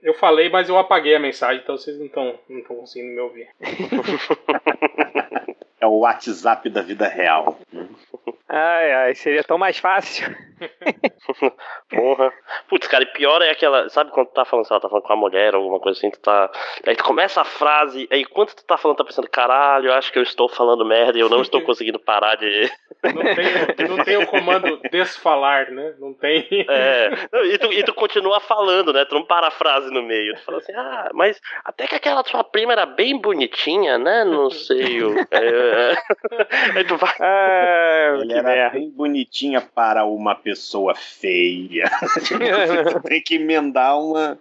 Eu falei, mas eu apaguei a mensagem, então vocês não estão conseguindo me ouvir. É o WhatsApp da vida real. Ai, seria tão mais fácil. Porra. Putz, cara, e pior é aquela... Sabe quando tu tá falando, sei lá, tá falando com a mulher ou alguma coisa assim, tu tá... Aí tu começa a frase, aí enquanto tu tá falando, tá pensando, caralho, eu acho que eu estou falando merda e eu não estou conseguindo parar de... Não tem o comando desfalar, né? Não tem... E tu continua falando, né? Tu não para a frase no meio. Tu fala assim, mas até que aquela sua prima era bem bonitinha, né? Não sei o... Aí tu vai... Ela era bem bonitinha para uma pessoa feia. Você tem que emendar uma...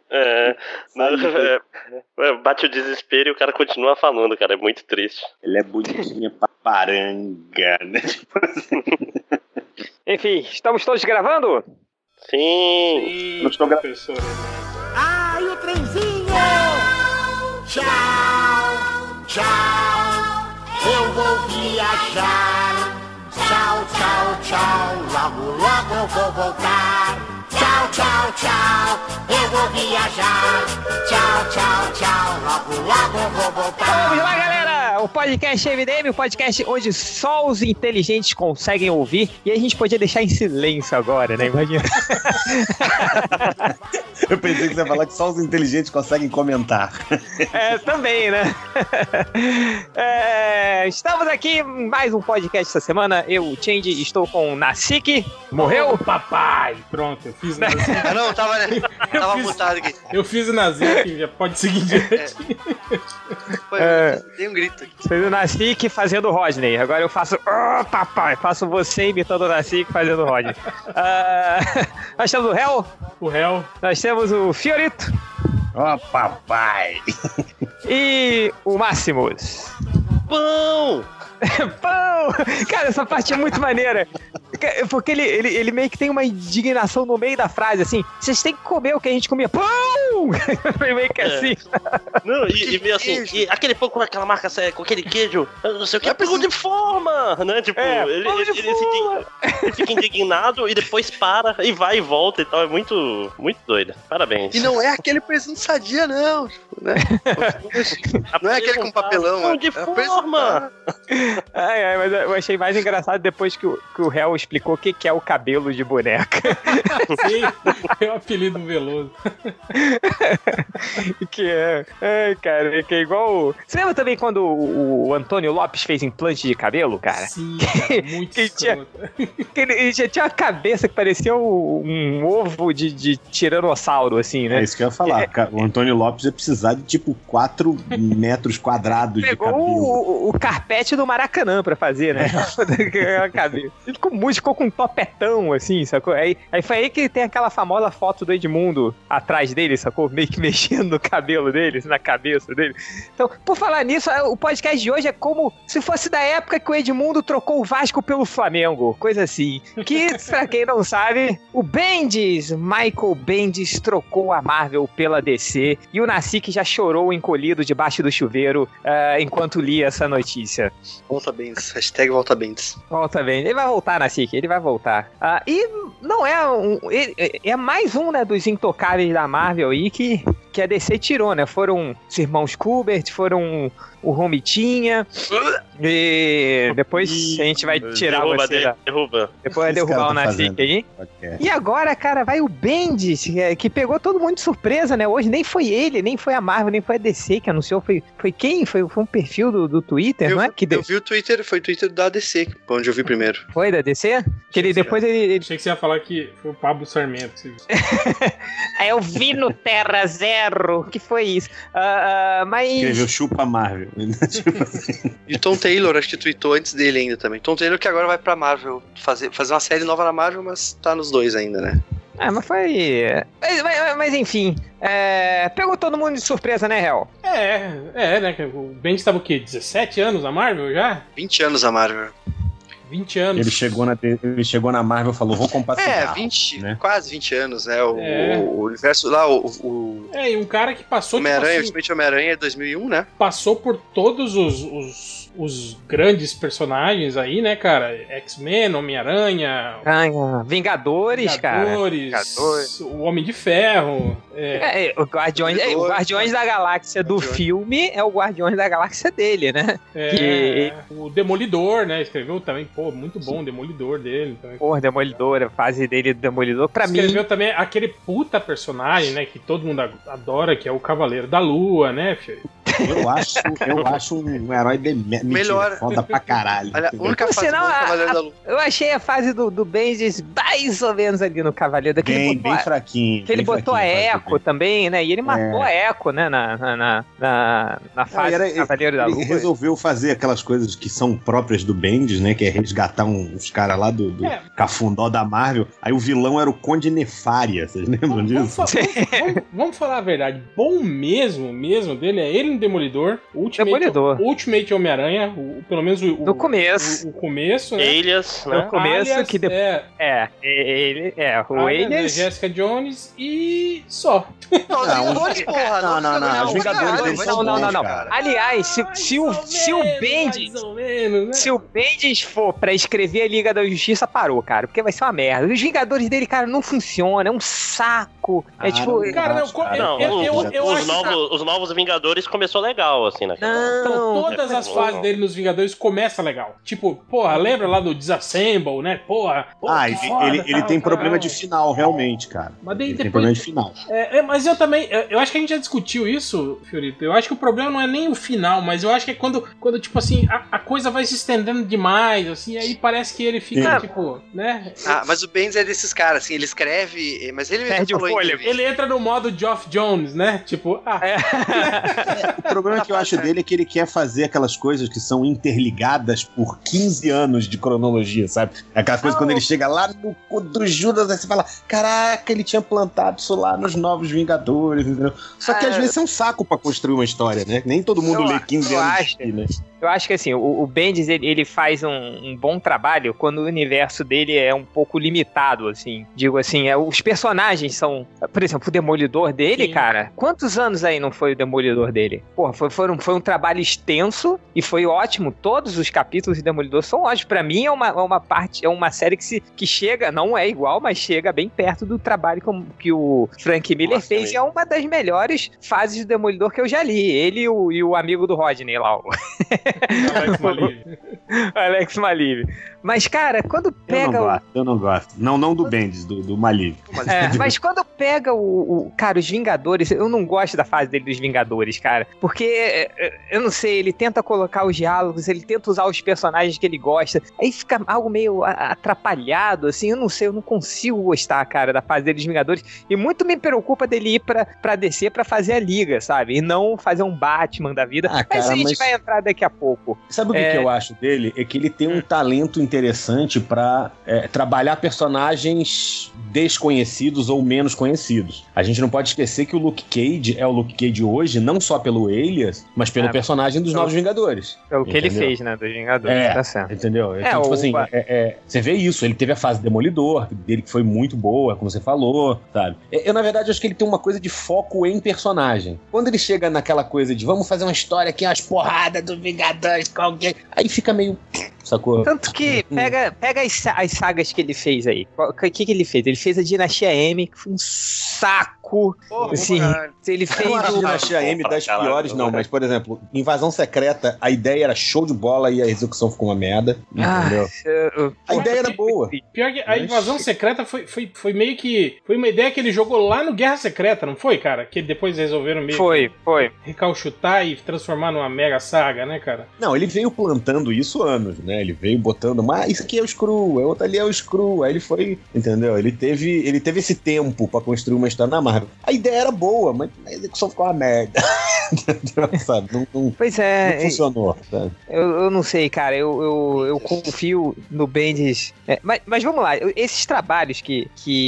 Bate o desespero e o cara continua falando, cara. É muito triste. Ela é bonitinha pra paranga, né? Enfim, estamos todos gravando? Sim. Não estou gravando. Ai, o trenzinho! Tchau, tchau, eu vou viajar. Tchau, tchau, tchau, logo, logo eu vou voltar. Tchau, tchau, tchau, eu vou viajar. Tchau, tchau, tchau, logo, logo eu vou voltar. Vamos lá, galera! O podcast MDM, o podcast onde só os inteligentes conseguem ouvir. E a gente podia deixar em silêncio agora, né? Imagina. Eu pensei que você ia falar que só os inteligentes conseguem comentar. Também, né? Estamos aqui em mais um podcast essa semana. Eu, o Change, estou com o Nasik. Morreu? Papai! Pronto, eu fiz o Nasik. Não, tava mutado aqui. Eu fiz o Nasik, já pode seguir diante. Dei um grito aqui. Fez o Nasik fazendo o Rodney. Agora eu faço... papai! Faço você imitando o Nasik fazendo o Rodney. Nós temos o Hel. O Hel. Nós temos o Fiorito. Papai! E o Máximos. Pão! Pão! Cara, essa parte é muito maneira. Porque ele meio que tem uma indignação no meio da frase, assim. Vocês têm que comer o que a gente comia. Pão! Meio que assim. Não, e meio assim, e aquele pão com aquela marca, com aquele queijo, não sei o que, é pão de forma, né? Tipo, ele fica indignado e depois para e vai e volta e tal. É muito, muito doido. Parabéns. E não é aquele presunto sadia, não. Né? Não é aquele com papelão. Pão de forma! Mas eu achei mais engraçado depois que o réu explicou o que é o cabelo de boneca. Sim, é o apelido Veloso. Cara, que é igual... Você lembra também quando o Antônio Lopes fez implante de cabelo, cara? Sim, cara, muito ele já tinha uma cabeça que parecia um ovo de tiranossauro, assim, né? É isso que eu ia falar. O Antônio Lopes ia precisar de, tipo, 4 metros quadrados de cabelo. Pegou o carpete do Maracanã pra fazer, né? Ele ficou com um topetão, assim, sacou? Aí foi aí que tem aquela famosa foto do Edmundo atrás dele, sacou? Meio que mexendo no cabelo dele, na cabeça dele. Então, por falar nisso, o podcast de hoje é como se fosse da época que o Edmundo trocou o Vasco pelo Flamengo, coisa assim. Que, pra quem não sabe, o Bendis, Michael Bendis, trocou a Marvel pela DC e o Nasik já chorou encolhido debaixo do chuveiro enquanto lia essa notícia. Volta Bendis, hashtag Volta Bendis. Volta Bendis, ele vai voltar, Nasik, ele vai voltar. E não é é mais um, né, dos intocáveis da Marvel aí que a DC tirou, né? Foram os irmãos Kubert, foram o Romitinha. E depois a gente vai tirar derruba. Depois vai derrubar o Nasik aí. E agora, cara, vai o Bendis, que pegou todo mundo de surpresa, né? Hoje nem foi ele, nem foi a Marvel, nem foi a DC que anunciou. Foi quem? Foi um perfil do Twitter, não é? Eu vi o Twitter, foi o Twitter da DC, onde eu vi primeiro. Foi da DC? Que ele depois ele... Achei que você ia falar que foi o Pablo Sarmento. Aí eu vi no Terra Zero. Que foi isso? Mas... Escreveu Chupa Marvel. E o Tom Taylor, acho que tweetou antes dele ainda também. Tom Taylor que agora vai pra Marvel fazer uma série nova na Marvel, mas tá nos dois ainda, né? Mas foi... Mas enfim, pegou todo mundo de surpresa, né, Hel? Né? O Bendis tava o quê? 17 anos na Marvel já? 20 anos a Marvel. 20 anos. Ele chegou na Marvel e falou, vou comprar cigarro, 20, né? Quase 20 anos, né? O universo lá, e um cara que passou... Homem-Aranha, ultimamente Homem-Aranha é 2001, né? Passou por todos os os grandes personagens aí, né, cara? X-Men, Homem-Aranha... Vingadores, cara. Vingadores, o Homem de Ferro... o Guardiões da Galáxia do filme é o Guardiões da Galáxia dele, né? O Demolidor, né? Escreveu também, muito bom o Demolidor dele. Também. Demolidor, a fase dele do Demolidor, pra mim... Escreveu também aquele puta personagem, né, que todo mundo adora, que é o Cavaleiro da Lua, né, filho? Eu acho um herói melhor, foda pra caralho. Olha, a única fase do Cavaleiro da Lua. Eu achei a fase do Bendis mais ou menos ali no Cavaleiro. Bem fraquinho. Que ele botou a Echo também, né? E ele matou a Echo, né? Na fase do Cavaleiro da Lua. Ele resolveu fazer aquelas coisas que são próprias do Bendis, né? Que é resgatar uns caras lá do Cafundó da Marvel. Aí o vilão era o Conde Nefária. Vocês lembram disso? Vamos falar a verdade. Bom mesmo dele é ele no Demolidor. Ultimate Homem-Aranha. Pelo menos no começo. O começo, né? Alias, né? No começo, Alias, que depois... o Alias... Jessica Jones e só. Os Vingadores, porra. Não. Os Vingadores deles são bons, não. cara. Aliás, se o Bendis for pra escrever a Liga da Justiça, parou, cara. Porque vai ser uma merda. Os Vingadores dele, cara, não funcionam. É um saco. Os novos Vingadores começou legal, assim, né? Então, todas as fases dele nos Vingadores começam legal. Tipo, lembra lá do Disassemble, né? Ele tem problema de final, realmente, cara. Mas daí ele depois... tem problema de final. Mas eu também... Eu acho que a gente já discutiu isso, Fiorito. Eu acho que o problema não é nem o final, mas eu acho que é quando tipo assim, a coisa vai se estendendo demais, assim, aí parece que ele fica, tipo, né? Mas o Bendis é desses caras, assim, ele escreve, mas ele perde o fôlego. Ele entra no modo Geoff Jones, né? Tipo, O problema que eu acho dele é que ele quer fazer aquelas coisas que são interligadas por 15 anos de cronologia, sabe? Aquelas coisas quando ele chega lá no cu do Judas, aí você fala, caraca, ele tinha plantado isso lá nos Novos Vingadores, entendeu? Só que às vezes é um saco pra construir uma história, né? Nem todo mundo lê 15 anos de né? Eu acho que assim, o Bendis, ele faz um bom trabalho quando o universo dele é um pouco limitado, assim. Digo assim, os personagens são... Por exemplo, o Demolidor dele, cara, quantos anos aí não foi o Demolidor dele? Porra, foi um trabalho extenso e foi ótimo. Todos os capítulos de Demolidor são ótimos. Pra mim é uma série que chega, não é igual, mas chega bem perto do trabalho que o Frank Miller fez. E é uma das melhores fases do Demolidor que eu já li. Ele e o amigo do Rodney lá, Alex Maliv. Mas, cara, quando pega... Eu não gosto. Não do Bendis, do Maliv. Mas quando pega cara, os Vingadores, eu não gosto da fase dele dos Vingadores, cara. Porque, eu não sei, ele tenta colocar os diálogos, ele tenta usar os personagens que ele gosta. Aí fica algo meio atrapalhado, assim, eu não sei, eu não consigo gostar, cara, da fase dele dos Vingadores. E muito me preocupa dele ir pra DC pra fazer a Liga, sabe? E não fazer um Batman da vida. Mas a gente vai entrar daqui a pouco. Sabe o que eu acho dele? É que ele tem um talento interessante pra trabalhar personagens desconhecidos ou menos conhecidos. A gente não pode esquecer que o Luke Cage é o Luke Cage hoje, não só pelo Alias, mas pelo personagem dos Novos Vingadores. Pelo que ele fez, né, dos Vingadores, tá certo. Entendeu? Então, tipo assim, você vê isso, ele teve a fase Demolidor, dele que foi muito boa, como você falou, sabe? Eu, na verdade, acho que ele tem uma coisa de foco em personagem. Quando ele chega naquela coisa de vamos fazer uma história aqui, umas porradas do Vingadores com alguém, aí fica meio... Sacou? Tanto que pega as sagas que ele fez aí. O que ele fez? Ele fez a Dinastia M, que foi um saco. Assim, ele fez a Dinastia M das piores, não, mas, por exemplo, Invasão Secreta, a ideia era show de bola e a execução ficou uma merda. Entendeu? A ideia era boa. Pior que a Invasão Secreta foi meio que... Foi uma ideia que ele jogou lá no Guerra Secreta, não foi, cara? Que depois resolveram meio foi. recalchutar e transformar numa mega saga, né, cara? Não, ele veio plantando isso anos, né? Ele veio botando, mas isso aqui é o Screw, outro ali é o Screw. Aí ele foi, entendeu? Ele teve esse tempo pra construir uma história na Marvel. A ideia era boa, mas a execução ficou uma merda. Sabe? Não funcionou. Sabe? Eu não sei, cara. Eu confio no Bendis. Mas vamos lá. Esses trabalhos que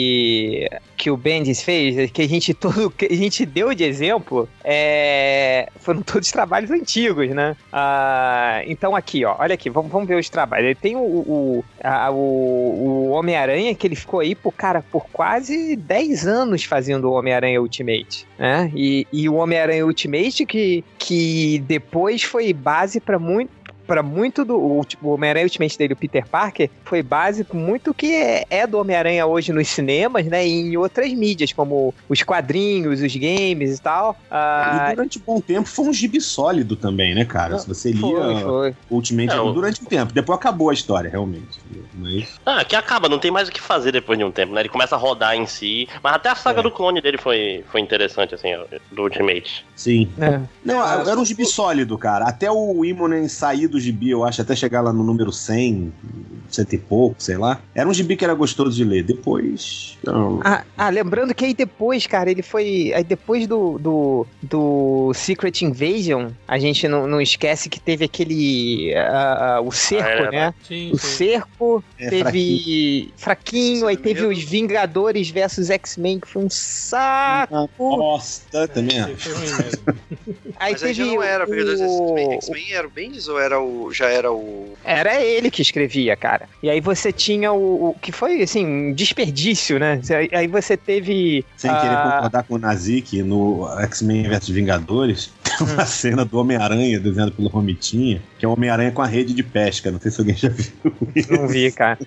o Bendis fez, que a gente deu de exemplo, foram todos trabalhos antigos, né? Então aqui, ó. Olha aqui. Vamos ver os trabalhos. Ele tem o Homem-Aranha, que ele ficou aí por quase 10 anos fazendo o Homem-Aranha Ultimate, né? E o Homem-Aranha Ultimate que depois foi base para pra muito do o Homem-Aranha Ultimate dele, o Peter Parker, foi base muito que é do Homem-Aranha hoje nos cinemas, né, e em outras mídias, como os quadrinhos, os games e tal. E durante um bom tempo foi um gibi sólido também, né, cara? Se você lia Ultimate durante um tempo. Depois acabou a história, realmente. Mas... que acaba, não tem mais o que fazer depois de um tempo, né? Ele começa a rodar em si. Mas até a saga do clone dele foi interessante, assim, do Ultimate. Sim. Não, era um gibi sólido, cara. Até o Immonen sair do gibi, eu acho, até chegar lá no número 100, 100 e pouco, sei lá. Era um gibi que era gostoso de ler. Depois... Então... lembrando que aí depois, cara, ele foi... Aí depois do Secret Invasion, a gente não esquece que teve aquele... o cerco, né? Sim, o cerco teve fraquinho, aí teve os Vingadores versus X-Men, que foi um saco. Bosta também. Foi ruim mesmo. Aí mas teve já não era Vingadores X-Men, era o Bendis ou já era o... Era ele que escrevia, cara. E aí você tinha o que foi, assim, um desperdício, né? Aí você teve... Sem querer concordar com o Nazik, no X-Men vs Vingadores, tem uma cena do Homem-Aranha desenhado pelo Romitinha, que é o Homem-Aranha com a rede de pesca. Não sei se alguém já viu. Não vi, cara.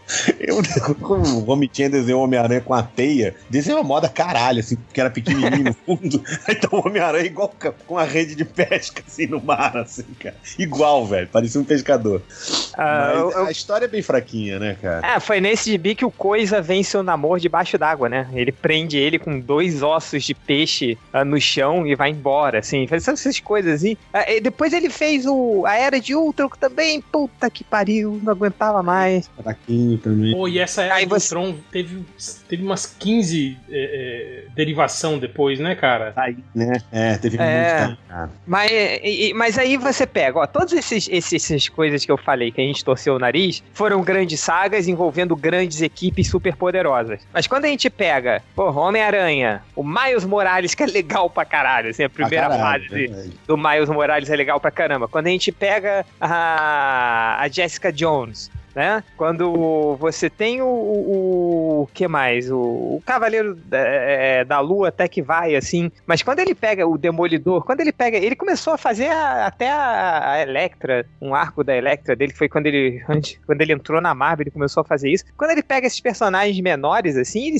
Como o Romitinha desenhou o Homem-Aranha com a teia, desenhou uma moda caralho, assim, porque era pequenininho no fundo. Aí tá o Homem-Aranha igual com a rede de pesca, assim, no mar, assim, cara. Igual, velho. Parecia um pescador. Mas a história é bem fraquinha, né, cara? Foi nesse gibi que o Coisa vence o namoro debaixo d'água, né? Ele prende ele com 2 ossos de peixe no chão e vai embora, assim. Faz essas coisas, assim. Depois ele fez a Era de Ultron, que também, puta que pariu, não aguentava mais. Fraquinho também. Pô, e essa Era de Ultron teve umas 15 derivação depois, né, cara? Aí, né? Teve muito, cara. Mas aí você pega, ó, todas essas coisas que eu falei, que a gente torceu o nariz, foram grandes sagas envolvendo grandes equipes super poderosas. Mas quando a gente pega, Homem-Aranha, o Miles Morales, que é legal pra caralho, assim, a primeira fase do Miles Morales é legal pra caramba. Quando a gente pega a Jessica Jones, né? Quando você tem o que mais? O Cavaleiro da Lua até que vai, assim. Mas quando ele pega o Demolidor, ele começou a fazer até a Elektra, um arco da Elektra dele, que foi quando ele entrou na Marvel, ele começou a fazer isso. Quando ele pega esses personagens menores, assim,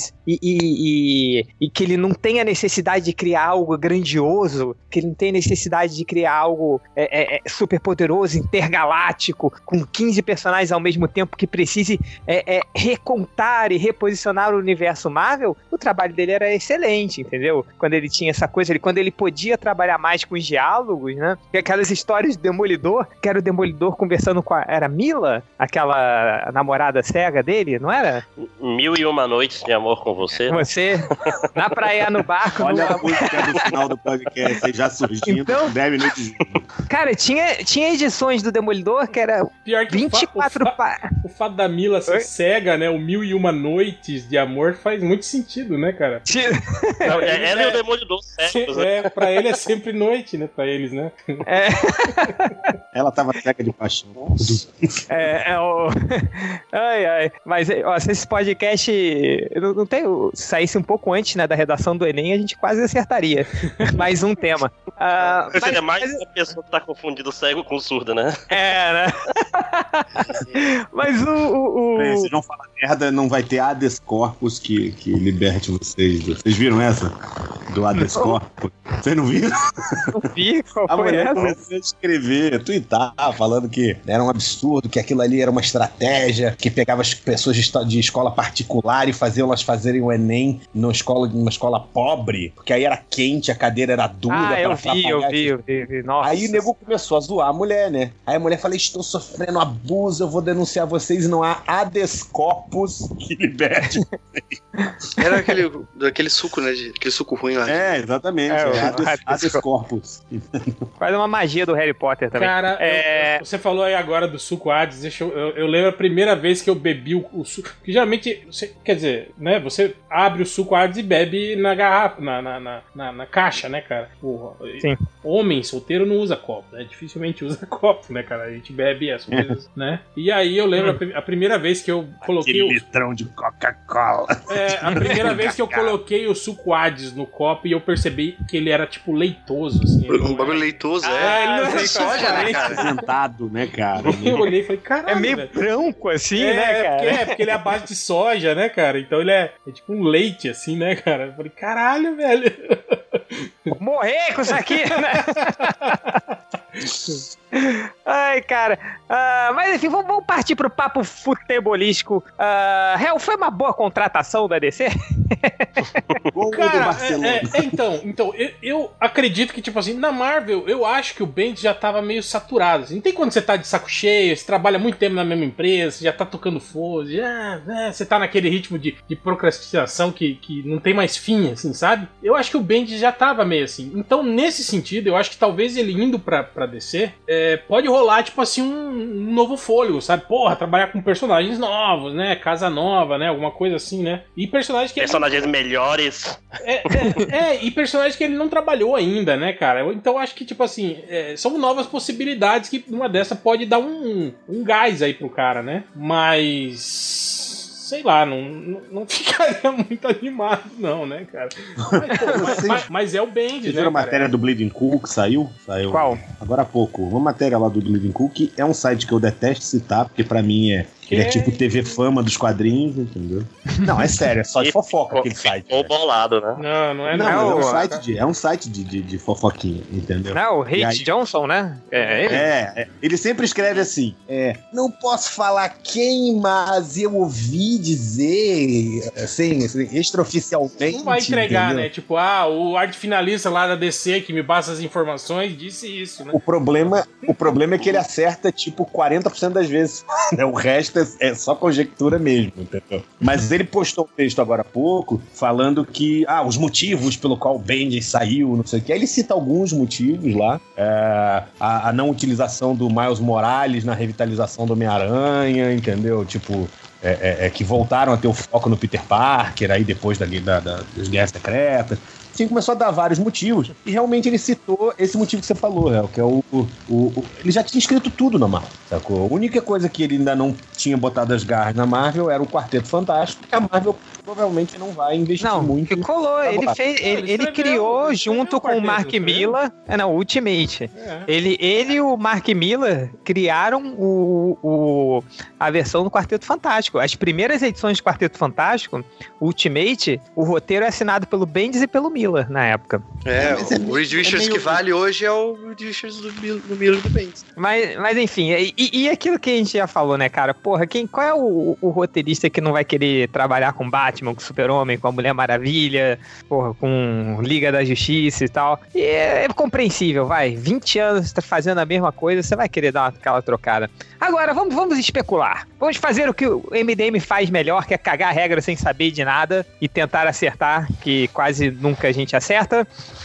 e que ele não tem a necessidade de criar algo grandioso, que ele não tem a necessidade de criar algo super poderoso, intergaláctico, com 15 personagens ao mesmo tempo que precise recontar e reposicionar o universo Marvel, o trabalho dele era excelente, entendeu? Quando ele tinha essa coisa, quando ele podia trabalhar mais com os diálogos, né? E aquelas histórias de Demolidor, que era o Demolidor conversando com era Mila, aquela namorada cega dele, não era? 1001 noites de amor com você. Na praia, no barco. Olha a música do final do podcast, já surgindo, então, 10 minutos. Cara, tinha edições do Demolidor que era pior que 24 o fato da Mila ser cega, né? O 1001 noites de amor faz muito sentido, né, cara? Ela e o Demolidor certos, né? Pra ele é sempre noite, né? Pra eles, né? Ela tava cega de paixão. Ai. Mas, ó, se esse podcast não tem, saísse um pouco antes, né, da redação do Enem, a gente quase acertaria mais um tema. Seria mais uma pessoa que tá confundindo cego com surdo, né? Né? Mas Vocês vão falar merda, não vai ter Hades Corpus que liberte vocês. Vocês viram essa? Do Hades Corpus? Vocês não viram? Não vi, qual foi a mulher essa? começou a escrever, twittar, falando que era um absurdo, que aquilo ali era uma estratégia, que pegava as pessoas de escola particular e fazia elas fazerem o Enem numa escola pobre, porque aí era quente, a cadeira era dura. Eu vi. Nossa. Aí o nego começou a zoar a mulher, né? Aí a mulher falou, estou sofrendo abuso, eu vou denunciar vocês, não há Hades Corpus que liberte. Era aquele suco, né? Aquele suco ruim lá. Exatamente. Hades Corpus. Quase uma magia do Harry Potter também. Cara, você falou aí agora do suco Hades, eu lembro a primeira vez que eu bebi o suco, porque geralmente, quer dizer, né, você abre o suco Hades e bebe na garrafa, na caixa, né, cara? Porra. Sim. homem solteiro não usa copo, né? Dificilmente usa copo, né, cara? A gente bebe as coisas, né? E aí eu lembro a primeira vez que eu coloquei Aquele litrão de Coca-Cola. a primeira vez que eu coloquei o suco Hades no copo e eu percebi que ele era, tipo, leitoso, assim. Um bagulho leitoso, ele não era soja, né, cara? Apresentado, né, cara? Eu olhei e falei, caralho, É meio velho. branco assim, né, cara? Porque ele é a base de soja, né, cara? Então ele é tipo um leite, assim, né, cara? Eu falei, caralho, velho. Vou morrer com isso aqui, né? Ai, cara. Mas enfim, vamos partir pro papo futebolístico. Real, foi uma boa contratação da DC? Gol do Cara, Barcelona. então eu acredito que, tipo assim, na Marvel, eu acho que o Bendis já tava meio saturado. Assim. Não tem quando você tá de saco cheio, você trabalha muito tempo na mesma empresa, você já tá tocando foda, você tá naquele ritmo de procrastinação que não tem mais fim, assim, sabe? Eu acho que o Bendis já tava meio assim. Então, nesse sentido, eu acho que talvez ele indo pra DC, pode rolar, tipo assim, um novo fôlego, sabe? Porra, trabalhar com personagens novos, né? Casa nova, né? Alguma coisa assim, né? E personagens que... Personagens melhores. E personagens que ele não trabalhou ainda, né, cara? Então acho que, tipo assim, são novas possibilidades que uma dessa pode dar um gás aí pro cara, né? Mas... sei lá, não ficaria muito animado, não, né, cara? Mas é o Bendis, né? Você viu a matéria do Bleeding Cool que saiu? Saiu Qual? Agora há pouco. Uma matéria lá do Bleeding Cool, que é um site que eu detesto citar, porque pra mim ele é tipo TV Fama dos quadrinhos, entendeu? Não, é sério, é só de fofoca aquele site. Ficou bolado, né? Não é Não, não. é um site de fofoquinha, entendeu? Não, o Hate aí- Johnson, né? É ele? Ele sempre escreve assim, não posso falar quem, mas eu ouvi dizer, assim extraoficialmente. Não vai entregar, entendeu? né? Tipo, o arte finalista lá da DC que me passa as informações disse isso, né? O problema é que ele acerta, tipo, 40% das vezes. Né? O resto é só conjectura mesmo, entendeu? Mas ele postou um texto agora há pouco falando que, os motivos pelo qual o Bendis saiu, não sei o que. Aí ele cita alguns motivos lá. A não utilização do Miles Morales na revitalização do Homem-Aranha, entendeu? Tipo... que voltaram a ter o foco no Peter Parker aí depois das Guerras Secretas. Assim, começou a dar vários motivos e realmente ele citou esse motivo que você falou, Hel, que é ele já tinha escrito tudo na Marvel, sacou? A única coisa que ele ainda não tinha botado as garras na Marvel era o Quarteto Fantástico, que a Marvel provavelmente não vai investir muito. Não, colou, ele criou junto com o Mark Millar, Ultimate. Ele e o Mark Millar criaram a versão do Quarteto Fantástico. As primeiras edições do Quarteto Fantástico, Ultimate, o roteiro é assinado pelo Bendis e pelo Millar na época. O Reed Richards que vale hoje é o Reed Richards do Millar do Bendis. Mas enfim, e aquilo que a gente já falou, né, cara? Porra, qual é o roteirista que não vai querer trabalhar com Batman, com Super-Homem, com a Mulher Maravilha, porra, com Liga da Justiça e tal? E é compreensível, vai. 20 anos fazendo a mesma coisa, você vai querer dar aquela trocada. Agora, vamos especular. Vamos fazer o que o MDM faz melhor, que é cagar a regra sem saber de nada e tentar acertar, que quase nunca a gente acerta.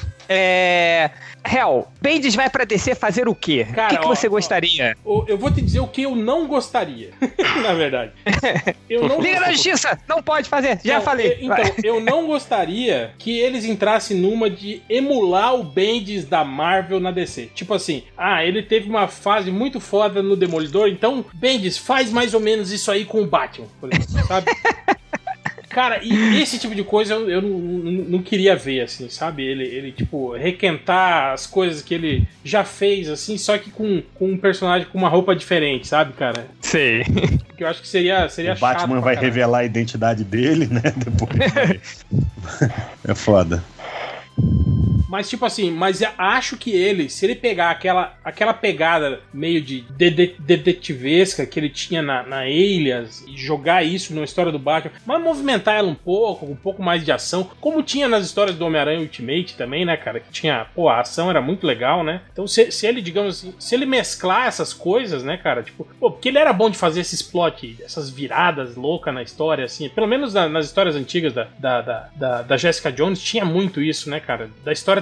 Hel, Bendis vai pra DC fazer o quê? Cara, o que você gostaria? Eu vou te dizer o que eu não gostaria, na verdade. Liga da Justiça! Não pode fazer, já falei. Eu não gostaria que eles entrassem numa de emular o Bendis da Marvel na DC. Tipo assim, ele teve uma fase muito foda no Demolidor, então, Bendis, faz mais ou menos isso aí com o Batman, por exemplo, sabe? Cara, e esse tipo de coisa eu não queria ver, assim, sabe? Ele, tipo, requentar as coisas que ele já fez, assim, só que com um personagem com uma roupa diferente, sabe, cara? Sei. Porque eu acho que seria chato. O Batman vai revelar a identidade dele, né? Depois. É foda. Mas, tipo assim, acho que se ele pegar aquela pegada meio de detetivesca que ele tinha na Alias e jogar isso na história do Batman, mas movimentar ela um pouco mais de ação, como tinha nas histórias do Homem-Aranha Ultimate também, né, cara? Que tinha, a ação era muito legal, né? Então, se ele, digamos assim, se ele mesclar essas coisas, né, cara? Tipo, porque ele era bom de fazer esses plot, essas viradas loucas na história, assim, pelo menos nas histórias antigas da Jessica Jones, tinha muito isso, né, cara? Da história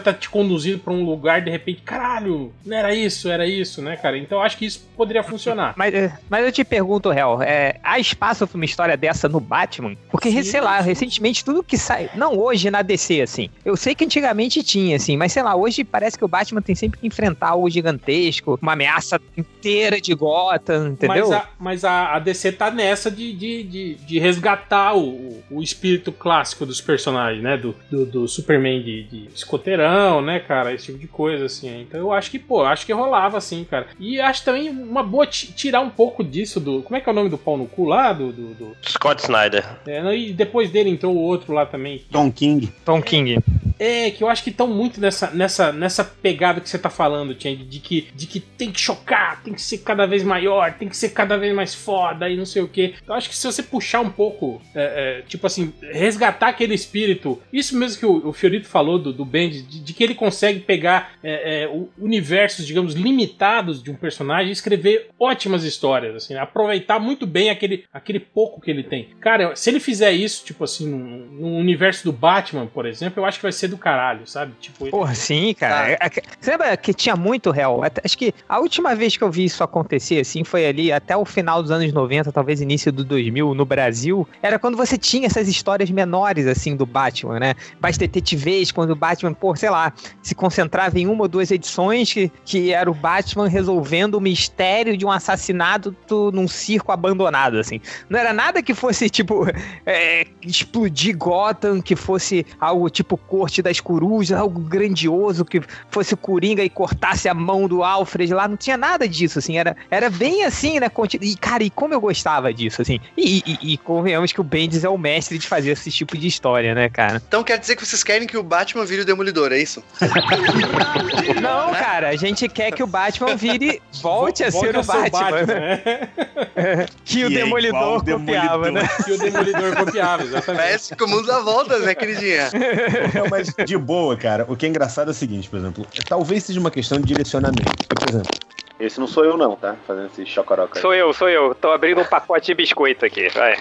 tá te conduzindo pra um lugar de repente, caralho, não era isso, né, cara? Então eu acho que isso poderia funcionar. Mas eu te pergunto, Hel, há espaço pra uma história dessa no Batman? Porque, Sim, sei lá, recentemente tudo que sai... Não hoje na DC, assim. Eu sei que antigamente tinha, assim, mas sei lá, hoje parece que o Batman tem sempre que enfrentar algo gigantesco, uma ameaça inteira de Gotham, entendeu? Mas a DC tá nessa de resgatar o espírito clássico dos personagens, né? Do Superman de escoteirão, né, cara? Esse tipo de coisa, assim. Então eu acho que rolava, assim, cara. E acho também uma boa tirar um pouco disso do... Como é que é o nome do pau no cu lá? Do Scott Snyder. E depois dele entrou o outro lá também. Tom King. Que eu acho que estão muito nessa pegada que você tá falando, Change, de que tem que chocar, tem que ser cada vez maior, tem que ser cada vez mais foda e não sei o quê. Então acho que se você puxar um pouco, tipo assim, resgatar aquele espírito, isso mesmo que o Fiorito falou do Bendis, de que ele consegue pegar universos, digamos, limitados de um personagem e escrever ótimas histórias, assim, aproveitar muito bem aquele pouco que ele tem. Cara, se ele fizer isso, tipo assim, no universo do Batman, por exemplo, eu acho que vai ser do caralho, sabe? Tipo, Porra, sim, cara. Você lembra que tinha muito real? Acho que a última vez que eu vi isso acontecer, assim, foi ali até o final dos anos 90, talvez início do 2000, no Brasil, era quando você tinha essas histórias menores, assim, do Batman, né? Mais detetivez, quando o Batman, sei lá, se concentrava em uma ou duas edições que era o Batman resolvendo o mistério de um assassinato num circo abandonado, assim. Não era nada que fosse, tipo, explodir Gotham, que fosse algo tipo Corte das Corujas, algo grandioso, que fosse o Coringa e cortasse a mão do Alfred lá, não tinha nada disso, assim, era bem assim, né, e cara, e como eu gostava disso, assim, e convenhamos que o Bendis é o mestre de fazer esse tipo de história, né, cara. Então quer dizer que vocês querem que o Batman vire o Demolidor, é isso? Não, cara, a gente quer que o Batman volte a ser o Batman, né? Que o Demolidor copiava, né? Que o Demolidor copiava, exatamente. Parece que o mundo dá voltas, né, queridinha? Não, mas de boa, cara, o que é engraçado é o seguinte, por exemplo, talvez seja uma questão de direcionamento. Por exemplo, esse não sou eu não, tá? Fazendo esse chocoroca. Sou eu. Tô abrindo um pacote de biscoito aqui, vai.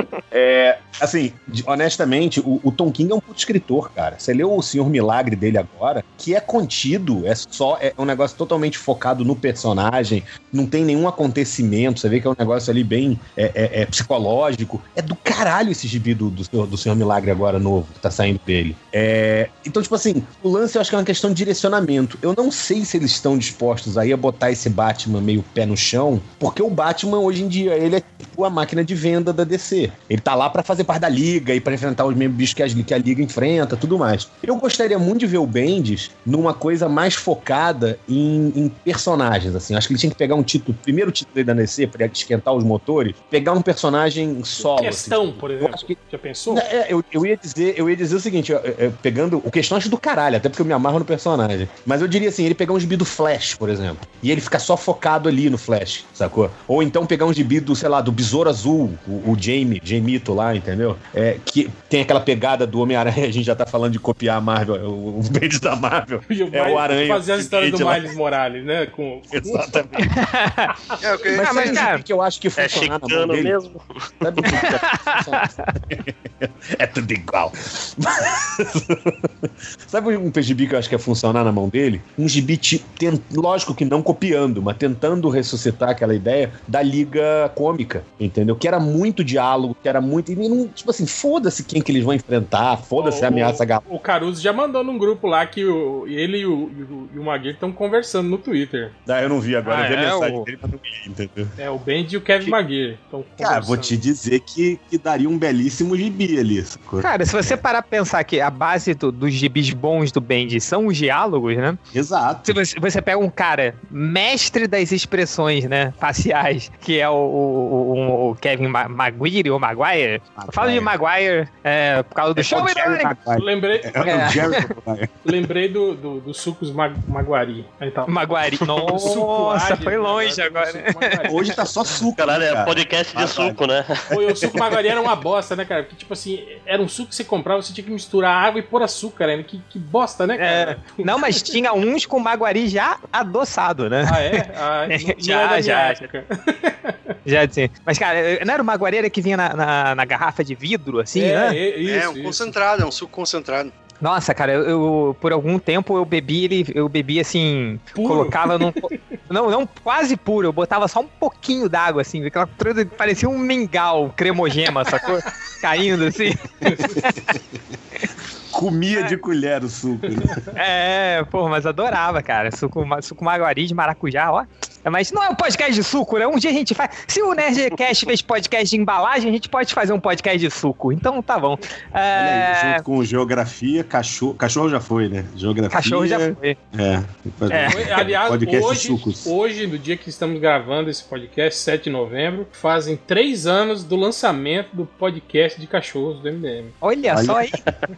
Assim, honestamente, o Tom King é um puto escritor, cara. Você leu O Senhor Milagre dele agora, que é contido, é um negócio totalmente focado no personagem, não tem nenhum acontecimento, você vê que é um negócio ali bem psicológico. É do caralho esse gibi do Senhor Milagre agora novo, que tá saindo dele. Então, tipo assim, o lance eu acho que é uma questão de direcionamento. Eu não sei se eles estão dispostos aí a botar esse Batman meio pé no chão, porque o Batman hoje em dia, ele é tipo a máquina de venda da DC. Ele tá lá pra fazer parte da Liga e pra enfrentar os mesmos bichos que a Liga enfrenta, tudo mais. Eu gostaria muito de ver o Bendis numa coisa mais focada em personagens, assim. Acho que ele tinha que pegar primeiro título da DC pra esquentar os motores, pegar um personagem solo. Questão, assim. por exemplo. Já pensou? Eu ia dizer o seguinte, pegando o Questão acho do caralho, até porque eu me amarro no personagem. Mas eu diria assim, ele pegar um gibi do Flash, por exemplo, e ele ficar só focado ali no Flash, sacou? Ou então pegar um gibi do, sei lá, do Besouro Azul, o Jamito lá, entendeu? Que tem aquela pegada do Homem-Aranha, a gente já tá falando de copiar a Marvel, o Bendis da Marvel, o Aranha. Fazer as histórias do Miles Morales, né? Exatamente. Mas cara, que eu acho que funciona na mão dele. Mesmo? Sabe o que é tudo igual. Sabe um gibi que eu acho que ia funcionar na mão dele? Um gibi, lógico que não copiando, mas tentando ressuscitar aquela ideia da Liga Cômica, entendeu? Que era muito diálogo, que era muito... tipo assim, foda-se quem que eles vão enfrentar, foda-se a ameaça galáctica. O Caruso já mandou num grupo lá que ele e o Maguire estão conversando no Twitter. Eu não vi agora, eu vi a mensagem dele, mas não vi, entendeu? O Bendis e o Kevin Maguire estão conversando. Cara, vou te dizer que daria um belíssimo gibi ali. Cara, se você parar pra pensar que a base dos gibis bons do Bendis são os diálogos, né? Exato. Se você pega um cara mestre das expressões, né, faciais, que é o Kevin Maguire ou Maguire. Eu falo de Maguire por causa do show. Lembrei do Sucos Maguari. Maguari. Nossa, foi longe agora. Hoje tá só suco. Caralho, é podcast de suco, né? O suco Maguari era uma bosta, né, cara? Porque, tipo assim, era um suco que você comprava, você tinha que misturar água e pôr açúcar, né? Que bosta, né, cara? Não, mas tinha uns com Maguari já adoçado, né? Já. Já, sim. Mas, cara, não era uma Maguareira que vinha na garrafa de vidro, assim, né? Um concentrado, é um suco concentrado. Nossa, cara, eu por algum tempo eu bebi assim, puro? Colocava num... Não, quase puro, eu botava só um pouquinho d'água, assim, aquela coisa parecia um mingau cremogema, sacou? Caindo, assim. Comia de colher o suco, né? Mas adorava, cara, suco maguari de maracujá, ó. Mas não é um podcast de suco, né? Um dia a gente faz... Se o Nerdcast fez podcast de embalagem, a gente pode fazer um podcast de suco. Então tá bom. Olha aí, junto com geografia, cachorro já foi, né? Geografia... Cachorro já foi. Aliás, hoje, no dia que estamos gravando esse podcast, 7 de novembro, fazem 3 anos do lançamento do podcast de cachorros do MDM. Olha só aí.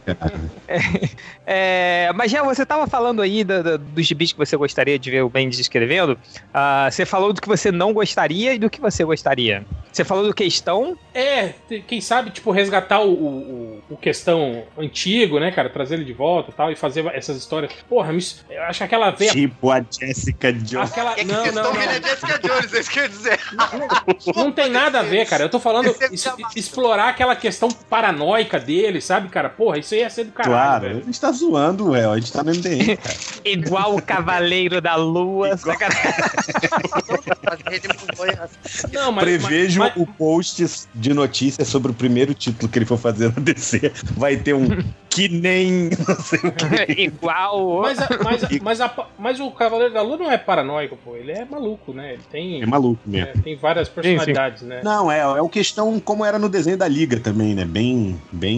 Mas já você tava falando aí dos gibis que você gostaria de ver o Bendis escrevendo. Você falou do que você não gostaria e do que você gostaria. Você falou do Questão? Quem sabe, tipo, resgatar o Questão antigo, né, cara? Trazer ele de volta e tal, e fazer essas histórias. Porra, eu acho que aquela veia... Tipo a Jessica Jones. Não. Jessica Jones, é isso que eu ia dizer. Não tem nada a ver, cara. Eu tô falando explorar aquela questão paranoica dele, sabe, cara? Porra, isso aí ia ser do caralho. Claro, velho. a gente tá zoando, a gente tá no MDM, cara. Igual o Cavaleiro da Lua, sacanagem. Prevejo o post de notícias sobre o primeiro título que ele for fazer na DC. Vai ter um que nem não sei o que. Igual. Mas o Cavaleiro da Lua não é paranoico, pô. Ele é maluco, né? Ele tem. É maluco mesmo. Tem várias personalidades, né? Não, é o questão como era no desenho da Liga também, né? Bem.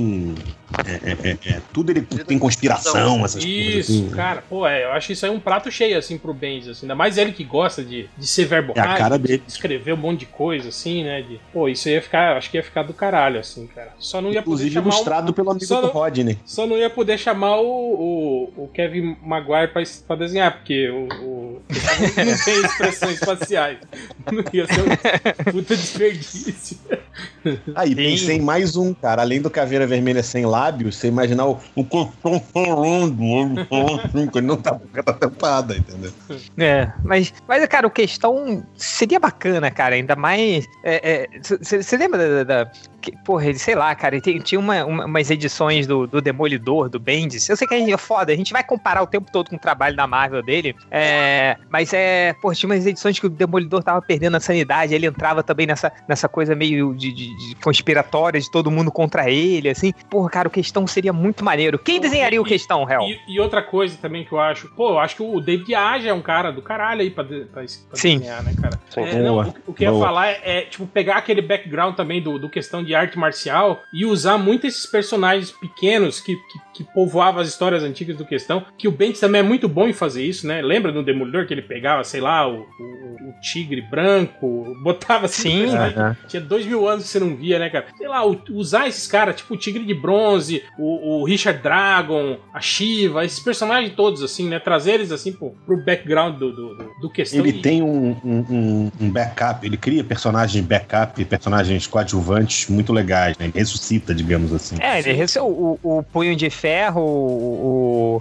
Tudo ele tem conspiração, essas coisas. Isso, cara, pô, eu acho isso aí um prato cheio, assim, pro Bendis, assim. Ainda mais ele que gosta de ser verborrágico, a cara dele. De escrever um monte de coisa, assim, né? Isso ia ficar, acho que ia ficar do caralho, assim, cara. Só não ia inclusive poder chamar ilustrado pelo amigo do Rodney. Só não ia poder chamar o Kevin Maguire pra desenhar, porque o não tem expressões faciais. Não ia ser um puta desperdício. Aí, pensei em mais um, cara. Além do Caveira Vermelha sem lábios, você imaginar o corpão falando, ele não tá com a boca tampada, entendeu? Mas, cara, o Questão seria bacana, cara, ainda mais... Você lembra porra, sei lá, cara, tinha umas edições do Demolidor, do Bendis. Eu sei que é foda, a gente vai comparar o tempo todo com o trabalho da Marvel dele, mas porra, tinha umas edições que o Demolidor tava perdendo a sanidade, ele entrava também nessa coisa meio de conspiratória, de todo mundo contra ele, assim. Porra, cara, o Questão seria muito maneiro. Quem desenharia o Questão, Hel? E outra coisa também que eu acho, eu acho que o David Aja é um cara do caralho aí pra desenhar, né, cara? O que eu ia falar tipo, pegar aquele background também do Questão de arte marcial e usar muito esses personagens pequenos que povoavam as histórias antigas do Questão, que o Bendis também é muito bom em fazer isso, né? Lembra do Demolidor que ele pegava, sei lá, o tigre branco, botava assim, tinha 2000 anos que você não via, né, cara? Sei lá, usar esses caras, tipo o Tigre de Bronze, o Richard Dragon, a Shiva, esses personagens todos, assim, né? Trazer eles, assim, pro background do Questão. Ele tem um backup, ele cria personagens backup, personagens coadjuvantes muito legais, né? Ele ressuscita, digamos assim. O Punho de Ferro,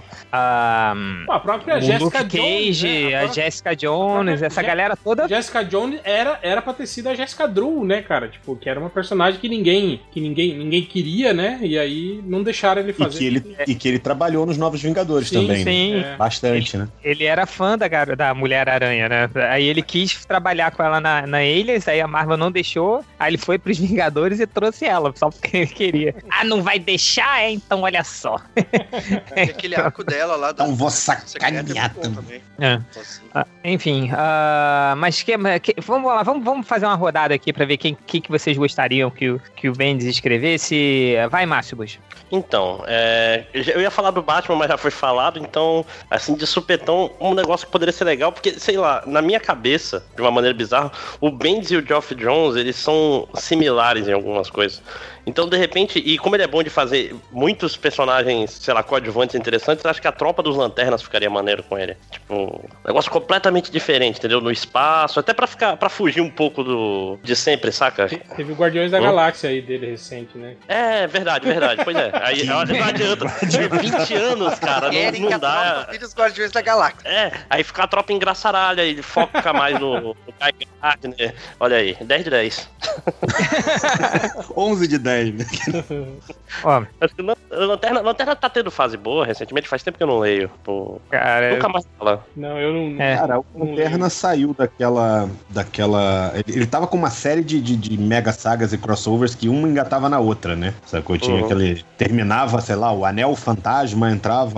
a própria Jessica Jones, né? A Jessica Jones, essa galera toda. Jessica Jones era pra ter sido a Jessica Drew, né, cara? Tipo, que era uma personagem que ninguém queria, né? E aí não deixaram ele fazer. E que ele trabalhou nos Novos Vingadores também. Sim. Né? Bastante, né? Ele era fã da Mulher-Aranha, né? Aí ele quis trabalhar com ela na Aliens, aí a Marvel não deixou, aí ele foi pros Vingadores e trouxe ela, só porque ele queria. Não vai deixar? Então olha só. E aquele arco dela lá. Então vou sacanear também. Enfim, mas vamos lá, vamos fazer uma rodada aqui pra ver que vocês gostariam que o Bendis escrevesse. Vai, Márcio Bush. Então, eu ia falar do Batman, mas já foi falado, então, assim, de supetão, um negócio que poderia ser legal, porque, sei lá, na minha cabeça, de uma maneira bizarra, o Bendis e o Geoff Johns, eles são similares em algumas coisas. Então, de repente, e como ele é bom de fazer muitos personagens, sei lá, coadjuvantes interessantes, acho que a Tropa dos Lanternas ficaria maneiro com ele. Tipo, um negócio completamente diferente, entendeu? No espaço, até pra fugir um pouco de sempre, saca? Teve o Guardiões da Galáxia aí dele recente, né? Verdade. Pois é. Aí não adianta. 20 anos, cara, não dá. Os Guardiões da Galáxia. Aí fica a tropa engraçaralha e foca mais no Guy Gardner. Olha aí, 10 de 10. 11 de 10, né? Ó, acho que Lanterna tá tendo fase boa recentemente, faz tempo que eu não leio. Pô, cara, nunca mais fala. Não, eu não. Cara, o Lanterna saiu daquela. Ele tava com uma série de mega sagas e crossovers que uma engatava na outra, né? Sacou? Tinha aquele. Terminava, sei lá, o Anel Fantasma, entrava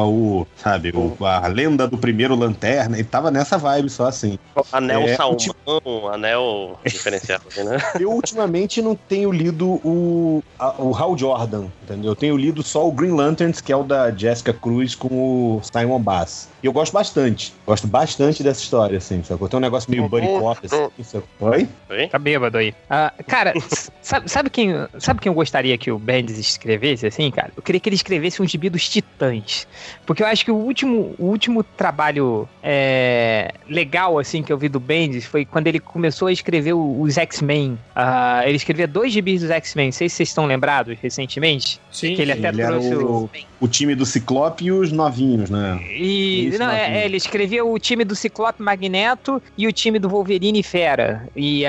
a lenda do primeiro Lanterna, e tava nessa vibe só assim. Anel Salmão, anel diferenciado, né? Eu ultimamente não tenho lido o Hal Jordan, entendeu? Eu tenho lido só o Green Lanterns, que é o da Jessica Cruz com o Simon Bass. E eu gosto bastante. Gosto bastante dessa história, assim, sacou? Tem um negócio meio buddy cop, assim, sacou? Oi? Tá bêbado aí. Cara, sabe quem eu gostaria que o Bendis escrevesse, assim, cara? Eu queria que ele escrevesse um gibi dos Titãs. Porque eu acho que o último trabalho legal, assim, que eu vi do Bendis foi quando ele começou a escrever os X-Men. Ele escrevia 2 gibis dos X-Men. Não sei se vocês estão lembrados recentemente. Sim. Que ele até trouxe o time do Ciclope e os novinhos, né? Ele escrevia o time do Ciclope, Magneto e o time do Wolverine e Fera. E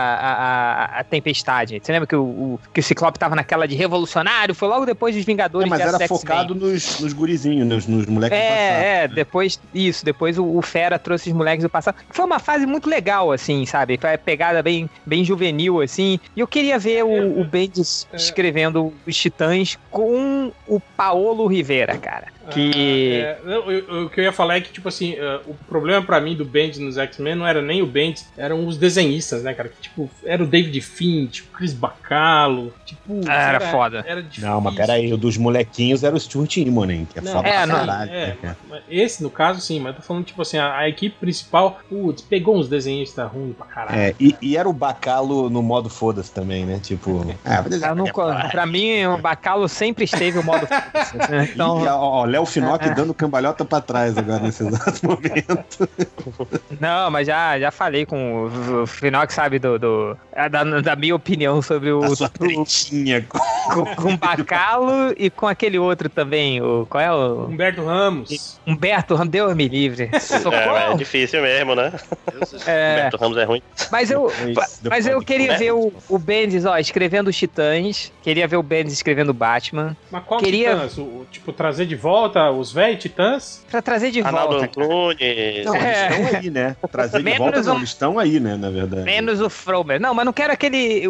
a Tempestade. Você lembra que o Ciclope tava naquela de revolucionário? Foi logo depois dos Vingadores. Mas era focado nos gurizinhos, nos moleques do passado. Depois o Fera trouxe os moleques do passado. Foi uma fase muito legal, assim, sabe? Foi uma pegada bem juvenil, assim. E eu queria ver o Bendis escrevendo os Titãs com o Paolo Rivera, cara. O que eu ia falar é que, tipo assim, o problema pra mim do Bendis nos X-Men não era nem o Bendis, eram os desenhistas, né, cara? Que, tipo, era o David Finch, o Chris Bacalo, tipo... Era foda. Era difícil. Não, mas peraí, o dos molequinhos era o Stuart Immonen, que é foda pra caralho. Esse, no caso, sim, mas eu tô falando, tipo assim, a equipe principal, pegou uns desenhistas ruins pra caralho. E era o Bacalo no modo foda-se também, né? Tipo... Pra mim, o Bacalo sempre esteve o modo foda-se, né? Então... Léo Finock dando cambalhota pra trás agora nesse exato momento. Não, mas já falei com o Finock, sabe, da minha opinião sobre o... A sua tretinha. Com o Bacalo e com aquele outro também, qual é o... Humberto Ramos. Humberto Ramos, Deus me livre. É difícil mesmo, né? Humberto Ramos é ruim. Mas eu queria ver o Bendis, escrevendo os Titãs, queria ver o Bendis escrevendo o Batman. Mas qual Titãs? Tipo, trazer de volta os velhos Titãs? Pra trazer de Arnaldo volta. Antunes. Não, eles estão aí, né? Trazer de volta não, eles estão aí, né, na verdade. Menos o Fromer. Não, mas não quero aquele...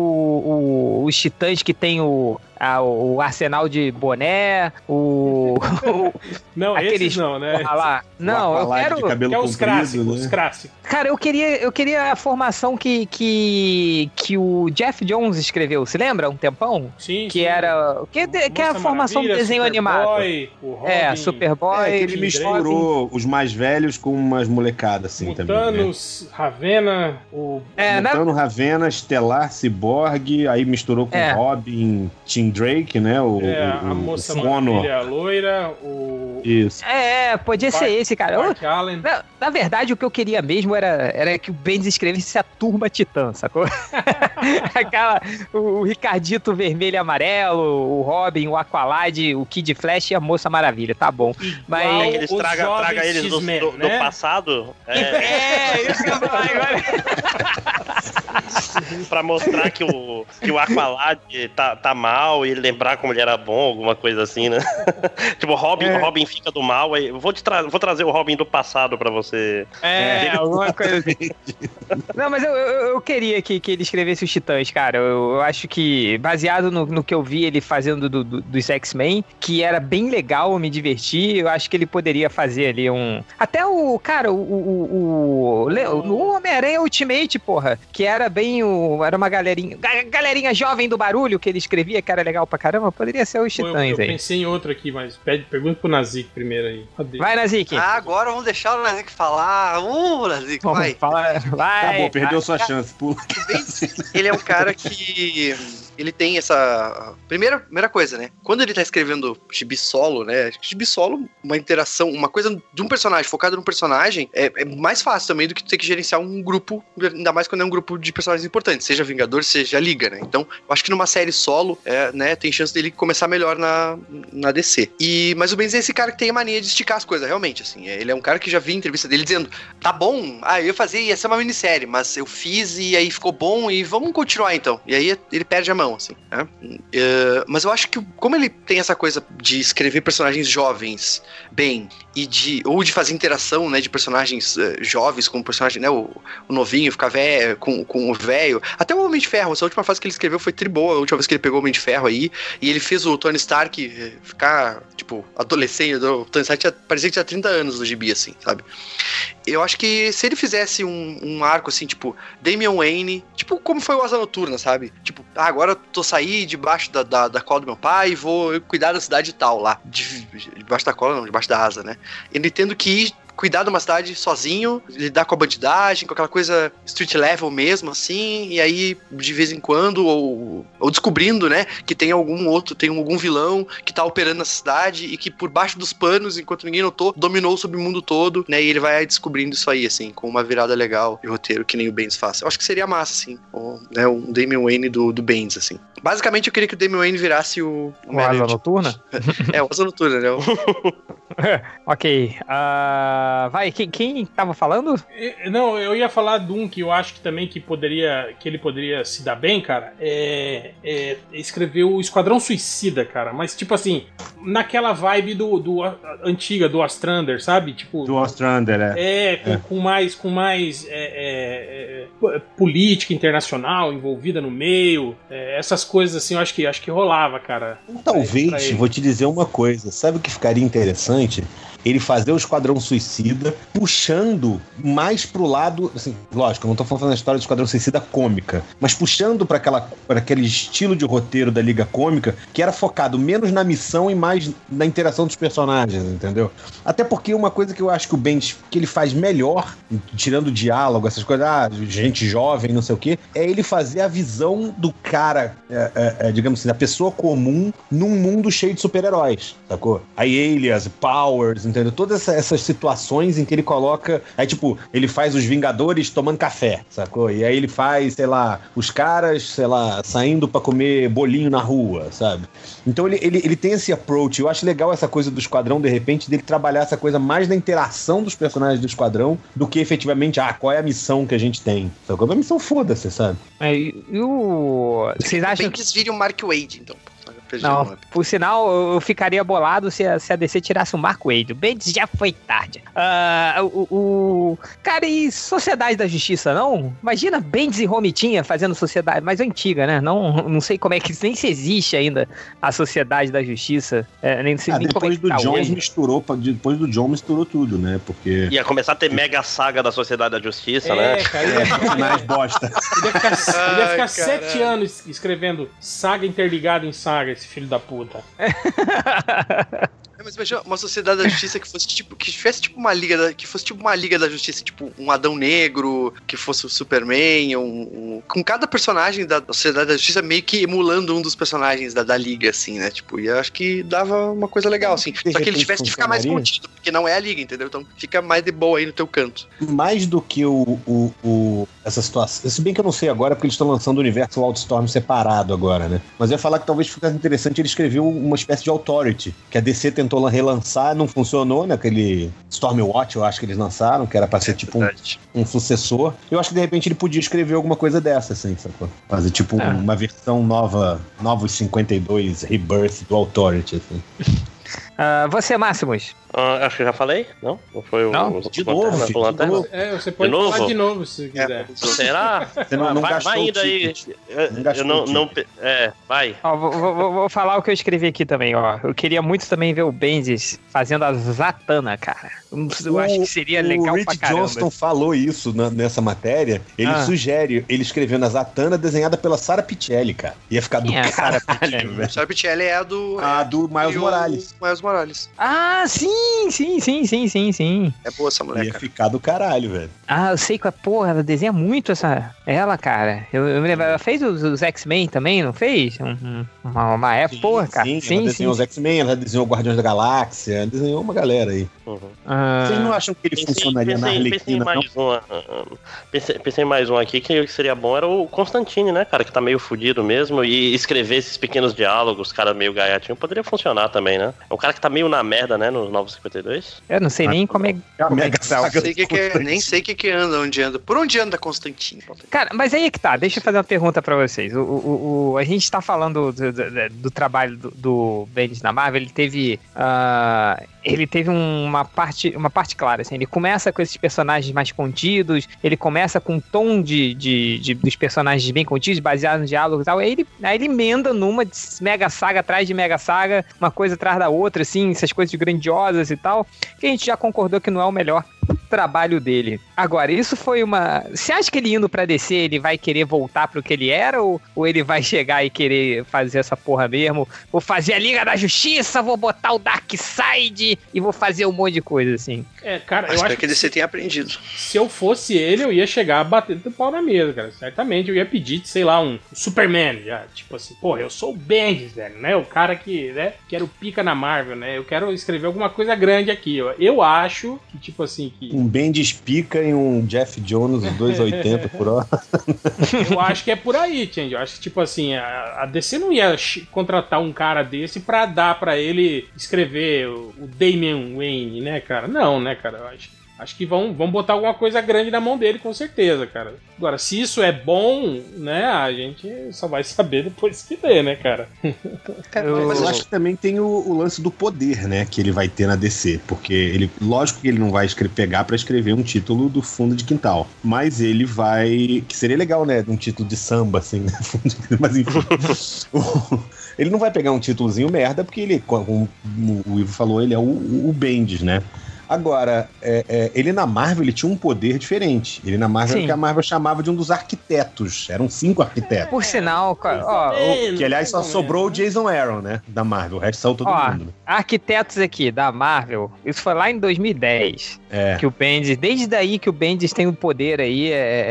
os Titãs que tem o arsenal de boné, não, aqueles não, né? Lá. Não, eu quero... Que é os clássicos, né? Os clássicos. Cara, eu queria a formação que o Jeff Jones escreveu, se lembra? Um tempão? Sim, que era... Que é a formação do desenho animado. O Robin, Superboy. Que ele misturou os mais velhos com umas molecadas, assim, Mutanos, também. Né? Ravena, Mutano, Ravena, Estelar, Cyborg, aí misturou com Robin, Tim Drake, né? A Moça Maravilha loira, Isso. Podia ser esse, cara. Allen. Na verdade, o que eu queria mesmo era que o Bendis escrevesse a Turma Titã, sacou? O Ricardito vermelho e amarelo, o Robin, o Aqualad, o Kid Flash e a Moça Maravilha, tá bom. Mas eles traga eles do passado. Isso que eu vou falar agora. Pra mostrar que o Aqualad tá mal e ele lembrar como ele era bom, alguma coisa assim, né? Tipo, o Robin fica do mal, aí vou trazer o Robin do passado pra você. Alguma coisa assim. Não, mas eu queria que ele escrevesse os Titãs, cara. Eu acho que, baseado no que eu vi ele fazendo dos X-Men, que era bem legal, eu me diverti, eu acho que ele poderia fazer ali até o Homem-Aranha Ultimate, porra, que era bem era uma galerinha jovem do barulho que ele escrevia, que era legal pra caramba, poderia ser os Titãs aí. Eu pensei em outro aqui, mas pergunta pro Nazik primeiro aí. Cadê? Vai, Nazik. Agora vamos deixar o Nazik falar. Nazik, vai. Vai. Acabou, perdeu sua chance, pula. Ele é um cara que ele tem essa... Primeira coisa, né? Quando ele tá escrevendo gibi solo, né? Gibi solo, uma interação, uma coisa de um personagem, focado num personagem, é mais fácil também do que ter que gerenciar um grupo, ainda mais quando é um grupo de personagens importantes, seja Vingadores, seja Liga, né? Então, eu acho que numa série solo, né, tem chance dele começar melhor na DC. Mas o Bendis é esse cara que tem a mania de esticar as coisas, realmente, assim. Ele é um cara que já vi entrevista dele dizendo, tá bom, ia ser uma minissérie, mas eu fiz e aí ficou bom e vamos continuar então. E aí ele perde a mão, assim, né? Mas eu acho que como ele tem essa coisa de escrever personagens jovens bem ou de fazer interação, né, de personagens jovens com o personagem, né, o novinho ficar velho com o velho, até o Homem de Ferro, essa última fase que ele escreveu foi boa, a última vez que ele pegou o Homem de Ferro aí, e ele fez o Tony Stark ficar, tipo, adolescente, o Tony Stark parecia que tinha 30 anos no gibi, assim, sabe? Eu acho que se ele fizesse um arco, assim, tipo, Damian Wayne, tipo, como foi o Asa Noturna, sabe? Tipo, agora eu tô saindo debaixo da cola do meu pai e vou cuidar da cidade e tal, lá. Debaixo da cola, não, debaixo da asa, né? Ele tendo que ir cuidar de uma cidade sozinho, lidar com a bandidagem, com aquela coisa street level mesmo, assim, e aí, de vez em quando, ou descobrindo, né, que tem algum vilão que tá operando na cidade e que por baixo dos panos, enquanto ninguém notou, dominou o submundo todo, né, e ele vai descobrindo isso aí, assim, com uma virada legal de roteiro que nem o Bendis faz. Eu acho que seria massa, assim, né, um Damian Wayne do Bendis, assim. Basicamente, eu queria que o Damian Wayne virasse o Asa Noturna? O Asa Noturna, né? Ok. Vai, quem tava falando? Não, eu ia falar de um que eu acho que também que ele poderia se dar bem, cara. Escreveu o Esquadrão Suicida, cara. Mas, tipo assim, naquela vibe antiga, do Ostrander, sabe? Tipo, do Ostrander, com mais política internacional envolvida no meio. Essas coisas assim, eu acho que rolava, cara. Talvez, vou te dizer uma coisa. Sabe o que ficaria interessante? Ele fazer o Esquadrão Suicida puxando mais pro lado, assim, lógico, eu não tô falando da história do Esquadrão Suicida cômica, mas puxando pra aquele estilo de roteiro da Liga Cômica que era focado menos na missão e mais na interação dos personagens, entendeu? Até porque uma coisa que eu acho que o Bendis, que ele faz melhor, tirando o diálogo, essas coisas, gente jovem, não sei o quê, é ele fazer a visão do cara, digamos assim, da pessoa comum num mundo cheio de super-heróis, sacou? Aí Alias, Powers, entendeu? Todas essas situações em que ele coloca... Aí, tipo, ele faz os Vingadores tomando café, sacou? E aí ele faz, sei lá, os caras, sei lá, saindo pra comer bolinho na rua, sabe? Então ele tem esse approach. Eu acho legal essa coisa do Esquadrão, de repente, dele trabalhar essa coisa mais da interação dos personagens do Esquadrão do que efetivamente, qual é a missão que a gente tem. Sacou? A missão foda-se, sabe? Vocês acham que desvire o Mark Waid, então. Não, por sinal, eu ficaria bolado se a DC tirasse o Mark Waid. O Bendis já foi tarde. Cara, e Sociedade da Justiça, não? Imagina Bendis e Romitinha fazendo Sociedade, mas antiga, né? Não sei como é que nem se existe ainda a Sociedade da Justiça. Nem sei nem depois do John depois do John misturou tudo, né? Porque ia começar a ter mega saga da Sociedade da Justiça, né? Mais bosta. Ele ia ficar 7 anos escrevendo saga interligada em saga, esse filho da puta. Mas imagina uma Sociedade da Justiça que fosse tipo, que tivesse tipo uma Liga da Justiça, tipo um Adão Negro, que fosse o Superman, com cada personagem da Sociedade da Justiça meio que emulando um dos personagens da Liga, assim, né? Tipo, e eu acho que dava uma coisa legal, assim. Só que ele tivesse que ficar mais contido, porque não é a Liga, entendeu? Então fica mais de boa aí no teu canto. Mais do que essa situação. Se bem que eu não sei agora, porque eles estão lançando o universo Wildstorm separado agora, né? Mas eu ia falar que talvez ficasse interessante ele escrever uma espécie de Authority, que a DC tentou relançar, não funcionou naquele Stormwatch, eu acho que eles lançaram, que era pra ser tipo um sucessor. Eu acho que de repente ele podia escrever alguma coisa dessa, assim, sacou? Fazer tipo uma versão novos 52 Rebirth do Authority, assim. Você, Máximos? Acho que já falei, não? Não foi o... Não, de novo. Você pode falar de novo se quiser. Será? Você não vai indo aí. Vai. Vou falar o que eu escrevi aqui também, ó. Eu queria muito também ver o Bendis fazendo a Zatanna, cara. Eu acho que seria legal pra caramba. O Rich Johnston falou isso nessa matéria. Ele sugere ele escrevendo a Zatanna desenhada pela Sara Pichelli, cara. Ia ficar do caralho. Sara Pichelli é a do Miles Morales. Morales. Ah, sim. É boa essa mulher, Ia cara. ficar do caralho, velho. Ah, eu sei que, porra, ela desenha muito ela, cara. Eu me lembro, ela fez os X-Men também, não fez? Uma época, porra, cara. Sim, ela desenhou os X-Men, ela desenhou Guardiões da Galáxia, desenhou uma galera aí. Vocês não acham que ele funcionaria na Arlequina, não? Pensei em mais um aqui que seria bom, era o Constantine, né, cara, que tá meio fudido mesmo, e escrever esses pequenos diálogos, cara meio gaiatinho, poderia funcionar também, né? É um cara que tá meio na merda, né, nos Novos 52. Eu não sei nem como é que tá. Nem sei o que anda, onde anda. Por onde anda Constantine? Cara, mas aí é que tá, deixa eu fazer uma pergunta pra vocês. A gente tá falando do trabalho do Bendis na Marvel, ele teve uma parte clara, assim, ele começa com esses personagens mais contidos, ele começa com um tom dos personagens bem contidos, baseados no diálogo e tal, aí ele emenda numa de mega saga atrás de mega saga, uma coisa atrás da outra, assim, essas coisas grandiosas e tal, que a gente já concordou que não é o melhor trabalho dele. Agora, isso foi uma... Você acha que ele indo pra DC, ele vai querer voltar pro que ele era, ou ele vai chegar e querer fazer essa porra mesmo? Vou fazer a Liga da Justiça, vou botar o Darkseid e vou fazer um monte de coisa, assim. Cara, eu acho que DC tenha aprendido. Se eu fosse ele, eu ia chegar batendo o pau na mesa, cara. Certamente eu ia pedir, sei lá, um Superman, já. Tipo assim, porra, eu sou o Bendis, velho, né? O cara que, né, quero o pica na Marvel, né? Eu quero escrever alguma coisa grande aqui. Eu acho que, tipo assim, um Bendis pica e um Jeff Jones, os 2,80 por hora. Eu acho que é por aí, Change. Eu acho que, tipo assim, a DC não ia contratar um cara desse pra dar pra ele escrever o Damian Wayne, né, cara? Não, né, cara? Eu acho que vão botar alguma coisa grande na mão dele, com certeza, cara. Agora, se isso é bom, né, a gente só vai saber depois que ler, né, cara? Mas eu acho que também tem o lance do poder, né, que ele vai ter na DC. Porque lógico que ele não vai pegar pra escrever um título do fundo de quintal. Mas ele vai... Que seria legal, né, um título de samba, assim, né? Mas enfim... Ele não vai pegar um títulozinho merda, porque ele, como o Ivo falou, ele é o Bendis, né? Agora, ele na Marvel ele tinha um poder diferente. Ele na Marvel, que a Marvel chamava de um dos arquitetos. Eram 5 arquitetos. Por sinal, que aliás só sobrou o Jason Aaron, né? Da Marvel. O resto saiu todo mundo. Né? Arquitetos aqui da Marvel, isso foi lá em 2010. Que o Bendis, desde daí que o Bendis tem o poder aí,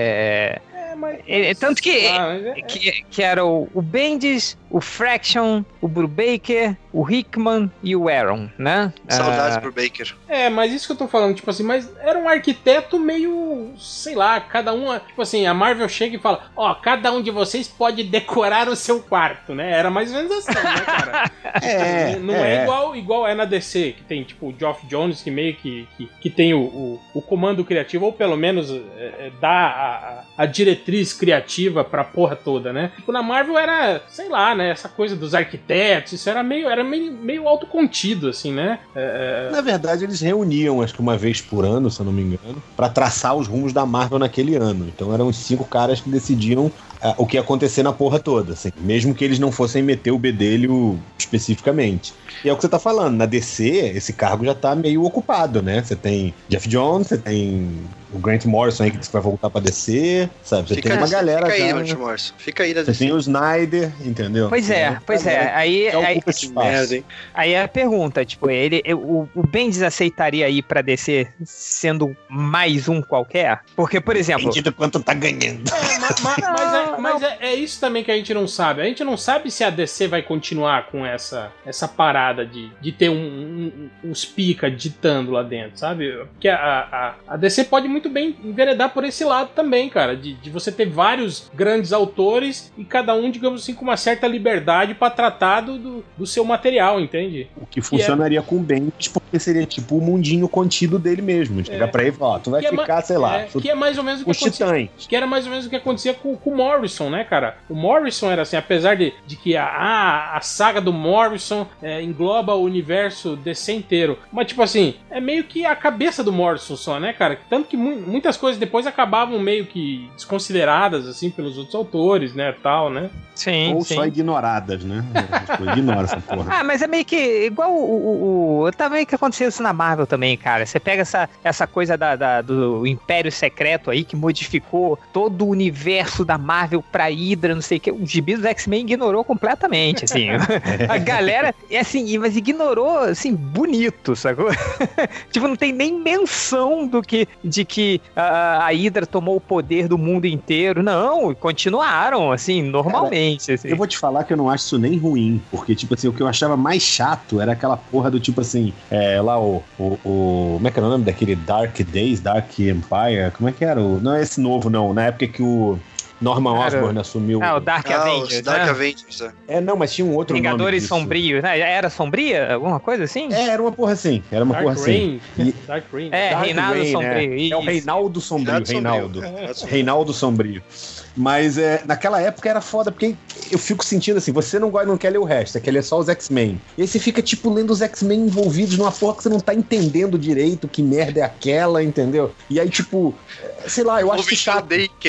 tanto que era o Bendis, o Fraction, o Brubaker, o Hickman e o Aaron, né? Saudades Brubaker. Mas isso que eu tô falando, tipo assim, mas era um arquiteto meio, sei lá, cada um, tipo assim, a Marvel chega e fala, cada um de vocês pode decorar o seu quarto, né? Era mais ou menos assim, né, cara? Não é igual é na DC, que tem, tipo, o Geoff Jones, que meio que tem o comando criativo, ou pelo menos dá a diretriz criativa pra porra toda, né? Tipo, na Marvel era, sei lá, né, essa coisa dos arquitetos, isso era meio autocontido, assim, né? Na verdade, eles reuniam, acho que uma vez por ano, se eu não me engano, pra traçar os rumos da Marvel naquele ano. Então eram os 5 caras que decidiam o que ia acontecer na porra toda, assim, mesmo que eles não fossem meter o bedelho especificamente. E é o que você tá falando, na DC, esse cargo já tá meio ocupado, né? Você tem Jeff Jones, você tem o Grant Morrison aí que disse que vai voltar pra DC, sabe? Você tem uma galera fica aí, já... Grant Morrison. Fica aí na DC. Você tem o Snyder, entendeu? Pois é. Aí é a pergunta, tipo, o Bendis aceitaria ir pra DC sendo mais um qualquer? Porque, por exemplo... Depende do quanto tá ganhando. Mas é isso também que a gente não sabe. A gente não sabe se a DC vai continuar com essa parada de ter uns pica ditando lá dentro, sabe? Porque a DC pode muito bem enveredar por esse lado também, cara, de você ter vários grandes autores e cada um, digamos assim, com uma certa liberdade pra tratar do seu material, entende? O que funcionaria com o Bendis, porque seria tipo o mundinho contido dele mesmo. Chegar pra ele e falar, tu vai ficar, sei lá... Que é mais ou menos o que acontecia. Que era mais ou menos o que acontecia com o Morrison, né, cara? O Morrison era assim, apesar de que a saga do Morrison engloba o universo DC inteiro. Mas, tipo assim, é meio que a cabeça do Morrison só, né, cara? Tanto que muitas coisas depois acabavam meio que desconsideradas, assim, pelos outros autores, né, tal, né? Sim, ou só ignoradas, né? Ignora essa porra. Mas é meio que igual tá meio que aconteceu isso na Marvel também, cara. Você pega essa coisa do Império Secreto aí, que modificou todo o universo da Marvel Marvel pra Hydra, não sei o que. O gibi dos X-Men ignorou completamente, assim. A galera, mas ignorou, assim, bonito, sacou? Tipo, não tem nem menção de que a Hydra tomou o poder do mundo inteiro. Não, continuaram, assim, normalmente. Cara, assim. Eu vou te falar que eu não acho isso nem ruim, porque, tipo assim, o que eu achava mais chato era aquela porra do tipo assim, lá como é que era o nome daquele Dark Days, Dark Empire, como é que era? Não é esse novo, não, na época que o Norman Osborn assumiu... o Dark Avengers, Dark Avengers, não, mas tinha um outro Vingadores nome Sombrios, né? Era Sombria? Alguma coisa assim? Era uma porra assim, Dark Reign. Dark Reign. Reinaldo Sombrio. É o Reinaldo Sombrio, Reinaldo Sombrio. Mas naquela época era foda, porque eu fico sentindo assim, você não quer ler o resto, você quer ler só os X-Men. E aí você fica, tipo, lendo os X-Men envolvidos numa porra que você não tá entendendo direito que merda é aquela, entendeu? E aí, tipo, sei lá, eu acho que chato.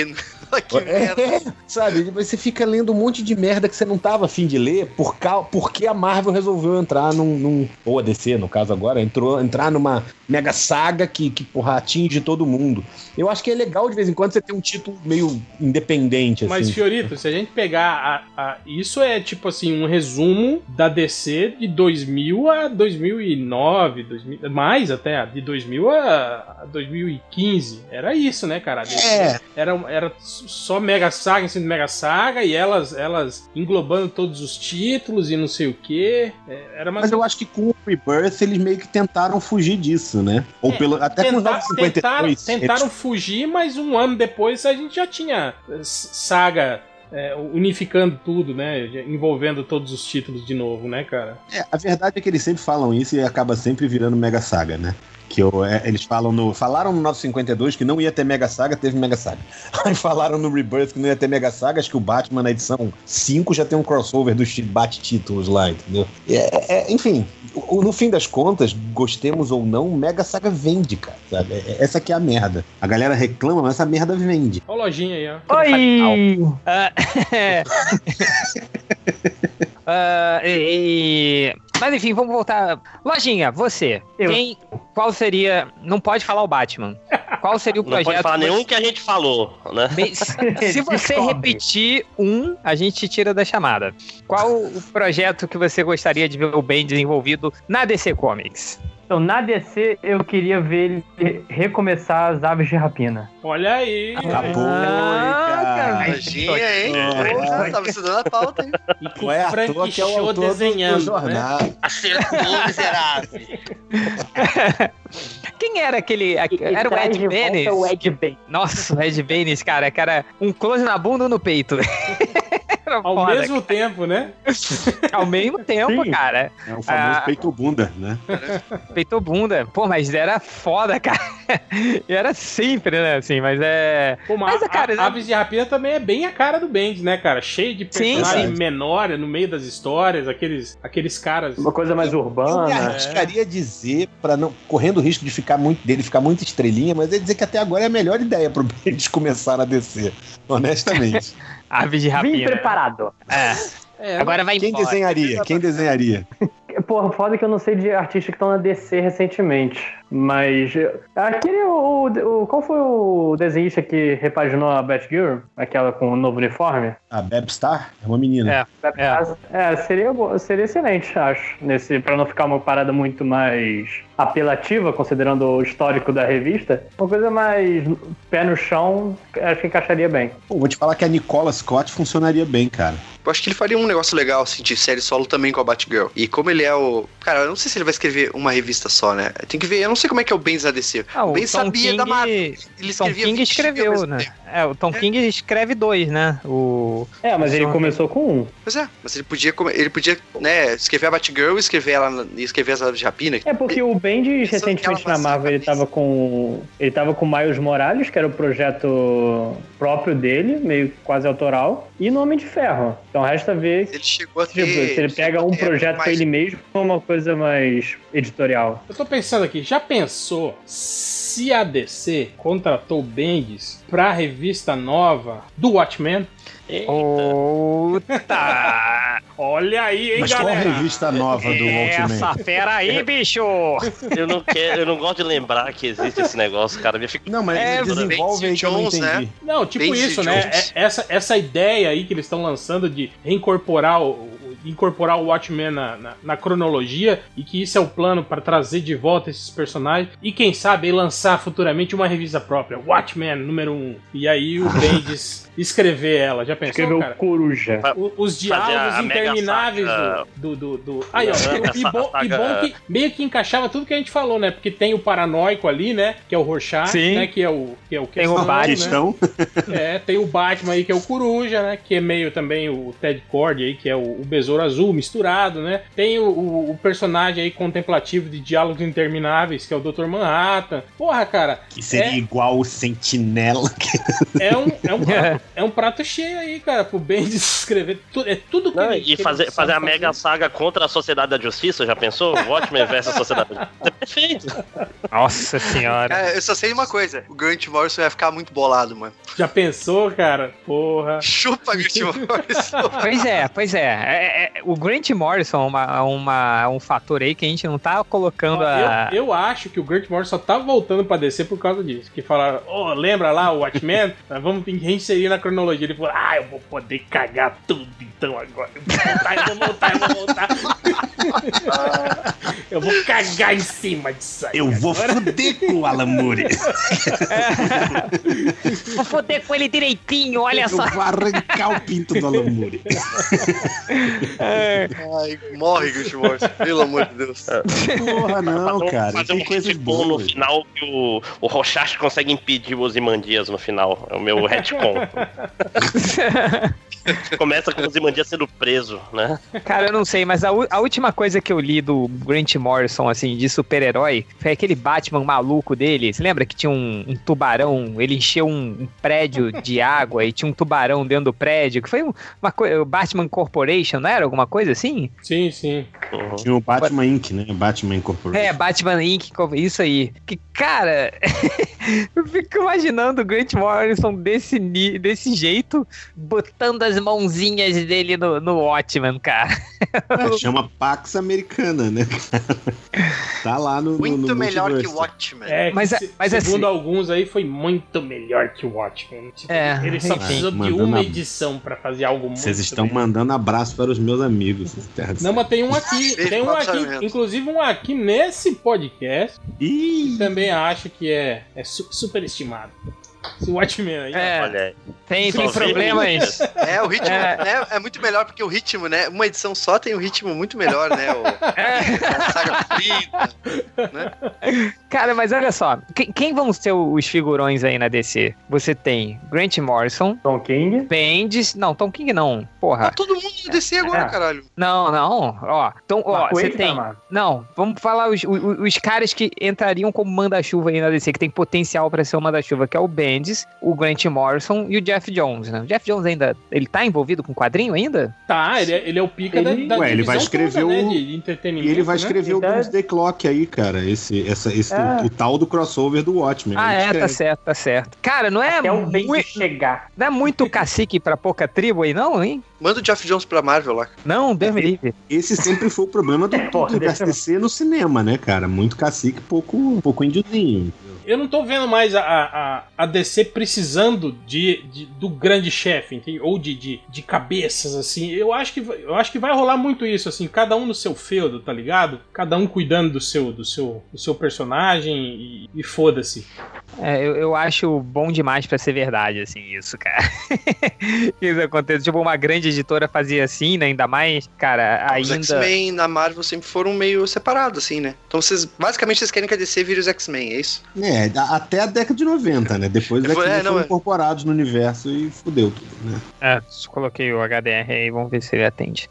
Sabe, você fica lendo um monte de merda que você não tava afim de ler porque a Marvel resolveu entrar ou a DC, no caso agora, entrar numa mega saga que porra, atinge todo mundo. Eu acho que é legal de vez em quando você ter um título meio independente, assim. Mas, Fiorito, se a gente pegar isso é tipo assim, um resumo da DC de 2000 a 2009, mais até, de 2000 a 2015. Era isso, né, cara? Era só Mega Saga em cima de Mega Saga e elas englobando todos os títulos e não sei o que. Mas eu acho que com o Rebirth eles meio que tentaram fugir disso, né? Ou até com os 952. Tentaram fugir, mas um ano depois a gente já tinha Saga unificando tudo, né? Envolvendo todos os títulos de novo, né, cara? A verdade é que eles sempre falam isso e acaba sempre virando Mega Saga, né? Que eles falaram no 952 que não ia ter Mega Saga, teve Mega Saga. Aí falaram no Rebirth que não ia ter Mega Saga, acho que o Batman na edição 5 já tem um crossover dos bate-títulos lá, entendeu? Enfim, no fim das contas, gostemos ou não, Mega Saga vende, cara, sabe? Essa aqui é a merda. A galera reclama, mas essa merda vende. Olha a lojinha aí, ó. Oi! Mas enfim, vamos voltar. Lojinha, você. Qual seria... Não pode falar o Batman. Qual seria o projeto... Não pode falar nenhum que a gente falou, né? Se você repetir a gente tira da chamada. Qual o projeto que você gostaria de ver o Ben desenvolvido na DC Comics? Então, na DC, eu queria ver ele recomeçar as Aves de Rapina. Olha aí! Acabou, cara. Imagina, hein? Tava estudando a pauta, hein? E com o Frank Show desenhando, né? Acertou, miserável! Quem era aquele... Era o Ed Benes? Nossa, o Ed Benes, cara, que era um close na bunda ou no peito. Ao mesmo tempo, né? Ao mesmo tempo, Sim. cara. É o famoso peito-bunda, né? Peito-bunda. Pô, mas era foda, cara. E era sempre, né, assim, mas é... Pô, mas Aves de Rapina também é bem a cara do Bendis, né, cara? Cheio de personagem menor no meio das histórias, aqueles caras... Uma coisa mais urbana. Eu me arriscaria dizer, pra não correndo o risco de ficar muito estrelinha, mas é dizer que até agora é a melhor ideia pro Bendis começar a descer, honestamente. Aves de Rapina. Vim preparado. Agora vai Quem embora. desenharia? Porra, foda que eu não sei de artistas que estão na DC recentemente. Mas... qual foi o desenhista que repaginou a Batgirl? Aquela com o novo uniforme? A Babstar? É uma menina. Seria excelente, acho. Pra não ficar uma parada muito mais apelativa, considerando o histórico da revista. Uma coisa mais pé no chão, acho que encaixaria bem. Pô, vou te falar que a Nicola Scott funcionaria bem, cara. Eu acho que ele faria um negócio legal, assim, de série solo também com a Batgirl. E como ele é o... Cara, eu não sei se ele vai escrever uma revista só, né? Tem que ver, eu não sei como é que é o Bendis na DC. O Bendis sabia King, da Marvel. Ele Tom King escreveu, né? O Tom King escreve 2, né? Mas ele começou com 1. Pois é, mas ele podia, né, escrever a Batgirl e escrever as Aves de Rapina. Porque o Bendis, recentemente na Marvel, ele tava com Miles Morales, que era o projeto próprio dele, meio quase autoral, e no Homem de Ferro. Então resta ver ele chegou a se ele pega um projeto pra ele mesmo ou uma coisa mais editorial. Eu tô pensando aqui, já pensou se a DC contratou o Bendis pra revista nova do Watchmen? Tá. Olha aí, hein, Mas qual a galera? revista nova do Ultimate? Essa fera aí, bicho! Eu não gosto de lembrar que existe esse negócio, cara. Não, mas desenvolve aí que eu não entendi. né? Não, tipo Daisy isso, né? Jones. Essa ideia aí que eles estão lançando de reincorporar incorporar o Watchmen na cronologia, e que isso é o plano para trazer de volta esses personagens e quem sabe lançar futuramente uma revista própria, Watchmen número 1. E aí o Bendis escrever ela. Já pensou, Escreveu cara? Coruja. Os diálogos intermináveis do... Aí, ó, e bom que meio que encaixava tudo que a gente falou, né? Porque tem o paranoico ali, né? Que é o Rorschach, né? Que é o tem o Batman. Né? Tem o Batman aí, que é o Coruja, né? Que é meio também o Ted Kord aí, que é o Besouro Azul misturado, né? Tem o personagem aí contemplativo de diálogos intermináveis, que é o Dr. Manhattan. Porra, cara. Que seria igual o Sentinela. É um prato cheio aí, cara, pro Bendis escrever. É tudo que ele... E fazer a mega saga contra a Sociedade da Justiça, já pensou? Watchmen versus a Sociedade da Justiça. É perfeito. Nossa senhora. Eu só sei uma coisa. O Grant Morrison vai ficar muito bolado, mano. Já pensou, cara? Porra. Chupa, Grant Morrison. Pois é. O Grant Morrison é um fator aí que a gente não tá colocando Eu acho que o Grant Morrison só tá voltando pra DC por causa disso. Que falaram, lembra lá o Watchmen? Nós vamos reinserir na cronologia. Ele falou, eu vou poder cagar tudo então agora. Eu vou voltar. Eu vou cagar em cima disso aí. Eu vou foder com o Alan Moore. Vou foder com ele direitinho, olha só. Eu vou arrancar o pinto do Alan Moore. Ai, morre, Grant Morrison. Pelo amor de Deus. Porra, não, cara. Fazer Tem um coisas retcon no boas. final que o Rorschach consegue impedir o Ozymandias no final. É o meu retcon. Começa com o Ozymandias sendo preso, né? Cara, eu não sei, mas a última coisa que eu li do Grant Morrison, assim, de super-herói, foi aquele Batman maluco dele. Você lembra que tinha um tubarão, ele encheu um prédio de água e tinha um tubarão dentro do prédio, que foi uma coisa, o Batman Corporation, não era? Alguma coisa assim? Sim, sim. Tinha o Batman Inc., né? Batman Incorporated. Batman Inc., isso aí. Que, cara, eu fico imaginando o Grant Morrison desse jeito, botando as mãozinhas dele no Watchmen, cara. Chama Pax Americana, né? Tá lá no Muito no melhor que multiverso. o Watchmen. Mas segundo assim, alguns aí, foi muito melhor que o Watchmen. Tipo, ele só enfim. precisou de Mandando uma a- edição pra fazer algo muito Vocês estão melhor. mandando abraço para os meus amigos. Não, mas tem um aqui, Beijo, Sarmento. inclusive um aqui nesse podcast, Ih, que também acho que é superestimado. Esse Watchmen aí. Olha aí. tem Só problemas. O ritmo é muito melhor, porque o ritmo, né? Uma edição só tem um ritmo muito melhor, né? A saga Frida, né? Cara, mas olha só, quem vão ser os figurões aí na DC? Você tem Grant Morrison, Tom King. Bendis, não, Tom King não, porra. Tá todo mundo no DC agora, caralho. Não, ó. Então, você McQuaid, tem. mano. Não, vamos falar os caras que entrariam como manda-chuva aí na DC, que tem potencial pra ser o manda-chuva, que é o Bendis, o Grant Morrison e o Jeff Jones, né? O Jeff Jones ele tá envolvido com quadrinho ainda? Tá, ele é o pica da Ué, ele vai divisão escrever toda, né, o- de entretenimento. e ele vai né? escrever o Então- Doomsday Clock aí, cara. O tal do crossover do Watchmen. Ele escreve. Tá certo. Cara, não é, Até o bem muito, chegar. não é muito cacique pra pouca tribo aí, não, hein? Manda o Jeff Jones pra Marvel lá. Não, Deus me livre. Esse sempre foi o problema do universo DC no cinema, né, cara? Muito cacique, pouco índiozinho. Eu não tô vendo mais a DC precisando do grande chefe, entende? Ou de cabeças, assim. Eu acho que vai rolar muito isso, assim. Cada um no seu feudo, tá ligado? Cada um cuidando do seu personagem e foda-se. Eu acho bom demais pra ser verdade, assim, isso, cara. Isso acontece. Tipo, uma grande editora fazia assim, né? Ainda mais, cara, Os ainda... X-Men na Marvel sempre foram meio separados, assim, né? Então basicamente vocês querem que a DC vire os X-Men, é isso? Até a década de 90, né? Depois os X-Men foram incorporados no universo e fudeu tudo, né? Coloquei o HDR aí, vamos ver se ele atende.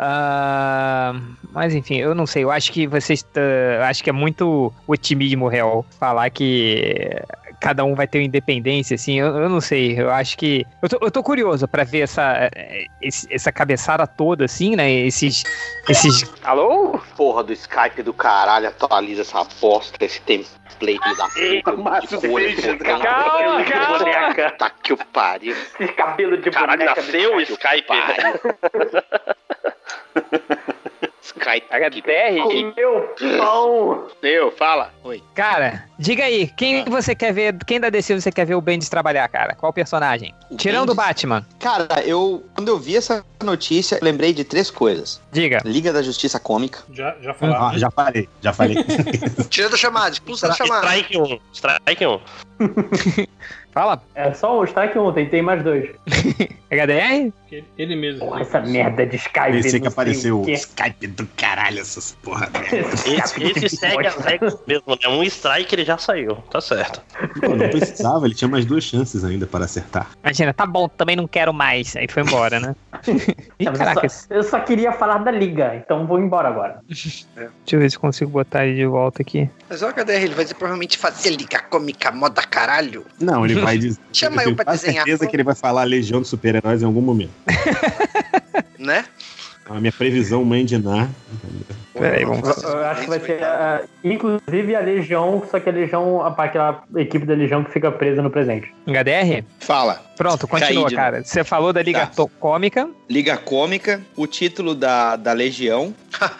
Mas enfim, eu não sei, eu acho que acho que é muito otimismo real falar que cada um vai ter uma independência, assim, eu não sei, eu acho que... Eu tô curioso pra ver essa cabeçada toda, assim, né, esses... Alô? Porra do Skype do caralho, atualiza essa bosta, esse template da puta. Márcio, de Calma. Tá que o pariu. Esse cabelo de Caralho, boneca. nasceu o Skype. Sky HDR? Meu pão! Fala. Oi. Cara, diga aí, quem você quer ver, quem da DC você quer ver o Bendis trabalhar, cara? Qual personagem? Tirando o Batman. Cara, quando eu vi essa notícia, lembrei de 3 coisas. Diga. Liga da Justiça Cômica. Já falava. Já falei. Tira da chamada, expulsa da chamada. Strike 1. Fala. É só o Strike 1, tem mais 2. HDR? Ele mesmo. Porra, essa merda de Skype. Pensei que não sei apareceu o o quê. Skype do caralho, essas porra. Esse segue as regras mesmo, né? Um strike ele já saiu, tá certo. Pô, não precisava, ele tinha mais 2 chances ainda para acertar. Imagina, tá bom, também não quero mais. Aí foi embora, né? Ih, Não, mas caraca, eu só queria falar da Liga, então vou embora agora. deixa eu ver se consigo botar ele de volta aqui. Mas o HDR, ele vai provavelmente fazer Liga Cômica moda caralho. Não, ele vai dizer. Chama eu pra tenho desenhar. certeza que ele vai falar Legião dos Super-Heróis em algum momento. Né? A minha previsão mãe de Nar. Peraí, vamos Eu acho que vai ser, inclusive, a Legião, só que a Legião, aquela equipe da Legião que fica presa no presente. HDR? Fala. Pronto, continua, Caí de cara. Você falou da Liga Cômica. Liga Cômica, o título da Legião.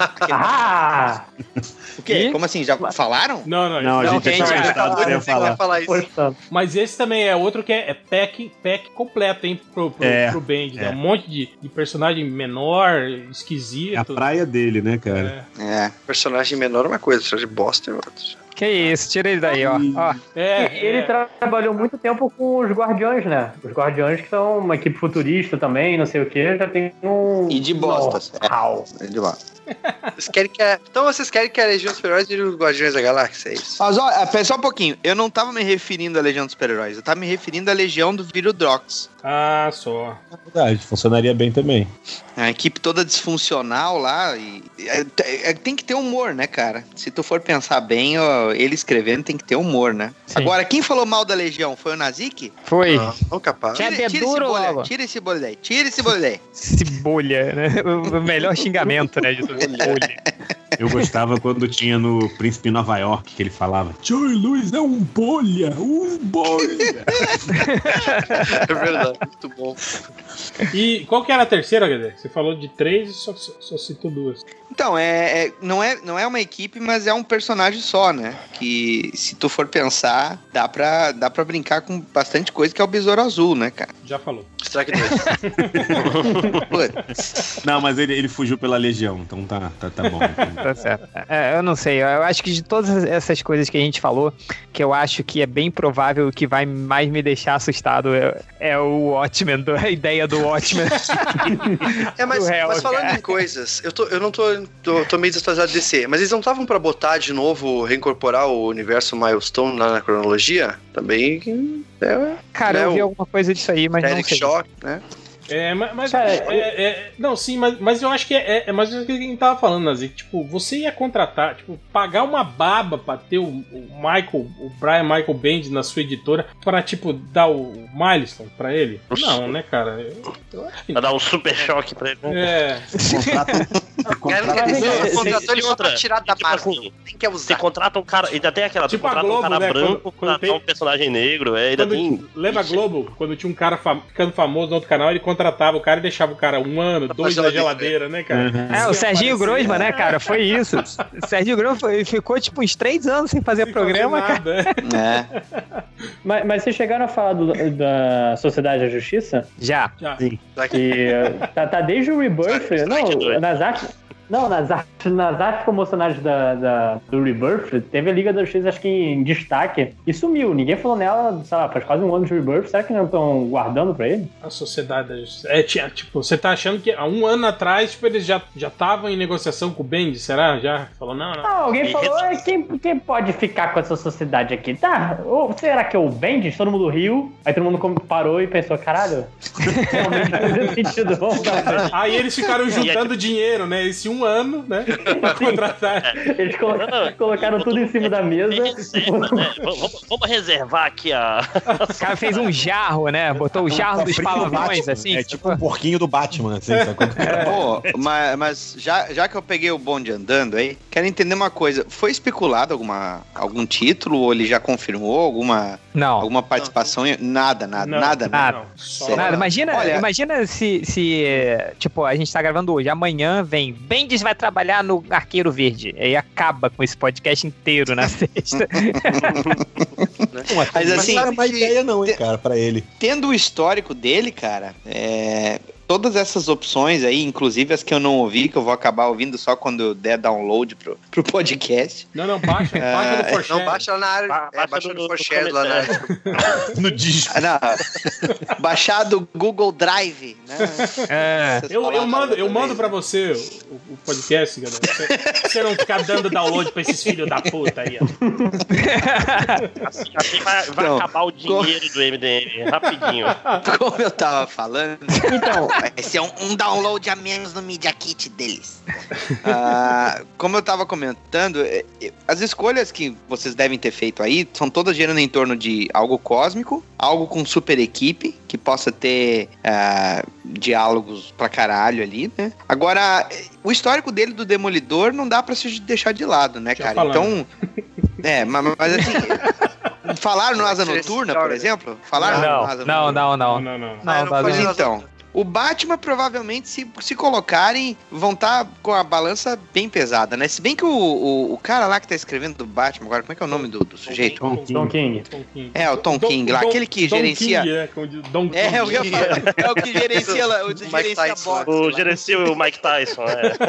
Ah! O quê? E? Como assim? Já falaram? Não, a Não, gente gente, acabou de Acabou de falar. dizer que vai falar isso. Postando. Mas esse também é outro que é pack completo, hein, pro Bendis. Né? Um monte de personagem menor, esquisito. É a praia dele, né, cara? É. Personagem menor é uma coisa, personagem de bosta é outra. Que isso, tira ele daí, ó. Ele trabalhou muito tempo com os Guardiões, né? Os Guardiões que são uma equipe futurista também, não sei o que, já tem um... E de bostas. know-how. De lá. Então vocês querem que a Legião dos Super-Heróis vire os Guardiões da Galáxia, é isso? Mas ó, só um pouquinho. Eu não tava me referindo à Legião dos Super-Heróis. Eu tava me referindo à Legião do Virodrox. Ah, só. É verdade, funcionaria bem também. A equipe toda disfuncional lá. Tem que ter humor, né, cara? Se tu for pensar bem, ó, ele escrevendo tem que ter humor, né? Sim. Agora, quem falou mal da Legião? Foi o Nazik? Foi. Não, capaz. É duro, logo. Tira esse bolha daí. Tira esse bolha daí. Cebolha, né? O melhor xingamento, né? De tudo. Bolha. Eu gostava quando tinha no Príncipe Nova York que ele falava: Joey Lewis é um bolha. É verdade, muito bom. E qual que era a terceira, HD? Você falou de 3 e só citou 2. Então, não é uma equipe, mas é um personagem só, né? Que, se tu for pensar, dá pra brincar com bastante coisa, que é o Besouro Azul, né, cara? Já falou. Strike 2. Putz. Não, mas ele fugiu pela Legião, então tá bom. Tá certo. Eu não sei, eu acho que de todas essas coisas que a gente falou, que eu acho que é bem provável que vai mais me deixar assustado é o Watchmen, a ideia do Watchmen. Mas falando em coisas, eu não tô meio desatualizado de DC, mas eles não estavam pra botar de novo, reincorporar o universo Milestone lá na cronologia? Também Cara, eu vi alguma coisa disso aí, mas Eric não sei. Shock, né? Mas Cara, não, sim, mas eu acho que é mais ou menos o que a gente tava falando, Nazik. Tipo, você ia contratar, pagar uma baba pra ter o Brian Michael Bendis na sua editora pra, dar o Milestone pra ele? Não, né, cara? Eu acho que Pra dar um super choque pra ele. Contratou ele só pra tirar da marca. Assim, Tem que usar. você contrata um cara, ainda tem aquela, Tipo você contrata a Globo, um cara né, branco quando pra dar um personagem negro, ainda tem... Lembra a Globo? Quando tinha um cara ficando famoso no outro canal, ele contratava o cara e deixava o cara 1 ano, 2 na geladeira, né, cara? O Serginho Grossman, né, cara? Foi isso. O Serginho Grossman ficou, uns 3 anos sem fazer programa, cara. Mas vocês chegaram a falar da Sociedade da Justiça? Já. Sim. Que tá desde o Rebirth. Nas artes promocionais do Rebirth, teve a Liga da Justiça, acho que em destaque, e sumiu. Ninguém falou nela, sei lá, faz quase 1 ano de Rebirth. Será que não estão guardando pra ele? A Sociedade da Justiça. Você tá achando que há 1 ano atrás, eles já estavam em negociação com o Bendis, será? Já? Falou, não. Alguém falou, quem pode ficar com essa sociedade aqui? Tá, ou será que é o Bendis? Todo mundo riu, aí todo mundo parou e pensou, caralho, realmente faz sentido, vamos dar. Aí eles ficaram juntando dinheiro, né? Esse 1 um ano, né? Pra contratar. Eles colocaram tudo em cima da mesa. Vamos reservar aqui a... O cara fez um jarro, né? Botou o jarro dos palavrões, assim. É tipo um porquinho do Batman, assim. Pô, mas já que eu peguei o bonde andando aí, quero entender uma coisa. Foi especulado algum título ou ele já confirmou alguma participação? Nada. Imagina se tipo, a gente tá gravando hoje, amanhã vem Bendis vai trabalhar no Arqueiro Verde. Aí acaba com esse podcast inteiro na sexta. Mas assim, não era uma ideia não, hein, cara, pra ele. Tendo o histórico dele, cara, todas essas opções aí, inclusive as que eu não ouvi, que eu vou acabar ouvindo só quando eu der download pro podcast. Não, baixa do ForShare. Não, baixa lá na área. Baixa no ForShare lá na área. No disco. Baixar do Google Drive, né? Eu mando pra você o podcast, galera. Você não ficar dando download pra esses filhos da puta aí, ó. Assim vai acabar o dinheiro do MDM, rapidinho. Como eu tava falando... Então... Vai ser um download a menos no Media Kit deles. Como eu tava comentando, as escolhas que vocês devem ter feito aí são todas girando em torno de algo cósmico, algo com super equipe, que possa ter diálogos pra caralho ali, né? Agora, o histórico dele do Demolidor não dá pra se deixar de lado, né, cara? Então... mas assim... Falaram no Asa Noturna, por exemplo? Falaram no Asa Noturna? Não. Pois então... O Batman, provavelmente, se colocarem, vão estar com a balança bem pesada, né? Se bem que o cara lá que tá escrevendo do Batman, agora, como é que é o nome do sujeito? Tom King. É, o Tom King lá, aquele que gerencia... É o que gerencia lá, o gerencia boxe. O gerencia o Mike Tyson,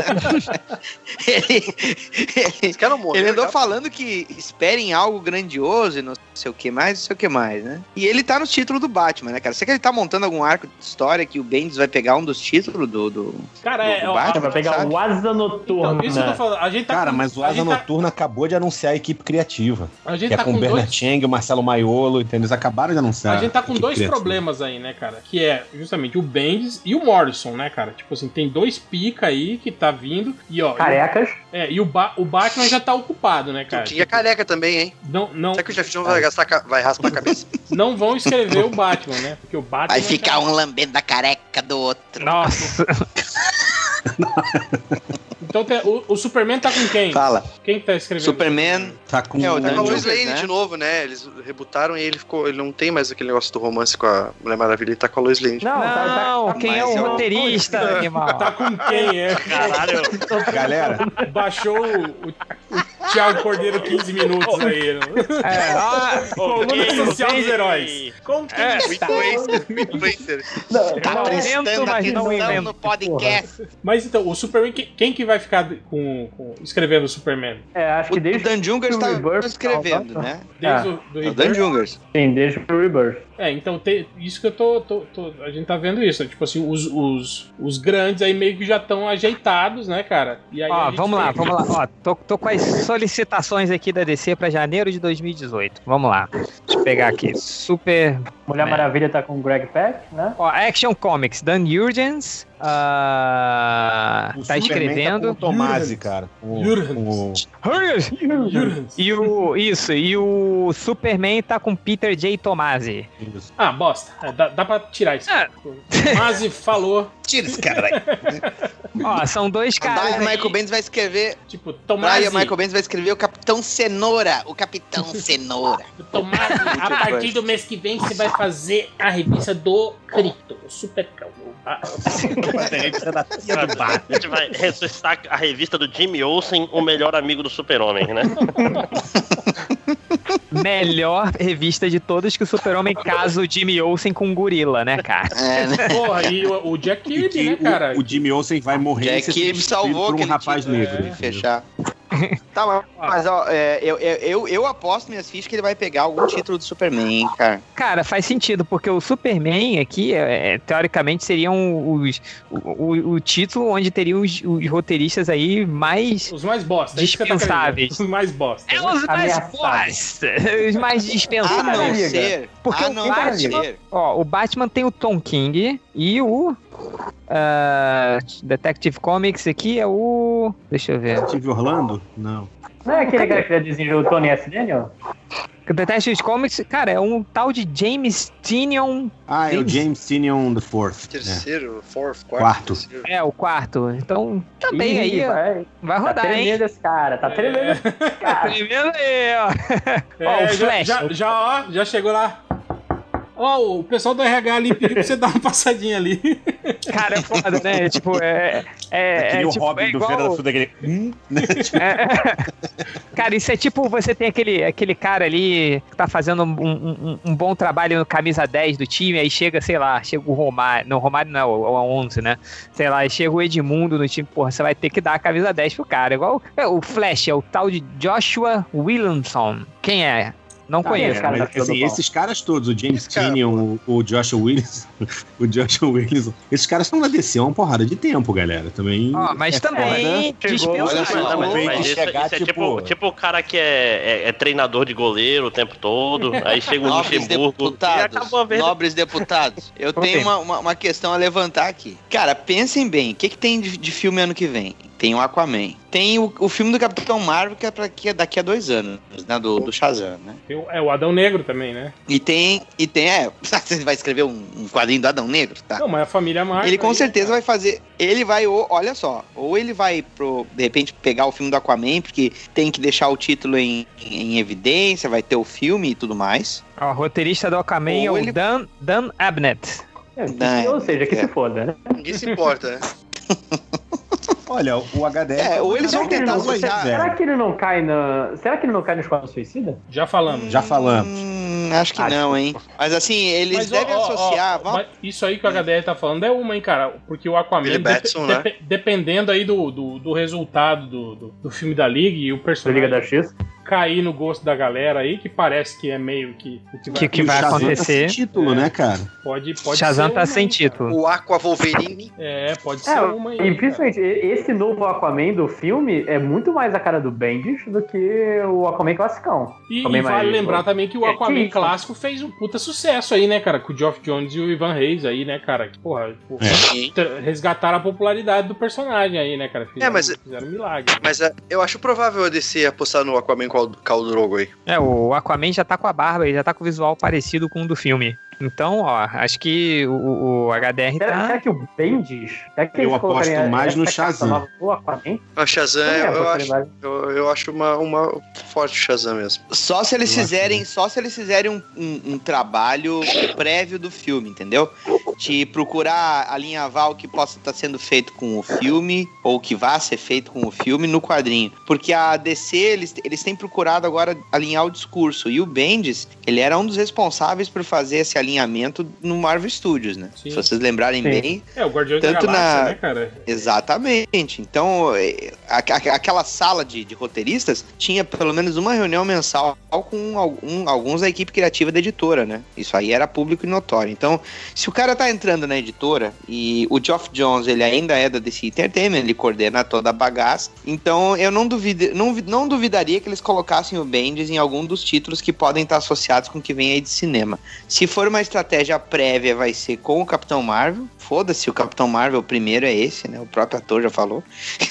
Ele andou falando que esperem algo grandioso e não sei o que mais, né? E ele tá no título do Batman, né, cara? Será que ele tá montando algum arco de história que o Bendis vai pegar um dos títulos do Batman? Vai pegar o Asa Noturna. Então, isso que eu tô falando. A gente tá cara, mas o Asa Noturna acabou de anunciar a equipe criativa. Que é com o Bernard Chang, o Marcelo Maiolo, entendeu? Eles acabaram de anunciar. A gente tá com dois problemas aí, né, cara? Que é justamente o Bendis e o Morrison, né, cara? Tipo assim, tem dois pica aí que tá vindo e, ó... Carecas. E o Batman já tá ocupado, né, cara? Tinha careca também, hein? Não. Será que o Jeff Jones vai raspar a cabeça? Não vão escrever o Batman, né? Porque o Batman... Vai ficar um lambendo da careca do outro. Nossa! Então o Superman tá com quem? Fala. Quem que tá escrevendo? Superman tá com o Lois Lane de novo, né? Eles rebutaram e ele não tem mais aquele negócio do romance com a Mulher Maravilha, ele tá com a Lois Lane. Não, quem é o roteirista, animal? Tá com quem, Caralho. Galera. Baixou o Thiago Cordeiro 15 minutos aí. Coluna social dos heróis. Com quem Influencer. Tá prestando atenção no podcast. Mas então, o Superman, quem que vai ficar escrevendo o Superman? Acho que desde o Dan Jungers tá escrevendo, né? Desde o Dan Jungers. Sim, desde o Rebirth. Então isso que eu a gente tá vendo isso, né? Tipo assim, os grandes aí meio que já estão ajeitados, né, cara? E aí vamos lá. Ó, tô com as solicitações aqui da DC pra janeiro de 2018. Vamos lá. Deixa eu pegar aqui. Mulher Maravilha tá com o Greg Pak, né? Ó, Action Comics, Dan Jurgens. Tá escrevendo. Tá com o Tomasi, cara. E o Superman tá com Peter J. Tomasi. Bosta. Dá pra tirar isso. Tomasi falou. Tira esse cara aí. Ó, são dois caras. O Michael Bendis vai escrever. Tipo, Tomasi. Michael Bendis vai escrever o Capitão Cenoura. O Capitão Cenoura. Tomasi, a partir do mês que vem você vai fazer a revista do Krypton, o Supercão. A gente vai ressuscitar a revista do Jimmy Olsen, o melhor amigo do Super-Homem, né? Melhor revista de todas que o Super-Homem casa o Jimmy Olsen com um gorila, né, cara? Porra, e o Jack Kirby, né, cara? O Jimmy Olsen vai morrer. Jack Kirby salvou por um rapaz negro. Fechar. Tá, mas ó, eu aposto minhas fichas que ele vai pegar algum título do Superman, cara. Cara, faz sentido, porque o Superman aqui, teoricamente, seriam o título onde teriam os roteiristas aí mais... Os mais bosta. Dispensáveis. Os mais bosta. Os mais bosta. Os mais dispensáveis. A não ser. Porque o Batman tem o Tom King e o Detective Comics aqui é o... Deixa eu ver. Detective Orlando? Não. Não é aquele cara que já desenhou o Tony S. Daniel? Detective Comics, cara, é um tal de James Tynion. É o James Tynion the Fourth. Terceiro, quarto. Terceiro. É, o quarto. Então, também aí, vai rodar, tá tremendo esse cara, tá tremendo esse cara. Tá tremendo aí, ó. É, o Flash. Já chegou lá. Ó, o pessoal do RH ali pediu pra você dar uma passadinha ali. Cara, é foda, né? Tipo, o tipo, Robin do Feira da Fruta, aquele... Cara, isso é tipo, você tem aquele cara ali que tá fazendo um bom trabalho no camisa 10 do time, aí chega o Romário, não, Romário não, o 11, né? Sei lá, aí chega o Edmundo no time, porra, você vai ter que dar a camisa 10 pro cara, igual o Flash, é o tal de Joshua Williamson. Quem é? Não conheço. Mas, assim, esses caras todos, o James Tynion, o Joshua Williamson, esses caras estão na DC há uma porrada de tempo, galera. Também. Mas também. Olha só, mas isso é tipo o cara que é treinador de goleiro o tempo todo, aí chega o Luxemburgo e acabou a vez. Nobres deputados, eu tenho uma questão a levantar aqui. Cara, pensem bem, o que tem de filme ano que vem? Tem o Aquaman. Tem o filme do Capitão Marvel, que é daqui a 2 anos, né? Do Shazam, né? O Adão Negro também, né? E tem você vai escrever um quadrinho do Adão Negro, tá? Não, mas a família Marvel... Ele com certeza vai fazer... Ele vai, olha só, ou ele vai, de repente, pegar o filme do Aquaman, porque tem que deixar o título em evidência, vai ter o filme e tudo mais. O roteirista do Aquaman é o Dan Abnett. Ou seja, que se foda, né? Ninguém se importa, né? Olha, o HDR... ou eles vão tentar associar... Será que ele não cai no Esquadrão Suicida? Já falamos. Acho que não, hein? Mas assim, eles devem associar... Mas isso aí que o HDR tá falando é uma, hein, cara? Porque o Aquaman, dependendo aí do resultado do filme da Liga e o personagem... Liga da X? Cair no gosto da galera aí, que parece que é meio que vai acontecer. Tá sem título, né, cara? Pode Shazam ser tá sem título. O Aqua Wolverine. Pode ser uma aí. E principalmente, esse novo Aquaman do filme é muito mais a cara do Bendis do que o Aquaman classicão. E vale lembrar também que o Aquaman clássico fez um puta sucesso aí, né, cara? Com o Geoff Jones e o Ivan Reis aí, né, cara? Que, porra, resgataram a popularidade do personagem aí, né, cara? Fizeram um milagre. Mas eu acho provável a DC apostar no Aquaman com o Khal Drogo aí. O Aquaman já tá com a barba e já tá com o visual parecido com o do filme. Então, ó, acho que o HDR será que o Bendis... Eu aposto mais no Shazam. O Shazam, eu acho uma forte Shazam mesmo. Só se eles fizerem um trabalho prévio do filme, entendeu? De procurar alinhavar o que possa estar sendo feito com o filme, ou o que vá ser feito com o filme no quadrinho. Porque a DC, eles têm procurado agora alinhar o discurso. E o Bendis, ele era um dos responsáveis por fazer esse alinhamento no Marvel Studios, né? Sim. Se vocês lembrarem bem... o Guardiões da Galáxia, né, cara? Exatamente. Então, aquela sala de roteiristas tinha pelo menos uma reunião mensal com alguns da equipe criativa da editora, né? Isso aí era público e notório. Então, se o cara tá entrando na editora e o Geoff Jones, ele ainda é da DC Entertainment, ele coordena toda a bagaça, então eu não duvidaria que eles colocassem o Bendis em algum dos títulos que podem estar associados com o que vem aí de cinema. Se for uma estratégia prévia, vai ser com o Capitão Marvel. Foda-se, o Capitão Marvel primeiro é esse, né? O próprio ator já falou.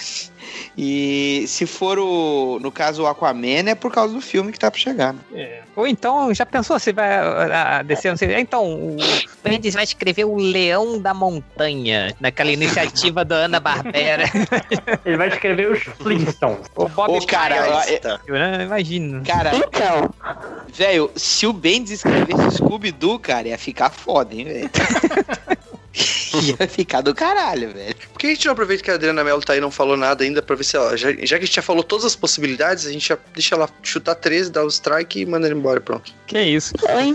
E se for no caso o Aquaman, é por causa do filme que tá pra chegar, né? Ou então, já pensou se vai descer, não sei, então o Bendis vai escrever o Leão da Montanha, naquela iniciativa da Hanna-Barbera. Ele vai escrever os Flintstones. O Bob cara, imagina. Cara, então, velho, se o Bendis escrevesse Scooby-Doo, cara, ia ficar foda, hein, velho? Ia ficar do caralho, velho. Por que a gente não aproveita que a Adriana Mello tá aí e não falou nada ainda pra ver se ela... Já que a gente já falou todas as possibilidades, a gente já deixa ela chutar 13, dar o strike e manda ela embora, pronto. Que isso.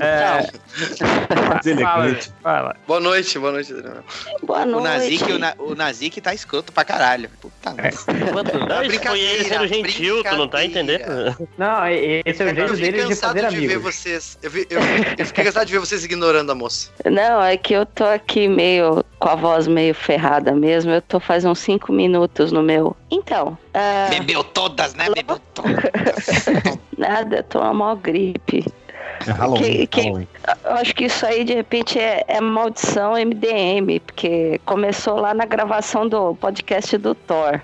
Fala. Boa noite, Adriana. Boa noite. O Nazik tá escroto pra caralho. Puta merda. Foi ele sendo gentil, tu não tá entendendo? Não, esse é o jeito deles de fazer amigos. Eu fiquei cansado de ver vocês ignorando a moça. Não, é que eu tô aqui meio com a voz meio ferrada mesmo. Eu tô fazendo uns 5 minutos no meu. Então. Bebeu todas, né? Bebeu todas. Nada, eu tô uma maior gripe. É Halloween. Halloween. Eu acho que isso aí, de repente, é maldição MDM, porque começou lá na gravação do podcast do Thor.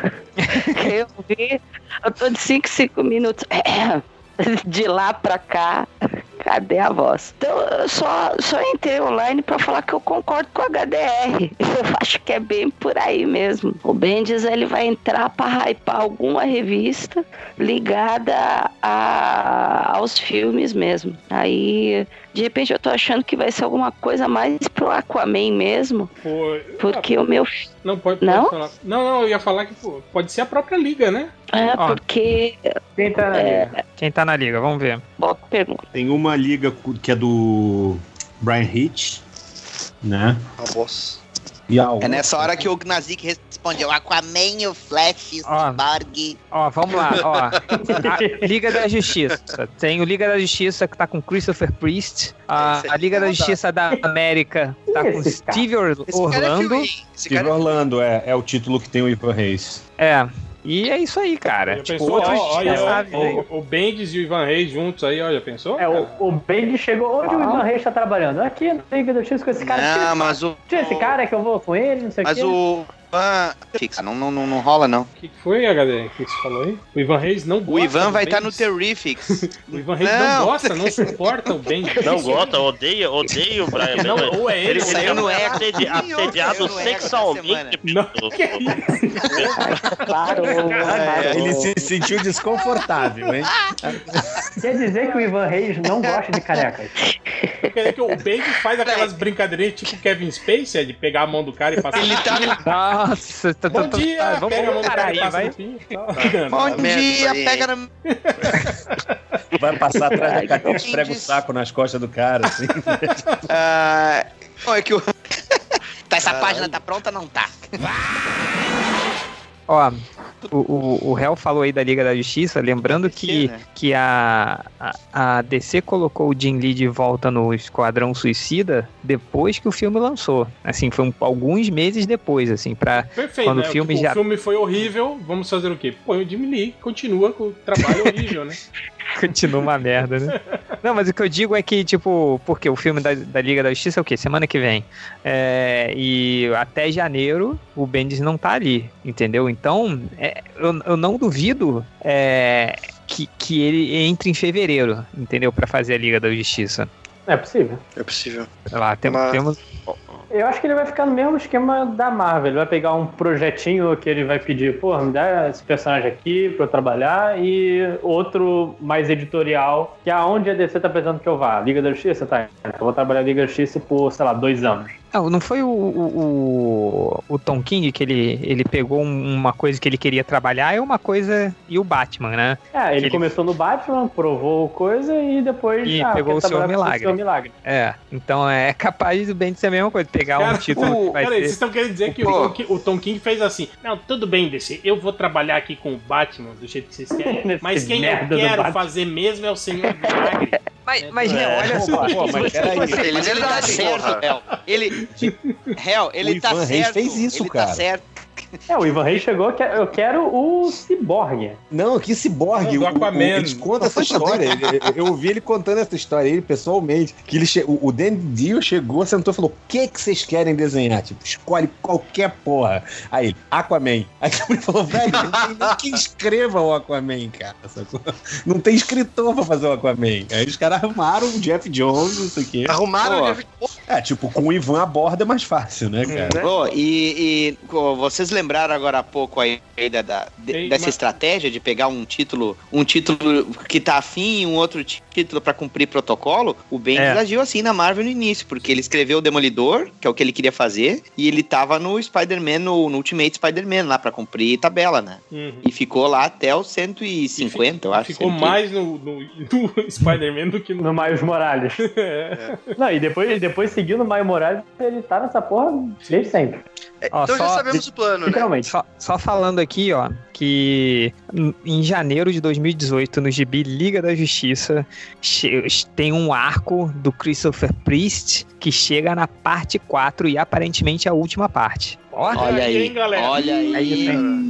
Eu vi, eu tô de 5 minutos de lá pra cá. Cadê a voz? Então, eu só entrei online pra falar que eu concordo com o HDR. Eu acho que é bem por aí mesmo. O Bendis, ele vai entrar pra hypar alguma revista ligada aos filmes mesmo. Aí, de repente, eu tô achando que vai ser alguma coisa mais pro Aquaman mesmo. Porque o meu... Não, pode falar. Não, eu ia falar que pode ser a própria Liga, né? Porque... Quem tá na Liga? Quem tá na Liga? Vamos ver. Boa pergunta. Tem uma liga que é do Brian Hitch, né? A voz. É nessa hora que o Nazik respondeu: Aquaman, o Flash, o Cyborg. Vamos lá, a Liga da Justiça. Tem o Liga da Justiça que tá com Christopher Priest. A Liga da Justiça da América tá com Steve Orlando. Steve Orlando é o título que tem o Ivan Reis. E é isso aí, cara. Já pensou? O Bendis e o Ivan Reis juntos aí, ó, já pensou? O Bendis chegou onde o Ivan Reis tá trabalhando. Aqui na Liga da Justiça com esse cara. Tinha esse cara que eu vou com ele, não sei o quê. Mas o... Fixa, não rola, não. O que foi, HD? O que você falou aí? O Ivan Reis não gosta. O Ivan vai estar no Terrifics. O Ivan Reis não gosta, não suporta o Bendis. Não gosta, odeia o Brian. Não, ou é ele não é assediado sexualmente. Não, que isso? Claro. Ele se sentiu desconfortável, hein? Quer dizer que o Ivan Reis não gosta de carecas. Quer dizer que o Bendis faz aquelas brincadeirinhas tipo Kevin Spacey, de pegar a mão do cara e passar. Ele tá... Nossa, Bom dia, vamos pega a mão do cara aí, e passa vai. no fim. Bom dia, pega na... Vai passar atrás da cadeira, esfrega o saco nas costas do cara, assim. É que o... Essa página tá pronta? Não tá. O Hel falou aí da Liga da Justiça, lembrando que a DC colocou o Jim Lee de volta no Esquadrão Suicida depois que o filme lançou. Assim, foi alguns meses depois, assim, pra... Perfeito, quando né? o filme O filme foi horrível, vamos fazer o quê? Põe o Jim Lee, continua com o trabalho horrível, né? Continua uma merda, né? Não, mas o que eu digo é que, tipo, porque o filme da Liga da Justiça é o quê? Semana que vem. E até janeiro o Bendis não tá ali, entendeu? Então, eu não duvido que ele entre em fevereiro, entendeu? Pra fazer a Liga da Justiça. É possível. É possível. Sei lá, temos... Eu acho que ele vai ficar no mesmo esquema da Marvel. Ele vai pegar um projetinho que ele vai pedir, me dá esse personagem aqui pra eu trabalhar, e outro mais editorial, que é aonde a DC tá pensando que eu vá. Liga da Justiça, tá? Eu vou trabalhar Liga da Justiça por, 2 anos. Não foi o Tom King que ele pegou uma coisa que ele queria trabalhar e uma coisa... E o Batman, né? Ele começou no Batman, provou coisa e depois... pegou o Seu Milagre. Então é capaz do Bendis ser a mesma coisa, pegar um título que vai ser... Vocês estão querendo dizer que o Tom King fez assim, não, tudo bem, DC, eu vou trabalhar aqui com o Batman do jeito que vocês querem, mas quem eu quero fazer mesmo é o Senhor Milagre. Mas olha só... Ele tá certo, ele tá certo. O Ivan Reis fez isso, cara. Tá certo. O Ivan Reis chegou, eu quero o Cyborg. Não, que Cyborg? Do Aquaman. Eles contam essa história. Eu ouvi ele contando essa história, ele pessoalmente. Que o Dan Dio chegou, sentou e falou: o que vocês querem desenhar? Tipo, escolhe qualquer porra. Aí ele, Aquaman. Aí ele falou: velho, não tem nem quem escreva o Aquaman, cara. Sacou? Não tem escritor pra fazer o Aquaman. Aí os caras arrumaram o Jeff Jones, não sei o quê. Arrumaram o Jeff Jones? Tipo, com o Ivan a borda é mais fácil, né, cara? E vocês lembraram agora há pouco aí dessa estratégia de pegar um título que tá afim e um outro título pra cumprir protocolo? O Bendis agiu assim na Marvel no início, porque ele escreveu o Demolidor, que é o que ele queria fazer, e ele tava no Spider-Man, no Ultimate Spider-Man, lá pra cumprir tabela, né? E ficou lá até os 150, eu acho. Ficou mais no Spider-Man do que no Miles Morales. Não, e depois seguiu no Miles Morales, ele tá nessa porra desde sempre. Então já sabemos o plano, literalmente. Né? Só falando aqui, que em janeiro de 2018, no gibi Liga da Justiça, tem um arco do Christopher Priest que chega na parte 4 e aparentemente a última parte. Olha aí, hein, galera? Olha aí.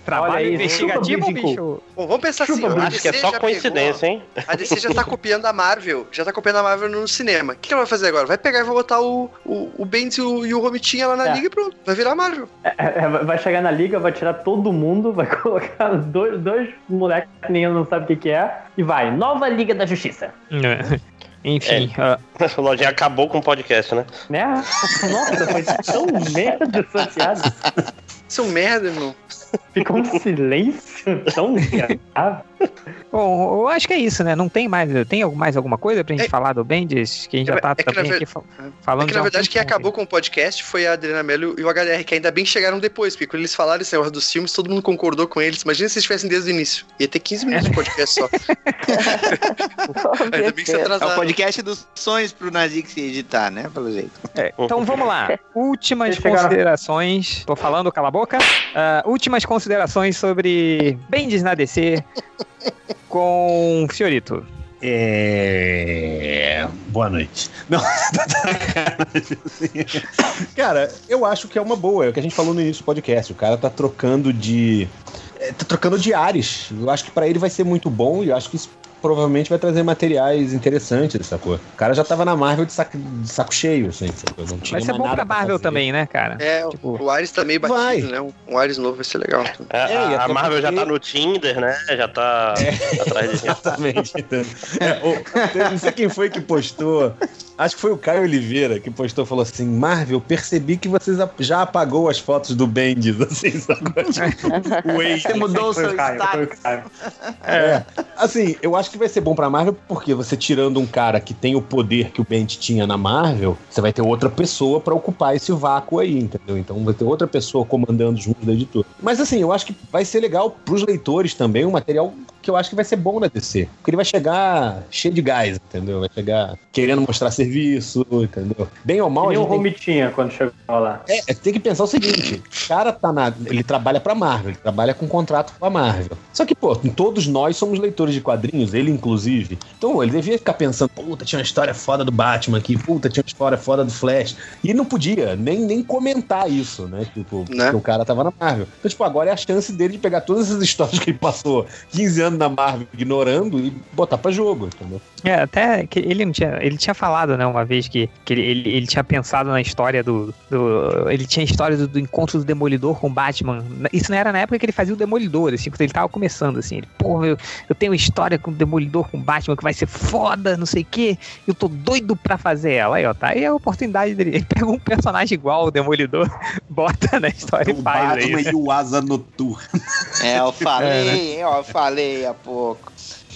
Trabalho investigativo, bicho? Bom, vamos pensar assim. Acho que é só coincidência, hein? A DC já tá copiando a Marvel. Já tá copiando a Marvel no cinema. O que ela vai fazer agora? Vai pegar e vai botar o Bendis e o Romitinha lá na Liga e pronto. Vai virar a Marvel. Vai chegar na Liga, vai tirar todo mundo, vai colocar dois moleques que ninguém não sabe o que é. E vai. Nova Liga da Justiça. Enfim. O Lojinha acabou com o podcast, né? Nossa, foi tão merda dissociado. Isso é um merda, irmão. Ficou um silêncio tão grave. Bom, eu acho que é isso, né? Não tem mais. Tem mais alguma coisa pra gente falar do Bendis? Que a gente já tá também aqui falando. É que na verdade quem acabou com o podcast foi a Adriana Mello e o HDR, que ainda bem chegaram depois, porque quando eles falaram esse negócio dos filmes, todo mundo concordou com eles. Imagina se eles tivessem desde o início. Ia ter 15 minutos de podcast só. Ainda bem que você atrasaram. É o podcast dos sonhos pro Nazik se editar, né? Pelo jeito. Então vamos lá. Últimas considerações. Tô falando, cala a boca. Últimas considerações sobre Bendis na DC com Fiorito. Boa noite. Não, cara, eu acho que é uma boa. É o que a gente falou no início do podcast. O cara tá trocando de ares. Eu acho que pra ele vai ser muito bom e eu acho que isso provavelmente vai trazer materiais interessantes, sacou? O cara já tava na Marvel de saco cheio, assim, sacou? Não tinha vai ser bom pra Marvel também, né, cara? O Ares tá meio batido, né? Um Ares novo vai ser legal. A Marvel já tá no Tinder, né? Já tá atrás de gente. Exatamente. Não sei quem foi que postou. Acho que foi o Caio Oliveira que postou, falou assim: Marvel, percebi que você já apagou as fotos do Bendis, assim, sacou? Você mudou o seu status. Assim, eu acho que vai ser bom pra Marvel, porque você tirando um cara que tem o poder que o Bendis tinha na Marvel, você vai ter outra pessoa pra ocupar esse vácuo aí, entendeu? Então vai ter outra pessoa comandando junto da editora. Mas assim, eu acho que vai ser legal pros leitores também, um material que eu acho que vai ser bom na DC. Porque ele vai chegar cheio de gás, entendeu? Vai chegar querendo mostrar serviço, entendeu? Bem ou mal... E o Romitinha quando chegou lá. Tem que pensar o seguinte, o cara ele trabalha pra Marvel, ele trabalha com contrato com a Marvel. Só que, pô, todos nós somos leitores de quadrinhos, ele inclusive. Então, ele devia ficar pensando, puta, tinha uma história foda do Batman aqui, puta, tinha uma história foda do Flash. E não podia nem comentar isso, né? Tipo, porque o cara tava na Marvel. Então, tipo, agora é a chance dele de pegar todas essas histórias que ele passou 15 anos na Marvel ignorando e botar pra jogo, entendeu? Até que ele tinha falado, né, uma vez que ele tinha pensado na história ele tinha a história do encontro do Demolidor com o Batman. Isso não era na época que ele fazia o Demolidor, assim, quando ele tava começando, assim. Ele, eu tenho uma história com o Demolidor com o Batman que vai ser foda, não sei o quê, eu tô doido pra fazer ela. Aí, ó, tá aí a oportunidade dele. Ele pega um personagem igual ao Demolidor, bota na história e faz. O Batman e o Asa Noturna. Eu falei há pouco.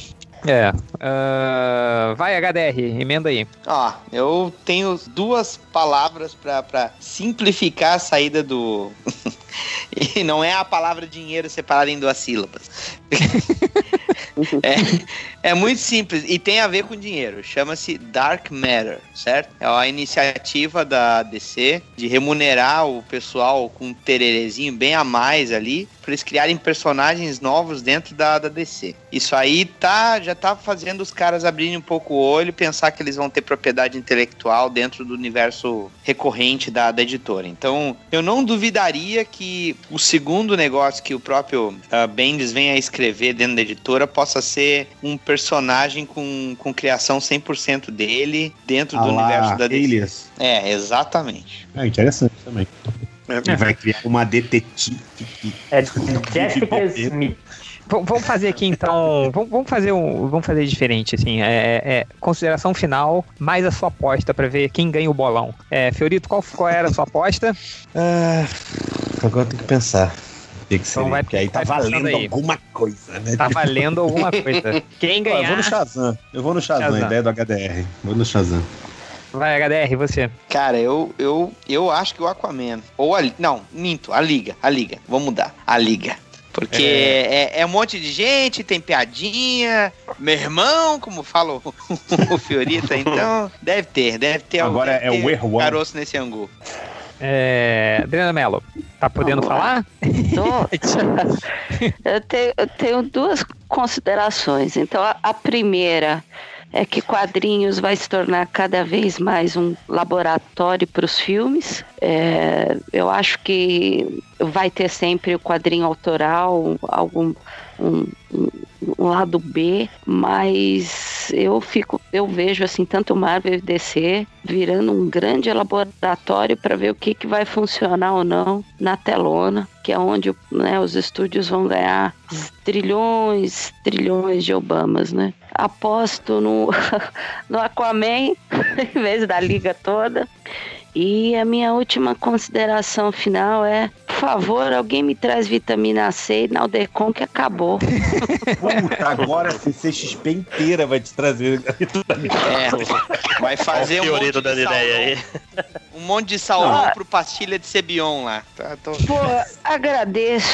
Vai, HDR, emenda aí. Eu tenho 2 palavras pra simplificar a saída do... E não é a palavra dinheiro separada em 2 sílabas. É muito simples e tem a ver com dinheiro. Chama-se Dark Matter, certo? É uma iniciativa da DC de remunerar o pessoal com um tererezinho bem a mais ali, para eles criarem personagens novos dentro da DC. Isso aí já tá fazendo os caras abrirem um pouco o olho e pensar que eles vão ter propriedade intelectual dentro do universo recorrente da editora. Então, eu não duvidaria que o segundo negócio que o próprio Bendis venha a escrever dentro da editora possa ser um personagem com criação 100% dele dentro do universo da DC. Alias. exatamente. Interessante também. Ele vai criar uma detetive. Jessica Smith. Vamos fazer aqui então. Vamos fazer diferente, assim. Consideração final, mais a sua aposta pra ver quem ganha o bolão. Fiorito, qual era a sua aposta? Agora tem que pensar. Então porque aí tá valendo alguma coisa, né? Tá valendo alguma coisa. Quem ganhar... Eu vou no Shazam, a ideia do HDR. Vou no Shazam. Vai, HDR, você. Cara, eu acho que o Aquaman. Não, minto, a Liga. Vou mudar. A Liga. Porque é um monte de gente, tem piadinha, meu irmão, como fala o Fiorita, então deve ter agora é o Erwan. Caroço nesse angu. Adriana Mello, tá podendo falar? Eu tenho 2 considerações. Então, a primeira, é que quadrinhos vai se tornar cada vez mais um laboratório para os filmes. Eu acho que vai ter sempre o quadrinho autoral, um lado B, mas eu vejo assim tanto Marvel e DC virando um grande laboratório para ver o que vai funcionar ou não na telona, que é onde, né, os estúdios vão ganhar trilhões de Obamas, né? Aposto no Aquaman em vez da Liga toda. E a minha última consideração final é, por favor, alguém me traz vitamina C e Naldecon que acabou. Puta, agora a CCXP inteira vai te trazer vitamina C. Vai fazer um monte de salmão pro pastilha de Cebion lá. Pô, agradeço.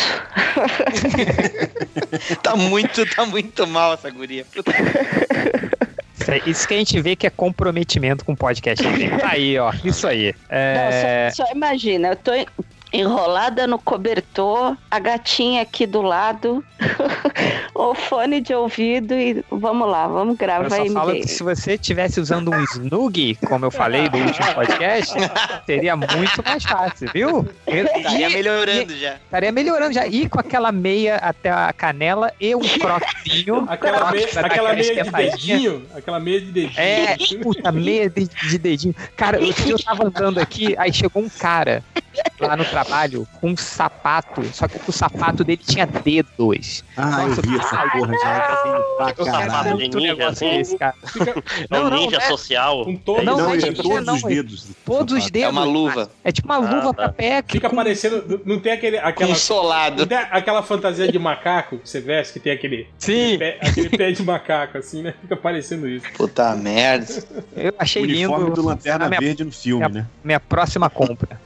Tá muito mal essa guria. Isso que a gente vê que é comprometimento com o podcast. Aí, ó, isso aí. Não, só imagina, eu tô enrolada no cobertor, a gatinha aqui do lado, o fone de ouvido e vamos lá, vamos gravar eu só falo que se você estivesse usando um Snug, como eu falei do último podcast, seria muito mais fácil, viu? Estaria melhorando já. Estaria melhorando já. E com aquela meia até a canela e um croquinho. Aquela meia de dedinho. Aquela meia de dedinho. Puta, meia de dedinho. Cara, eu tava andando aqui, aí chegou um cara lá no trabalho com um sapato, só que o sapato dele tinha dedos. Eu vi essa porra já. O sapato de ninja, assim. Não, ninja social. Com todos os dedos. Todos os dedos. É uma luva. É tipo uma luva pra pé. Fica parecendo. Não tem aquela. Solado. Não tem aquela fantasia de macaco que você veste, que tem aquele. Sim. Aquele pé de macaco, assim, né? Fica parecendo isso. Puta merda. Eu achei o uniforme lindo. do Lanterna Verde no filme, né? Minha próxima compra.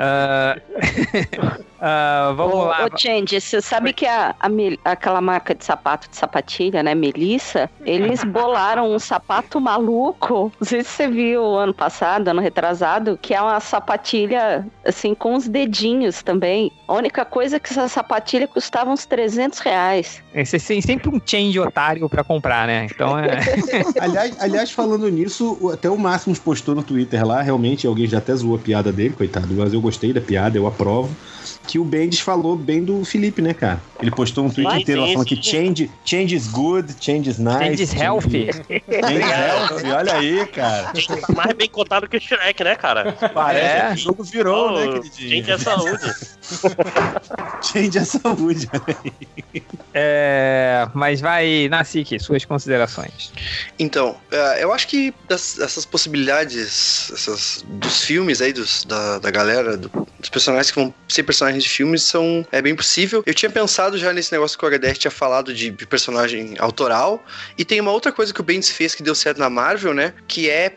Vamos lá. Ô, Change, você sabe que aquela marca de sapato de sapatilha, né, Melissa, eles bolaram um sapato maluco. Não sei se você viu ano passado, ano retrasado, que é uma sapatilha, assim, com os dedinhos também. A única coisa é que essa sapatilha custava uns R$300. Você tem sempre um change otário pra comprar, né? Então aliás, falando nisso, até o Máximos postou no Twitter lá, realmente, alguém já até zoou a piada dele, coitado, mas eu gostei da piada, eu aprovo, que o Bendis falou bem do Felipe, né, cara? Ele postou um tweet inteiro lá falando que change is good, change is nice. Change is healthy. Change is healthy, olha aí, cara. Tá mais bem contado que o Shrek, né, cara? Parece, o jogo virou, né, queridinho? Change é saúde. Change é saúde, olha aí. Mas vai, Nassik, suas considerações. Então, eu acho que essas possibilidades dos filmes aí, da galera, dos personagens que vão ser personagens de filmes, é bem possível. Eu tinha pensado já nesse negócio que o H10 tinha falado de personagem autoral, e tem uma outra coisa que o Bendis fez que deu certo na Marvel, né, que é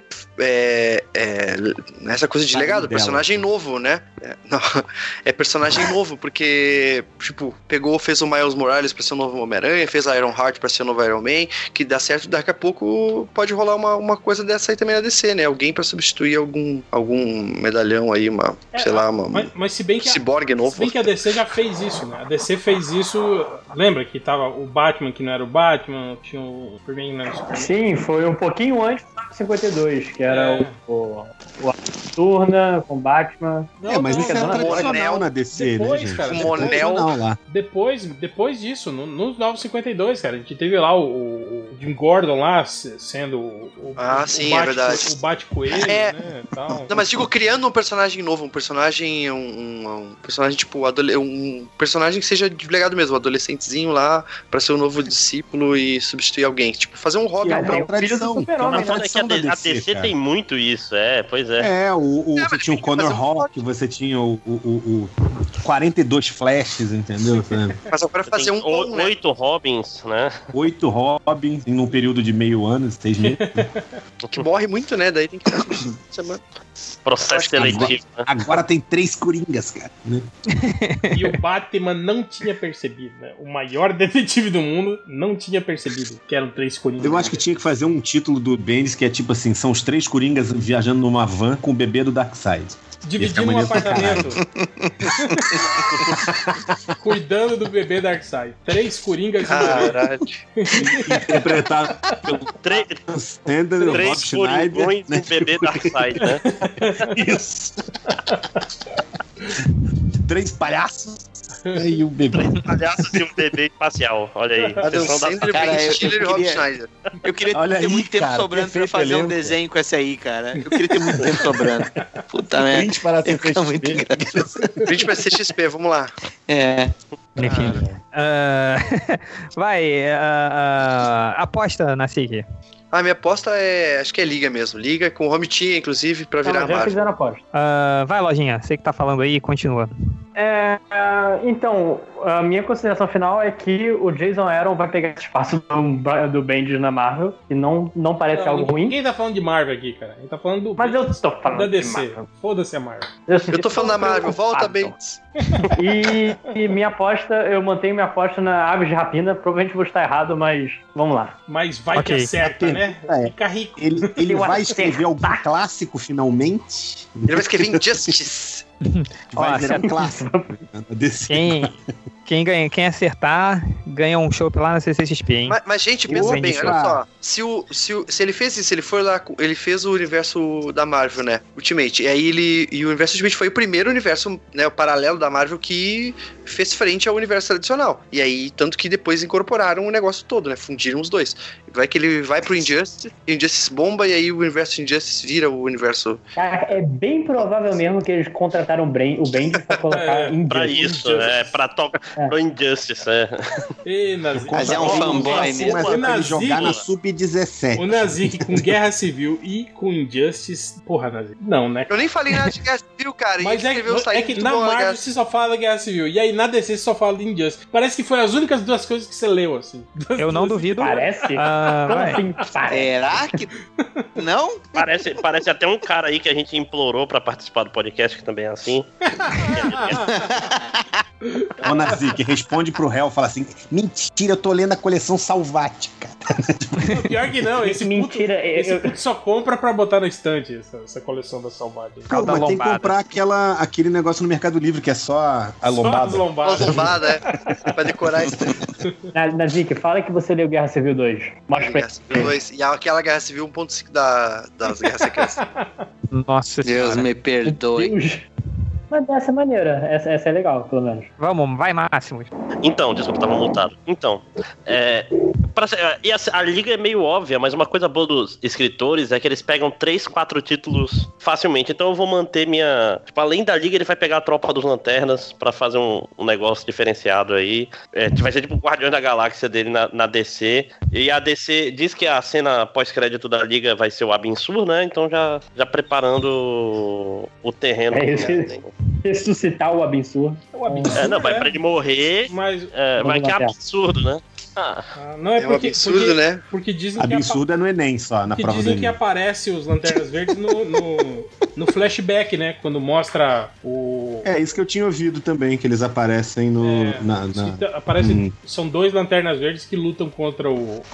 essa coisa de legado, personagem novo, né? É personagem novo, porque, tipo, fez o Miles Morales pra ser o novo Homem-Aranha, fez a Iron Heart pra ser o novo Iron Man, que dá certo, daqui a pouco pode rolar uma coisa dessa aí também na DC, né? Alguém pra substituir algum medalhão aí, sei lá, mas se bem que ciborgue novo. Se bem que a DC já fez isso, né? A DC fez isso, lembra que tava o Batman que não era o Batman, tinha o Superman que não era o Superman. Sim, foi um pouquinho antes do 52, que era o Turna com Batman. Mas isso é tradicional na DC, depois, né, gente? Cara, depois disso, nos Novos 52, cara, a gente teve lá o Jim Gordon lá sendo o é verdade. O Bate-Coelho, né? Tal. Não, mas digo, criando um personagem novo, um personagem tipo, um personagem que seja de legado mesmo, um adolescentezinho lá, pra ser o novo discípulo e substituir alguém. Tipo, fazer um Robin. É uma tradição. A DC tem muito isso, pois é. Você tinha o Connor Hawk, você tinha o 42 Flashes, entendeu? Mas agora fazer 8 Robins, né? 8 Robins em um período de meio ano, 6 meses. Que morre muito, né? Daí tem que processo seletivo. Agora tem 3 Coringas, cara. Né? E o Batman não tinha percebido, né? O maior detetive do mundo não tinha percebido que eram 3 Coringas. Eu acho que tinha que fazer um título do Bendis que é tipo assim, são os 3 Coringas viajando numa van com o bebê do Darkseid. Dividindo um apartamento. Cuidando do bebê Darkseid. 3 Coringas e um bebê. Interpretado pelo 3 Coringões e um bebê Darkseid, né? Isso. 3 palhaços e um bebê. 3 palhaços e um bebê espacial. Olha aí. Eu queria ter muito tempo sobrando pra fazer um desenho com essa aí, cara. Eu queria ter muito tempo sobrando. Puta merda. Print para CXP. Muito engraçado. Print para CXP, vamos lá. Enfim. Aposta na SIG. A minha aposta acho que é Liga mesmo. Liga com o Home Team, inclusive, pra virar já fizeram aposta. Vai, Lojinha, você que tá falando aí, continua. Então, a minha consideração final é que o Jason Aaron vai pegar espaço do Bendis na Marvel, e não parece algo ruim. Ninguém tá falando de Marvel aqui, cara. A gente tá falando do... Mas eu estou falando da DC. de Marvel. Foda-se a Marvel. Eu tô falando da Marvel, volta, Bendis. E minha aposta, eu mantenho minha aposta na Aves de Rapina. Provavelmente vou estar errado, mas vamos lá. Mas vai que acerta, né? Fica rico. Ele vai escrever algum clássico finalmente? Ele vai escrever Injustice. Vai virar um clássico. Quem acertar ganha um show lá na CCXP, hein? Mas gente, pensa bem, olha só. Se ele fez isso, ele foi lá, ele fez o universo da Marvel, né? Ultimate. E aí o universo Ultimate foi o primeiro universo, né, o paralelo da Marvel que fez frente ao universo tradicional. E aí, tanto que depois incorporaram o negócio todo, né? Fundiram os dois. Vai que ele vai pro Injustice bomba, e aí o universo Injustice vira o universo... Cara, é bem provável mesmo que eles contrataram o Bendis pra colocar Injustice. Pra isso, né? Pro Injustice, Mas é um fanboy mesmo. Mas pra ele jogar na Sub-17. O Nazik com Guerra Civil e com Injustice... Porra, Nazik. Não, né? Eu nem falei nada de Guerra Civil, cara. Mas é que na Marvel você só fala da Guerra Civil, e aí na DC você só fala de Injustice. Parece que foi as únicas 2 coisas que você leu, assim. Eu não duvido. Parece? Assim, será que... Não? Parece até um cara aí que a gente implorou pra participar do podcast, que também é assim. Ô, Nazik, responde pro réu, fala assim: mentira, eu tô lendo a coleção Salvática. Pior que não, esse mentira, esse puto só compra pra botar na estante essa coleção da Salvática. Pô, mas tem que comprar aquele negócio no Mercado Livre que é só a lombada. Só as lombadas, pra decorar isso. Nazik, fala que você leu Guerra Civil 2. Mostra pra Guerra Civil 2 e aquela Guerra Civil 1.5 das Guerras Secretas. Nossa Deus me perdoe. Deus. Mas essa é maneira, essa é legal, pelo menos. Vamos, vai, Máximo. Então, desculpa, tava multado. Então, a liga é meio óbvia, mas uma coisa boa dos escritores é que eles pegam 3, 4 títulos facilmente. Então eu vou manter minha... Tipo, além da liga, ele vai pegar a Tropa dos Lanternas pra fazer um negócio diferenciado aí. Vai ser tipo o Guardiões da Galáxia dele na DC. E a DC diz que a cena pós-crédito da liga vai ser o Abin Sur, né? Então já preparando o terreno. Ressuscitar o Abin Sur. Não, vai pra ele morrer, mas vai que é absurdo, né? Não é um absurdo, né? Porque dizem que absurdo é no Enem só, na prova do Enem. Dizem que aparece os Lanternas Verdes no flashback, né? Quando mostra o... É, isso que eu tinha ouvido também, que eles aparecem no... São 2 Lanternas Verdes que lutam contra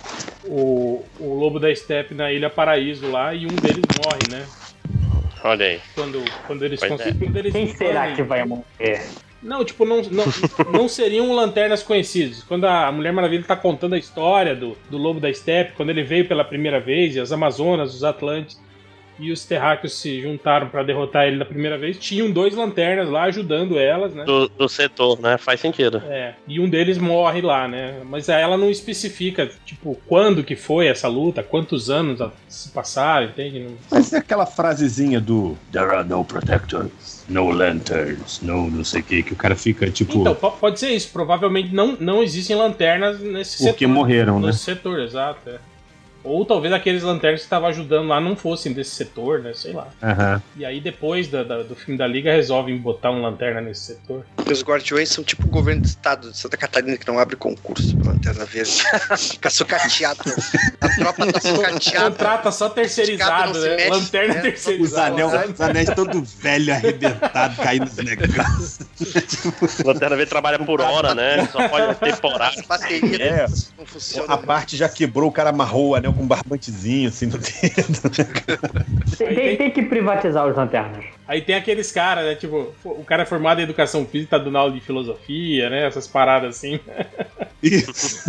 o Lobo da Steppe na Ilha Paraíso lá, e um deles morre, né? Olha aí. Quando eles conseguem... Quem será que vai morrer? Não, tipo, não seriam lanternas conhecidos. Quando a Mulher Maravilha tá contando a história do Lobo da Steppe, quando ele veio pela primeira vez, e as Amazonas, os Atlantes e os Terráqueos se juntaram pra derrotar ele da primeira vez, tinham 2 lanternas lá ajudando elas, né? Do setor, né? Faz sentido. E um deles morre lá, né? Mas ela não especifica, tipo, quando que foi essa luta, quantos anos se passaram, entende? Mas é aquela frasezinha do "There are no protectors, no lanterns, no não sei o que o cara fica, tipo... Então, pode ser isso. Provavelmente não existem lanternas nesse setor. Porque morreram, né? Nesse setor, exato, Ou talvez aqueles lanternas que estavam ajudando lá não fossem desse setor, né? Sei lá. Uhum. E aí depois do filme da Liga resolvem botar um lanterna nesse setor. Os Guardiões são tipo o governo do estado de Santa Catarina que não abre concurso pra Lanterna Verde. Fica sucateado. A tropa tá sucateada. Contrata só terceirizado, né? Mexe, Lanterna terceirizada. Os anéis todo velho, arrebentado, caindo nos negócios. Lanterna Verde trabalha por hora, né? Só pode temporário. Baterias não funcionam. A parte já quebrou, o cara amarrou o anel com um barbantezinho assim no dedo. Tem que privatizar os lanternas. Aí tem aqueles caras, né? Tipo, o cara é formado em educação física, tá dando aula de filosofia, né? Essas paradas assim. Isso.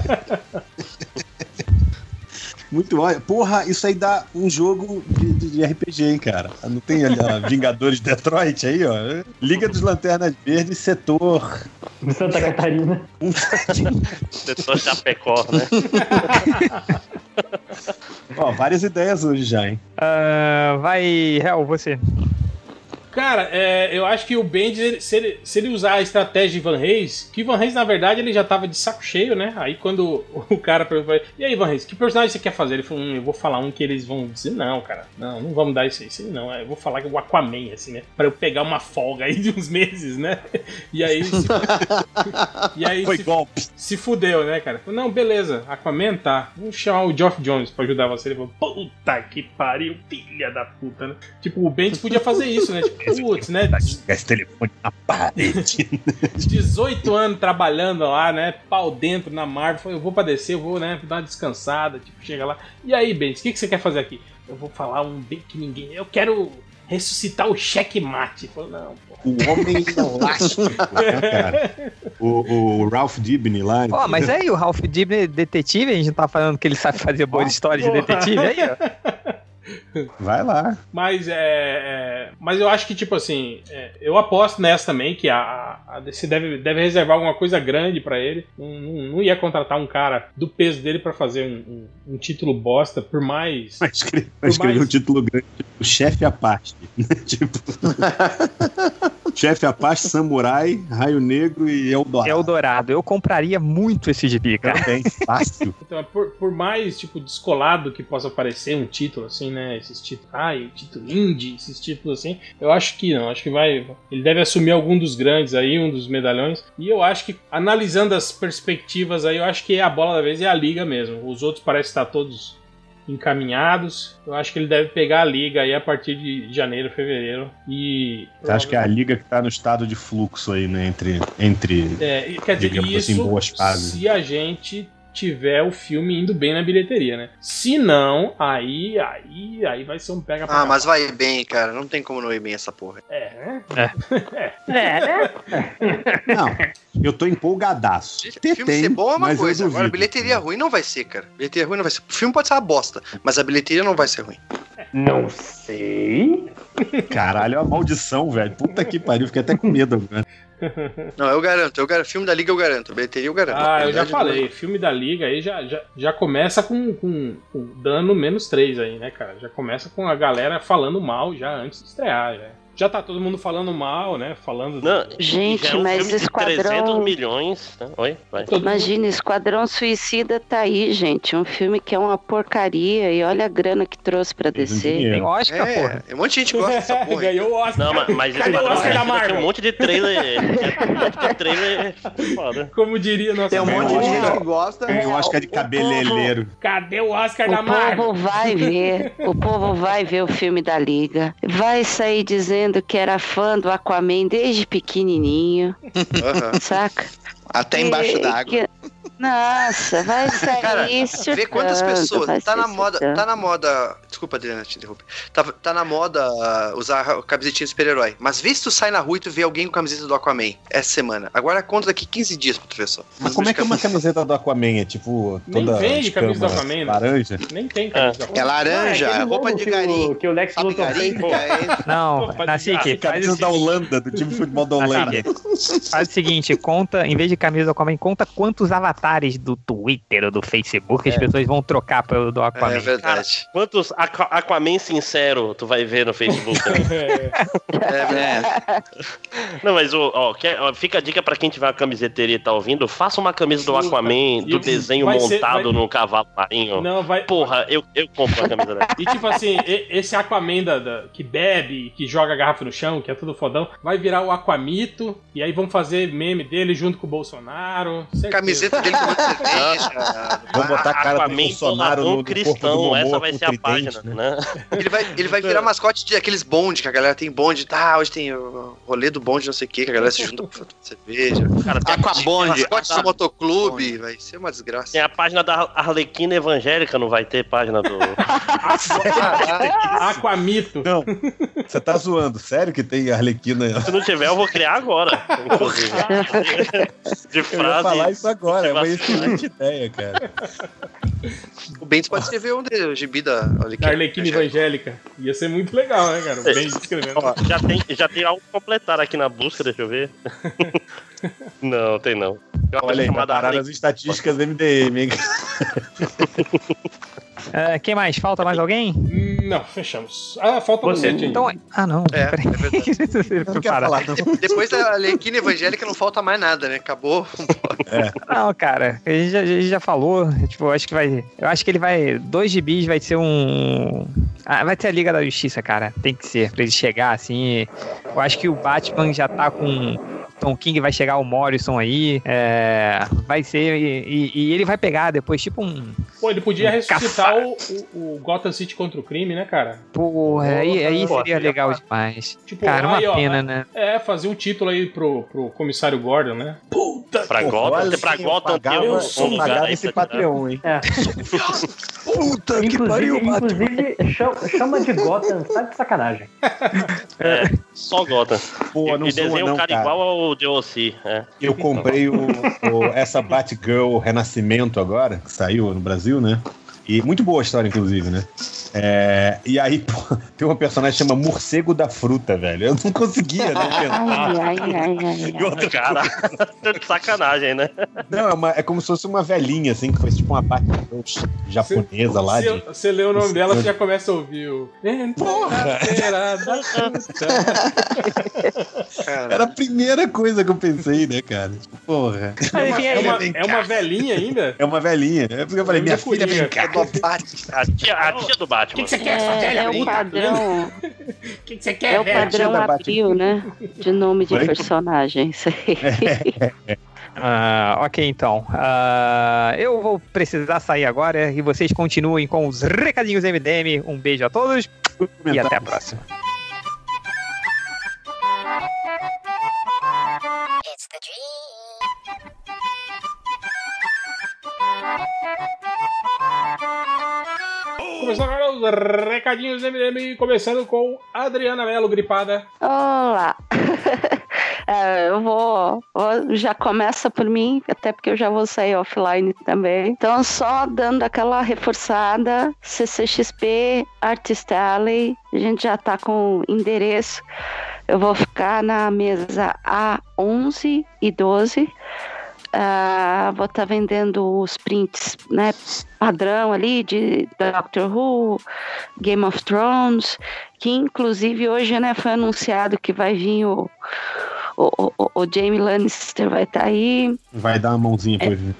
Muito bom. Porra, isso aí dá um jogo de RPG, hein, cara? Não tem ali a Vingadores de Detroit aí, ó? Liga dos Lanternas Verdes, setor... Santa Catarina. Setor Chapecó, né? Ó, várias ideias hoje já, hein? Vai, Hel, você. Cara, eu acho que o Bendis, se ele usar a estratégia de Van Reis, que Van Reis, na verdade, ele já tava de saco cheio, né? Aí quando o cara perguntou, e aí, Van Reis, que personagem você quer fazer? Ele falou, eu vou falar um que eles vão dizer, não, cara, não vamos dar isso aí, não, eu vou falar que o Aquaman, assim, né? Pra eu pegar uma folga aí de uns meses, né? E aí... Foi golpe. Se fudeu, né, cara? Falei, não, beleza, Aquaman, tá. Vamos chamar o Geoff Jones pra ajudar você. Ele falou, puta que pariu, filha da puta, né? Tipo, o Bendis podia fazer isso, né? Tipo, putz, né? Esse telefone na parede. 18 anos trabalhando lá, né? Pau dentro na Marvel. Falei, eu vou pra descer, eu vou, né? Dar uma descansada. Tipo, chega lá. E aí, Bendis, o que você quer fazer aqui? Eu vou falar um bem que ninguém. Eu quero ressuscitar o Checkmate. Falei, não, pô. O homem elástico, né, cara? O Ralph Dibny lá. Ó, mas aí o Ralph Dibny é detetive, a gente não tá falando que ele sabe fazer boas histórias de detetive aí, ó. Vai lá. Mas mas eu acho que, tipo assim, eu aposto nessa também, que a DC deve reservar alguma coisa grande pra ele. Não ia contratar um cara do peso dele pra fazer um título bosta, por mais... Vai escrever um título grande, tipo Chefe Apache. Tipo... Chefe Apache, Samurai, Raio Negro e Eldorado. Eldorado. Eu compraria muito esse gibi, cara. Também, fácil. Então, por mais, tipo, descolado que possa parecer um título, assim, né? Esses títulos, título indie, esses títulos assim, eu acho que não. Acho que ele deve assumir algum dos grandes aí, um dos medalhões. E eu acho que, analisando as perspectivas aí, eu acho que a bola da vez é a Liga mesmo. Os outros parecem estar todos encaminhados. Eu acho que ele deve pegar a Liga aí a partir de janeiro, fevereiro. E acho que é a Liga que tá no estado de fluxo aí, né? Entre quer dizer, digamos isso, assim, boas fases. Se a gente tiver o filme indo bem na bilheteria, né? Se não, aí vai ser um pega pra mas vai bem, cara. Não tem como não ir bem essa porra. Né? né? Não, eu tô empolgadaço. O filme ser bom é uma coisa. Agora, bilheteria ruim não vai ser, cara. Bilheteria ruim não vai ser. O filme pode ser uma bosta, mas a bilheteria não vai ser ruim. Não sei. Caralho, é uma maldição, velho. Puta que pariu, fiquei até com medo agora. Não, eu garanto. Filme da Liga eu garanto. Bilheteria eu garanto. Eu já falei. Filme da Liga aí já começa com dano -3 aí, né, cara? Já começa com a galera falando mal já antes de estrear, já tá todo mundo falando mal, né? Gente, já é um mas filme de Esquadrão... 300 milhões. Né? Oi? Vai. Imagina, Esquadrão Suicida tá aí, gente. Um filme que é uma porcaria e olha a grana que trouxe pra descer. Tem Oscar, porra. Um monte de gente gosta dessa porra. Ganhou o Oscar. Não, mas Cadê o Oscar da Marvel? Tem um monte de trailer. Foda. Como diria nossa Tem um monte de gente que gosta. Eu acho que é de cabeleireiro. Cadê o Oscar da O Marvel? povo vai ver o filme da Liga. Vai sair dizendo que era fã do Aquaman desde pequenininho. Saca? Até embaixo d'água. Nossa, vai sair. Cara, isso. vê quantas pessoas. Tá na moda. Desculpa, Adriana, te interromper. Tá na moda usar camisetinha de super-herói. Mas vê se tu sai na rua e tu vê alguém com camiseta do Aquaman essa semana. Agora conta daqui 15 dias pra tu ver só. Mas como é que é uma camiseta do Aquaman? É tipo toda. Nem vende camisa do Aquaman, né? Laranja? Nem tem camisa do Aquaman. É laranja, é roupa de garim. Que o Lex Luthor fez. Não, Nacique, Camisa da Holanda, do time de futebol da Holanda. Faz o seguinte, conta, em vez de camisa do Aquaman, conta quantos avatares do Twitter ou do Facebook as pessoas vão trocar pelo do Aquaman. É verdade. Cara, quantos Aquaman sincero tu vai ver no Facebook? Não, mas fica a dica pra quem tiver uma camiseteria e tá ouvindo, faça uma camisa do Aquaman, do desenho montado no cavalo marinho. Não, vai... Porra, eu compro uma camisa dessa. E tipo assim, esse Aquaman que bebe, que joga a garrafa no chão, que é tudo fodão, vai virar o Aquamito, e aí vão fazer meme dele junto com o Bolsonaro. Certeza. Camiseta dele Vou botar a cara do Aquaman Bolsonaro no cristão, corpo do essa Momoa vai com ser a página, tridente, né? Ele vai virar mascote de aqueles bonde, que a galera tem bonde. Tá, hoje tem o rolê do bonde, não sei o que a galera se junta pra cerveja. Cara, tem Aquabonde. Mascote do motoclube, vai ser uma desgraça. Tem a página da Arlequina Evangélica, não vai ter página do... Aquamito. Não, você tá zoando. Sério que tem Arlequina? Se não tiver, eu vou criar agora. Inclusive. De Eu ia frase. falar isso agora, é uma motivacional. excelente ideia, cara. O Bentes pode escrever um dele, o gibi da Da Arlequina Evangélica. Ia ser muito legal, né, cara? Bem escrevendo. Ó, já tem algo completar aqui na busca, deixa eu ver. Não, tem não. Tem uma Olha aí, chamada pararam as estatísticas do MDM, hein? Quem mais? Falta mais alguém? Não, fechamos. Ah, falta Você. um. Então, não. É, Peraí. é verdade. Não quer falar, não. Depois da Arlequina Evangélica não falta mais nada, né? Acabou. Não, cara, a gente já falou. Tipo, eu acho que ele vai. 2 gibis vai ser um. Vai ter a Liga da Justiça, cara. Tem que ser, pra ele chegar assim. Eu acho que o Batman já tá com. Tom King vai chegar, o Morrison aí. Vai ser. E ele vai pegar depois, tipo um. Pô, ele podia ressuscitar o Gotham City contra o crime, né, cara? Porra, aí Pô, seria legal demais. Tipo, Cara, uma aí, ó, pena, né? Fazer um título aí pro comissário Gordon, né? Puta Pra Gotham ter um lugar pagava aí esse pra Patreon, hein? Puta Inclusive, chama de Gotham, tá de sacanagem. Só Gotham. Pô, não E sou desenha não, um cara igual ao DLC. Eu comprei essa Batgirl Renascimento agora, que saiu no Brasil, né? E muito boa a história, inclusive, né? E aí, pô, tem uma personagem que chama Morcego da Fruta, velho. Eu não conseguia, né? Ai. Cara, de sacanagem, né? Não, é como se fosse uma velhinha, assim, que foi tipo uma Batgirl japonesa lá. Você lê o nome dela, você já começa a ouvir o... Porra! Era a primeira coisa que eu pensei, né, cara? Porra. É uma velhinha ainda? É uma velhinha. É porque eu falei, minha filha vem cá. A tia do Batman. O que você quer, sua velha? É o padrão. O que você quer, É o padrão Abril, né? De nome de personagem. Isso aí. Ok, então. Eu vou precisar sair agora e vocês continuem com os recadinhos MDM. Um beijo a todos e até a próxima. It's the dream. Começando agora os recadinhos MDM, começando com Adriana Mello, gripada. Olá. Eu vou. Já começa por mim, até porque eu já vou sair offline também. Então, só dando aquela reforçada, CCXP, Artist Alley, a gente já tá com endereço. Eu vou ficar na mesa A11 e 12. Vou estar vendendo os prints, né, padrão ali de Doctor Who, Game of Thrones, que inclusive hoje, né, foi anunciado que vai vir o Jaime Lannister, vai estar aí. Vai dar uma mãozinha pra ele.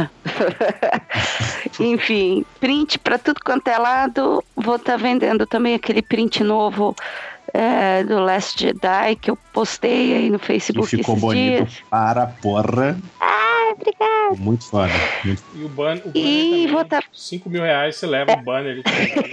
Enfim, print para tudo quanto é lado. Vou estar vendendo também aquele print novo do Last Jedi que eu postei aí no Facebook. E ficou esses bonito dias. para porra. Obrigada. Muito foda. E o banner E também, vou tá... 5 mil reais você leva o banner.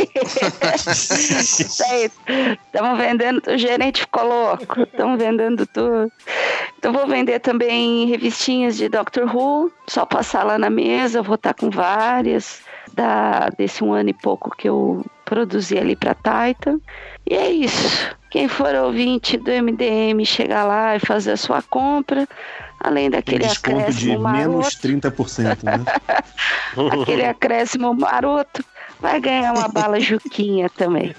Isso aí. Estamos vendendo, o gerente ficou louco. Estamos vendendo tudo. Então vou vender também revistinhas de Doctor Who. Só passar lá na mesa, eu vou estar com várias desse 1 ano e pouco que eu produzi ali para Titan. E é isso. Quem for ouvinte do MDM, chegar lá e fazer a sua compra. Além daquele desconto acréscimo de maroto, menos 30%, né? aquele acréscimo maroto, vai ganhar uma bala Juquinha também.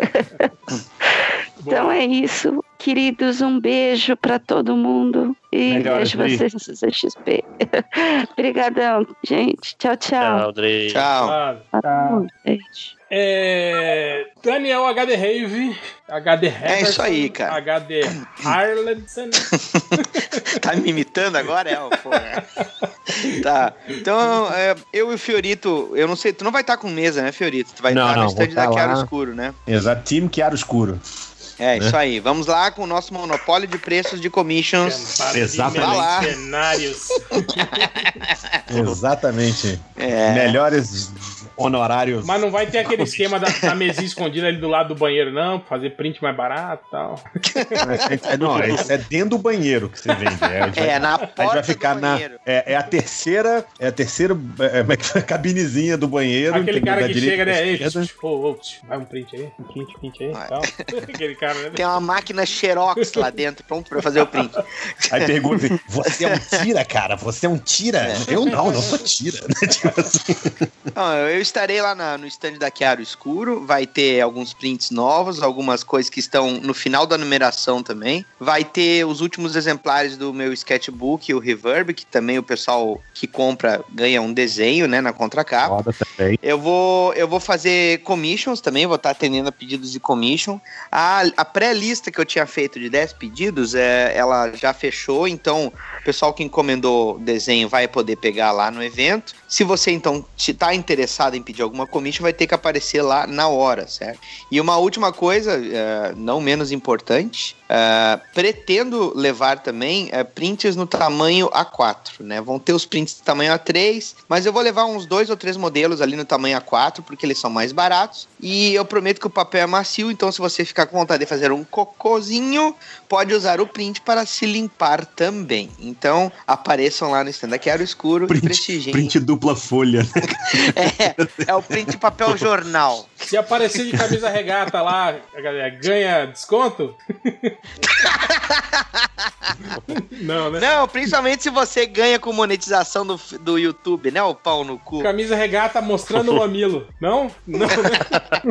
Então é isso, queridos, um beijo para todo mundo e Melhoras, vejo vocês no CCXP. Obrigadão, gente. Tchau, tchau. Tchau, Dre. Tchau. Gente. Daniel HD Rave, HD Heverson, É isso aí, cara. HD Harlandson. Tá me imitando agora? Porra. Tá. Então, eu e o Fiorito, eu não sei, tu não vai estar com mesa, né, Fiorito? Tu vai estar no stand da Chiaro Escuro, né? Exato, time Chiaro Escuro. É isso aí. Vamos lá com o nosso monopólio de preços de commissions. Exatamente. Exatamente. Melhores honorários. Mas não vai ter aquele esquema da mesinha escondida ali do lado do banheiro, não, fazer print mais barato e tal. Não, isso é dentro do banheiro que você vende. Na porta a gente vai ficar do banheiro. É a terceira cabinezinha do banheiro. Aquele cara que chega, né? Vai um print aí, um print aí. Tal. Aquele cara, né? Tem uma máquina Xerox lá dentro, pronto pra fazer o print. Aí pergunta, você é um tira, cara? Você é um tira? Eu não sou tira. Tipo assim. Eu estarei lá no stand da Chiaro Escuro, vai ter alguns prints novos, algumas coisas que estão no final da numeração também. Vai ter os últimos exemplares do meu sketchbook, o Reverb, que também o pessoal que compra ganha um desenho, né, na contracapa. Foda também. Eu vou fazer commissions também, vou estar atendendo a pedidos de commission. A pré-lista que eu tinha feito de 10 pedidos, ela já fechou, então o pessoal que encomendou o desenho vai poder pegar lá no evento. Se você, então, está interessado em pedir alguma commission, vai ter que aparecer lá na hora, certo? E uma última coisa, não menos importante, pretendo levar também prints no tamanho A4, né? Vão ter os prints do tamanho A3, mas eu vou levar uns 2 ou 3 modelos ali no tamanho A4, porque eles são mais baratos. E eu prometo que o papel é macio, então se você ficar com vontade de fazer um cocôzinho, pode usar o print para se limpar também. Então, apareçam lá no stand da Chiaro Escuro e prestigiem. Print dupla folha, né? É o print de papel jornal. Se aparecer de camisa regata lá, a galera ganha desconto? Não, né? Não, principalmente se você ganha com monetização do YouTube, né? O pau no cu. Camisa regata mostrando o mamilo. Não? Não, né?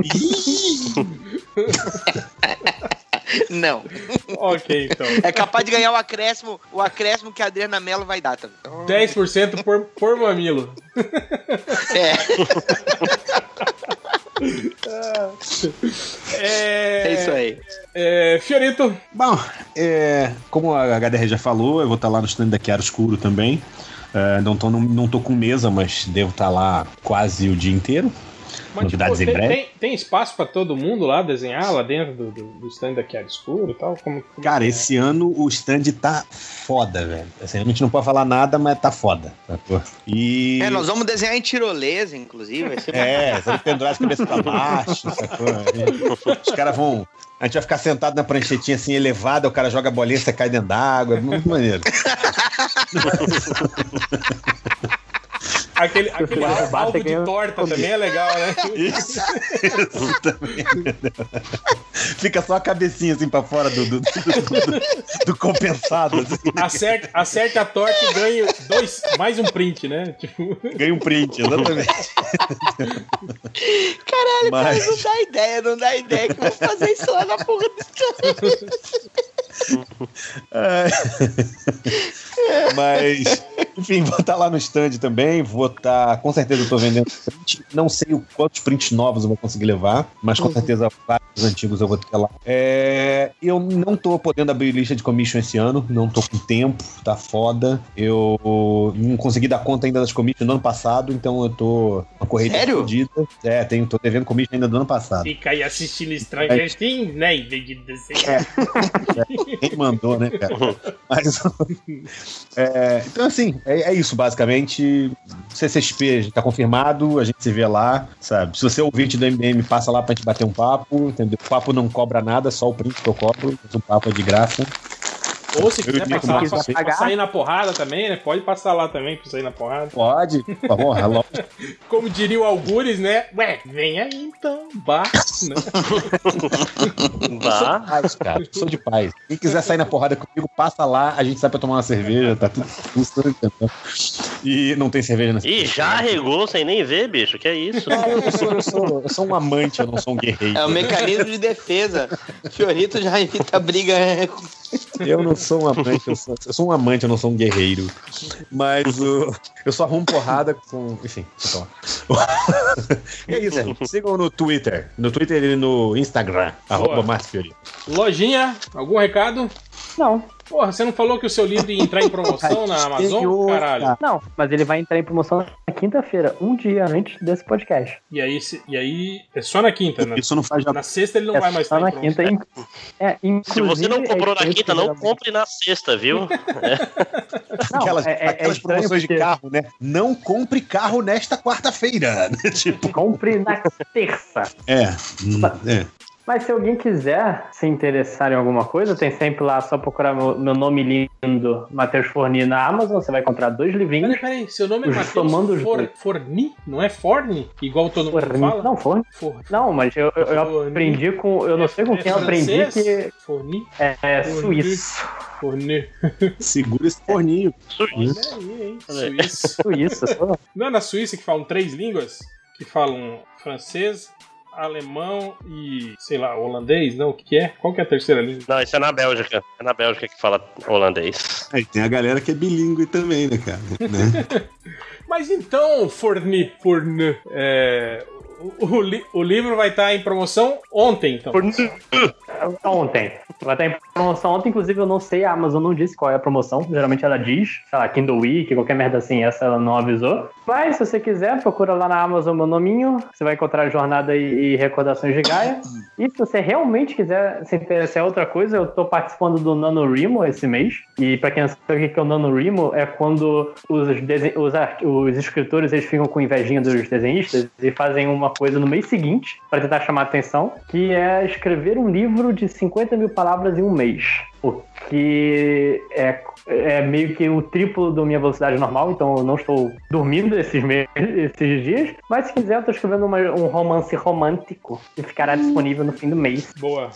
Não. Ok, então. É capaz de ganhar o acréscimo que a Adriana Mello vai dar também. 10% por mamilo. É isso aí. Fiorito. Bom, como a HDR já falou, eu vou estar lá no stand da Chiaro Escuro também. Não tô com mesa, mas devo estar lá quase o dia inteiro. Mas, novidades em breve. Tem espaço pra todo mundo lá desenhar lá dentro do stand da Chiaro Escuro e tal? Cara, esse ano o stand tá foda, velho. Assim, a gente não pode falar nada, mas tá foda. E... nós vamos desenhar em tirolesa, inclusive. Vamos pendurar as cabeças pra baixo, sacou? Os caras vão... A gente vai ficar sentado na pranchetinha assim, elevada, o cara joga a bolinha, você cai dentro d'água. É muito maneiro. Aquele alvo de torta também é legal, né? Isso também. Fica só a cabecinha assim pra fora do compensado. Assim. Acerta a torta e ganha mais um print, né? Tipo... Ganha um print, exatamente. Caralho, mas... cara, não dá ideia que eu vou fazer isso lá na porra do stand. Mas, enfim, vou estar lá no stand também. Com certeza eu tô vendendo print. Não sei quantos prints novos eu vou conseguir levar, mas com certeza vários antigos eu vou ter lá. Eu não tô podendo abrir lista de commission esse ano, não tô com tempo, tá foda. Eu não consegui dar conta ainda das commissions do ano passado, então eu tô uma corrida fodida. Tô devendo commission ainda do ano passado. Fica aí assistindo Stranger Things, né? Em vez de desenhar. Quem mandou, né, cara? Mas, então, assim, é isso, basicamente. CCXP, a gente tá confirmado, a gente se vê lá, sabe? Se você é ouvinte do MDM, passa lá pra gente bater um papo, entendeu? O papo não cobra nada, só o print que eu cobro, mas o papo é de graça. Ou se quiser passar lá pra sair na porrada também, né? Pode passar lá também pra sair na porrada. Pode, por favor, Como diria o Algures, né? Ué, vem aí então, bah, né? Bah. Sou de paz. Quem quiser sair na porrada comigo, passa lá, a gente sai pra tomar uma cerveja, tá tudo entendeu? E não tem cerveja nessa. Ih, já arregou sem nem ver, bicho, que é isso? Eu sou um amante, eu não sou um guerreiro. É um mecanismo de defesa. Fiorito já evita a briga. Eu não sou um amante, eu sou um amante, eu não sou um guerreiro. Mas eu só arrumo porrada com... Enfim, é isso. Sigam no Twitter. No Twitter e no Instagram. @MárcioFiorito. Lojinha, algum recado? Não. Porra, você não falou que o seu livro ia entrar em promoção na Amazon, caralho? Não, mas ele vai entrar em promoção na quinta-feira, um dia antes desse podcast. E aí é só na quinta, né? Isso não faz já. Na sexta ele não vai mais só na quinta. Se você não comprou na quinta, não compre na sexta, viu? Não, aquelas promoções de carro, né? Não compre carro nesta quarta-feira. Tipo... Compre na terça. Mas se alguém quiser se interessar em alguma coisa, tem sempre lá, só procurar meu nome lindo, Matheus Forni, na Amazon, você vai encontrar 2 livrinhos. Peraí, seu nome é Matheus Forni? Não é Forni? Igual todo mundo fala? Não, Forni. Não, mas eu aprendi com... Eu não sei com quem eu aprendi que... Forni? É suíço. Forni. Segura esse forninho. Suíço. Não é na Suíça que falam 3 línguas? Que falam francês, alemão e, sei lá, holandês? Não, o que é? Qual que é a terceira língua? Não, isso é na Bélgica. É na Bélgica que fala holandês. Aí tem a galera que é bilíngue também, né, cara? Né? Mas então, Forni, o livro vai estar em promoção ontem, então. Ontem. Vai estar em promoção ontem, inclusive eu não sei, a Amazon não disse qual é a promoção. Geralmente ela diz, sei lá, Kindle Week, qualquer merda assim, essa ela não avisou. Mas se você quiser, procura lá na Amazon meu nominho, você vai encontrar Jornada e Recordações de Gaia. E se você realmente quiser se interessar em outra coisa, eu tô participando do NaNoWriMo esse mês. E pra quem não sabe o que é o NaNoWriMo, é quando os escritores eles ficam com invejinha dos desenhistas e fazem uma coisa no mês seguinte, pra tentar chamar a atenção, que é escrever um livro de 50 mil palavras em um mês. O que é meio que o triplo da minha velocidade normal, então eu não estou dormindo esses dias. Mas se quiser, eu estou escrevendo um romance romântico que ficará disponível no fim do mês. Boa.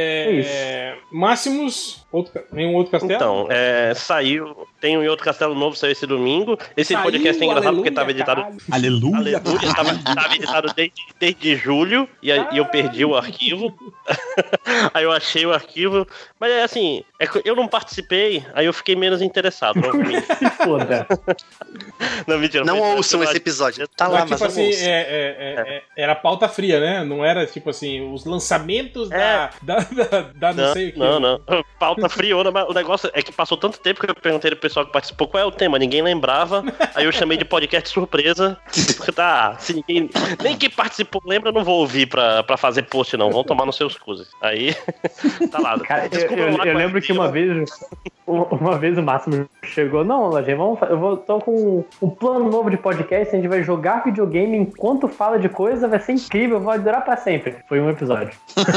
Máximos, nenhum outro castelo? Então, saiu. Tem um outro castelo novo, saiu esse domingo. Esse podcast é engraçado porque estava editado. Aleluia! Estava editado desde julho e eu perdi o arquivo. Aí eu achei o arquivo. Mas é assim, eu não participei, aí eu fiquei menos interessado. Se foda. Não, mentira. Não ouçam esse episódio. Tá lá, mas tipo assim, era pauta fria, né? Não era tipo assim, os lançamentos da não sei o que. Não. Pauta friona, mas o negócio é que passou tanto tempo que eu perguntei pro pessoal que participou qual é o tema, ninguém lembrava. Aí eu chamei de podcast surpresa. Se ninguém. Nem quem participou lembra, eu não vou ouvir pra fazer post, não. Vão tomar nos seus cuzes. Aí. Tá lá. Cara, eu lembro que uma vez o Máximo chegou, não, Lajinha, tô com um plano novo de podcast, a gente vai jogar videogame enquanto fala de coisa, vai ser incrível, vai durar pra sempre. Foi um episódio.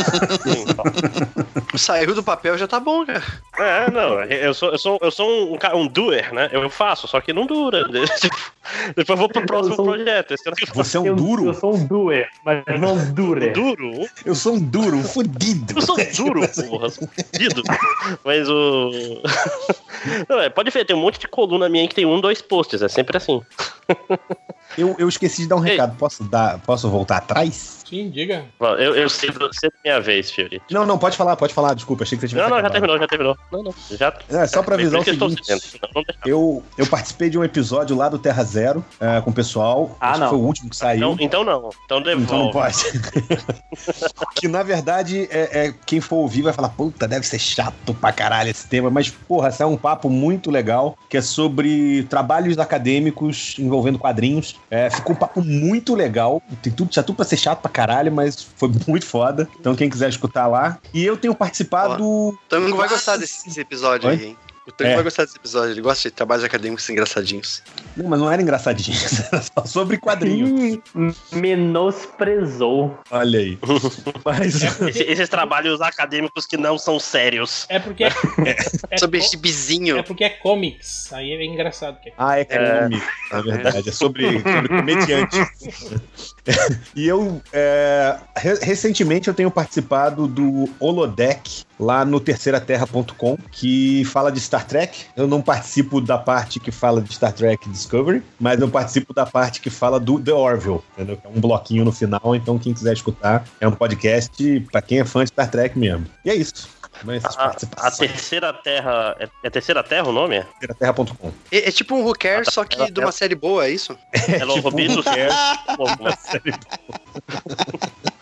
Saiu do papel, já tá bom, cara. Não, eu sou um doer, né? Eu faço, só que não dura. Depois eu vou pro próximo projeto. Você é um duro? Eu sou um doer, mas não dure. Duro? Eu sou um duro, um fudido. Eu sou um duro, porra. Fudido. Mas o... Não, pode ver, tem um monte de coluna minha que tem 2 posts, é sempre assim. Eu esqueci de dar um recado, posso voltar atrás? Sim, diga. Eu sei minha vez, Fiori. Não, pode falar, desculpa, achei que você tivesse Não, já terminou. Não, já... só pra avisar o seguinte, eu participei de um episódio lá do Terra Zero com o pessoal, acho que foi o último que saiu. Então devolve. Então não pode. Que na verdade, quem for ouvir vai falar, puta, deve ser chato pra caralho esse tema, mas porra, é um papo muito legal, que é sobre trabalhos acadêmicos envolvendo quadrinhos. Ficou um papo muito legal, tinha tudo pra ser chato pra caralho, mas foi muito foda. Então quem quiser escutar lá. E eu tenho participado... O Tango vai gostar desse episódio aí, hein? O Tango vai gostar desse episódio, ele gosta de trabalhos acadêmicos engraçadinhos. Não, mas não era engraçadinho, era só sobre quadrinhos. Menosprezou. Olha aí. Mas... Esses trabalhos acadêmicos que não são sérios. É porque sobre chibizinho. É porque é comics, aí é engraçado. É comics, na verdade, é sobre comediante. E eu, recentemente eu tenho participado do Holodeck, lá no terceiraterra.com, que fala de Star Trek. Eu não participo da parte que fala de Star Trek Discovery, mas eu participo da parte que fala do The Orville, entendeu? Que é um bloquinho no final, então quem quiser escutar, é um podcast pra quem é fã de Star Trek mesmo. E é isso. A Terceira Terra... É Terceira Terra o nome? terceiraterra.com. É tipo um Who Cares, só que de uma série boa, é isso? É tipo um Who Cares. Uma série boa.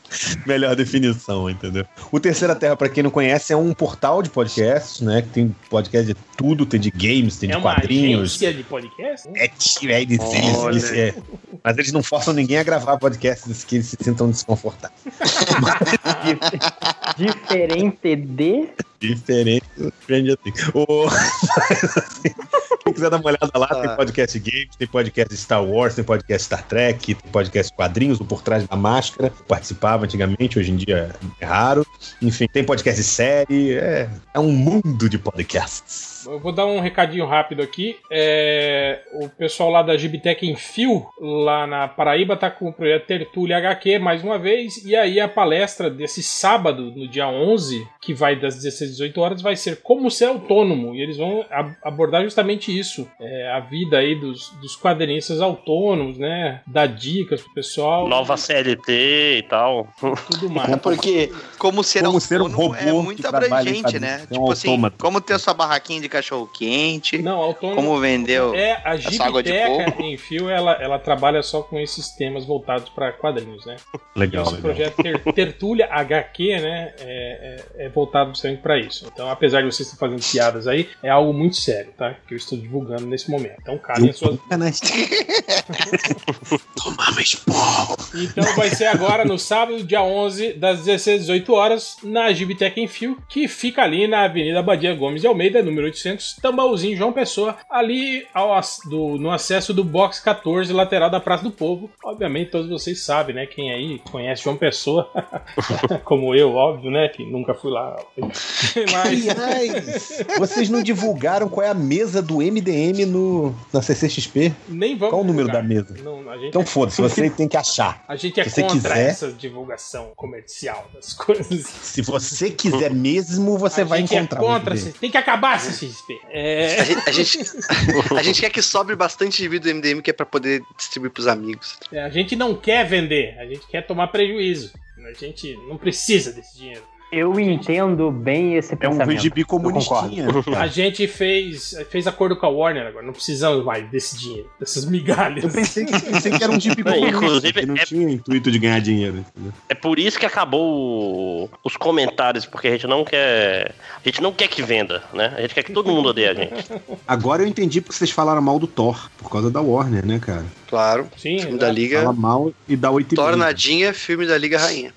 Melhor definição, entendeu? O Terceira Terra, pra quem não conhece, é um portal de podcasts, né? Que tem podcast de tudo, tem de games, tem de quadrinhos. É uma agência de podcast? Mas eles não forçam ninguém a gravar podcasts que eles se sintam desconfortáveis. Diferente de... Diferente do Stranger Things. Quem quiser dar uma olhada lá, tem podcast de games, tem podcast de Star Wars, tem podcast Star Trek, tem podcast de quadrinhos, o Por Trás da Máscara, que participava antigamente, hoje em dia é raro. Enfim, tem podcast de série, é um mundo de podcasts. Eu vou dar um recadinho rápido aqui. O pessoal lá da Gibitec em Fio, lá na Paraíba, tá com o projeto Tertúlia HQ mais uma vez. E aí a palestra desse sábado, no dia 11, que vai das 16 às 18 horas, vai ser Como Ser Autônomo. E eles vão abordar justamente isso. A vida aí dos quadrinistas autônomos, né? Dar dicas pro pessoal. Nova CLT e tal. Tudo mais. É porque como ser um autônomo robô é muito abrangente, né? Tipo assim, autômato. como ter sua barraquinha de cachorro-quente. Não, autônomo. Como vendeu a água de coco. Gibiteca em Fio, ela trabalha só com esses temas voltados para quadrinhos, né? Legal, Esse legal. projeto Tertúlia HQ, né? É voltado justamente para isso. Então, apesar de vocês estarem fazendo piadas aí, é algo muito sério, tá? Que eu estou divulgando nesse momento. Então, calem as suas... Tomava esporro. Então vai ser agora no sábado, dia 11, das 16 às 18 horas, na Gibitec em Fio, que fica ali na Avenida Badia Gomes de Almeida, número 800, Tambaúzinho, João Pessoa, ali no acesso do box 14, lateral da Praça do Povo. Obviamente todos vocês sabem, né? Quem aí conhece João Pessoa, como eu, óbvio, né? Que nunca fui lá. Aliás, vocês não divulgaram qual é a mesa do MDM na CCXP? Nem vamos. Qual o número divulgar. da mesa? Não, então foda-se, você tem que achar. A gente é se contra quiser, essa divulgação comercial das coisas. Se você quiser mesmo, você vai encontrar. É contra, tem que acabar essa CCXP. A gente quer que sobre bastante gibi do MDM, que é pra poder distribuir pros amigos. A gente não quer vender, a gente quer tomar prejuízo. A gente não precisa desse dinheiro. Eu entendo bem esse pensamento. É um gibi comunistinha. A gente fez acordo com a Warner agora, não precisamos mais desse dinheiro, dessas migalhas. Eu pensei que era um gibi comunista, que não tinha intuito de ganhar dinheiro. Entendeu? É por isso que acabou os comentários, porque a gente não quer que venda, né? A gente quer que todo mundo odeie a gente. Agora eu entendi porque vocês falaram mal do Thor, por causa da Warner, né, cara? Claro. Sim, filme da Liga. Fala mal e dá 8,5. Tornadinha, filme da Liga Rainha.